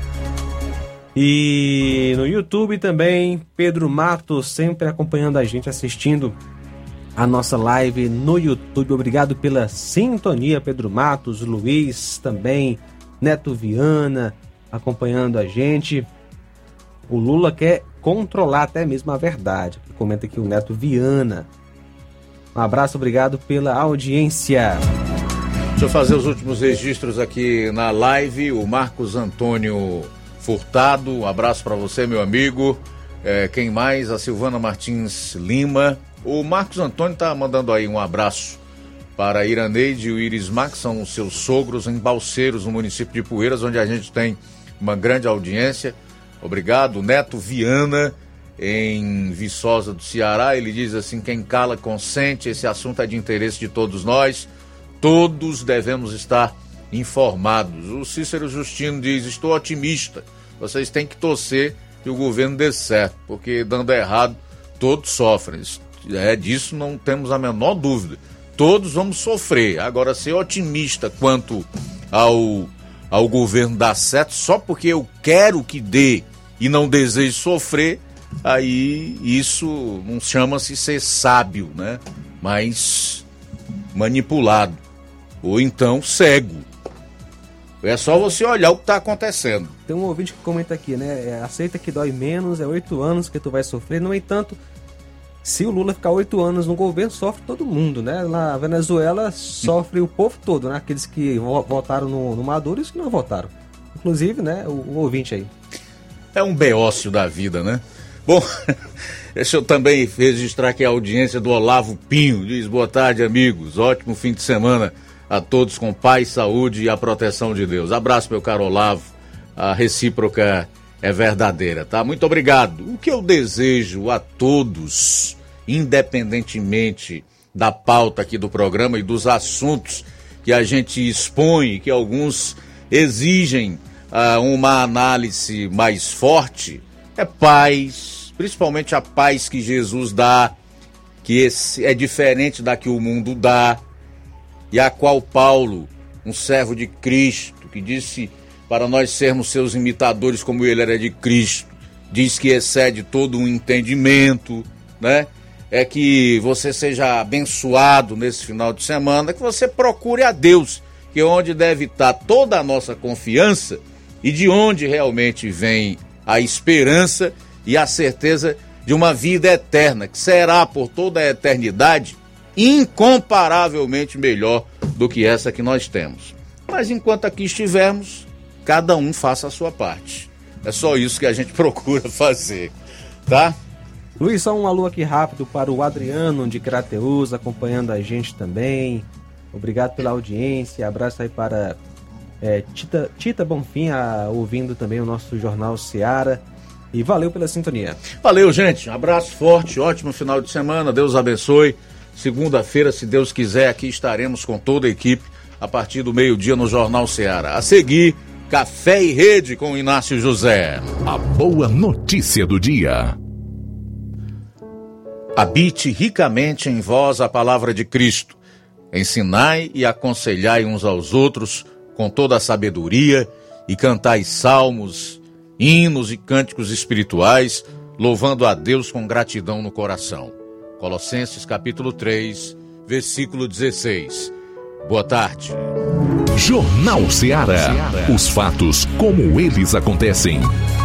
E no YouTube também, Pedro Matos, sempre acompanhando a gente, assistindo a nossa live no YouTube. Obrigado pela sintonia, Pedro Matos, Luiz também, Neto Viana, acompanhando a gente. O Lula quer controlar até mesmo a verdade. Comenta aqui o Neto Viana. Um abraço, obrigado pela audiência. Deixa eu fazer os últimos registros aqui na live. O Marcos Antônio Furtado, um abraço para você, meu amigo. É, quem mais? A Silvana Martins Lima. O Marcos Antônio tá mandando aí um abraço para a Iraneide e o Irismar, que são os seus sogros em Balseiros, no município de Poeiras, onde a gente tem uma grande audiência. Obrigado. Neto Viana, em Viçosa do Ceará, ele diz assim: quem cala consente, esse assunto é de interesse de todos nós, todos devemos estar informados. O Cícero Justino diz: estou otimista, vocês têm que torcer que o governo dê certo, porque dando errado, todos sofrem. É disso, não temos a menor dúvida. Todos vamos sofrer. Agora, ser otimista quanto ao, ao governo dar certo, só porque eu quero que dê e não desejo sofrer, aí isso não chama-se ser sábio, né? Mas manipulado. Ou então cego. É só você olhar o que está acontecendo. Tem um ouvinte que comenta aqui, né? É, aceita que dói menos, é oito anos que tu vai sofrer. No entanto, se o Lula ficar oito anos no governo, sofre todo mundo, né? Na Venezuela sofre o povo todo, né? Aqueles que votaram no, no Maduro e os que não votaram. Inclusive, né? O, o ouvinte aí. É um beócio da vida, né? Bom, deixa eu também registrar aqui a audiência do Olavo Pinho. Diz: boa tarde, amigos. Ótimo fim de semana a todos, com paz, saúde e a proteção de Deus. Abraço, meu caro Olavo. A recíproca é verdadeira, tá? Muito obrigado. O que eu desejo a todos, independentemente da pauta aqui do programa e dos assuntos que a gente expõe, que alguns exigem uh, uma análise mais forte, é paz, principalmente a paz que Jesus dá, que esse é diferente da que o mundo dá, e a qual Paulo, um servo de Cristo, que disse para nós sermos seus imitadores como ele era de Cristo, diz que excede todo um entendimento, né? É que você seja abençoado nesse final de semana, que você procure a Deus, que é onde deve estar toda a nossa confiança e de onde realmente vem a esperança e a certeza de uma vida eterna, que será por toda a eternidade incomparavelmente melhor do que essa que nós temos. Mas enquanto aqui estivermos, cada um faça a sua parte. É só isso que a gente procura fazer, tá? Luiz, só um alô aqui rápido para o Adriano de Crateús, acompanhando a gente também. Obrigado pela audiência. Abraço aí para é, Tita, Tita Bonfim, a, ouvindo também o nosso Jornal Seara. E valeu pela sintonia. Valeu, gente. Um abraço forte, ótimo final de semana. Deus abençoe. Segunda-feira, se Deus quiser, aqui estaremos com toda a equipe a partir do meio-dia no Jornal Seara. A seguir, Café e Rede com Inácio José. A boa notícia do dia. Habite ricamente em vós a palavra de Cristo. Ensinai e aconselhai uns aos outros com toda a sabedoria e cantai salmos, hinos e cânticos espirituais, louvando a Deus com gratidão no coração. Colossenses capítulo três, versículo dezesseis. Boa tarde. Jornal Seara. Os fatos como eles acontecem.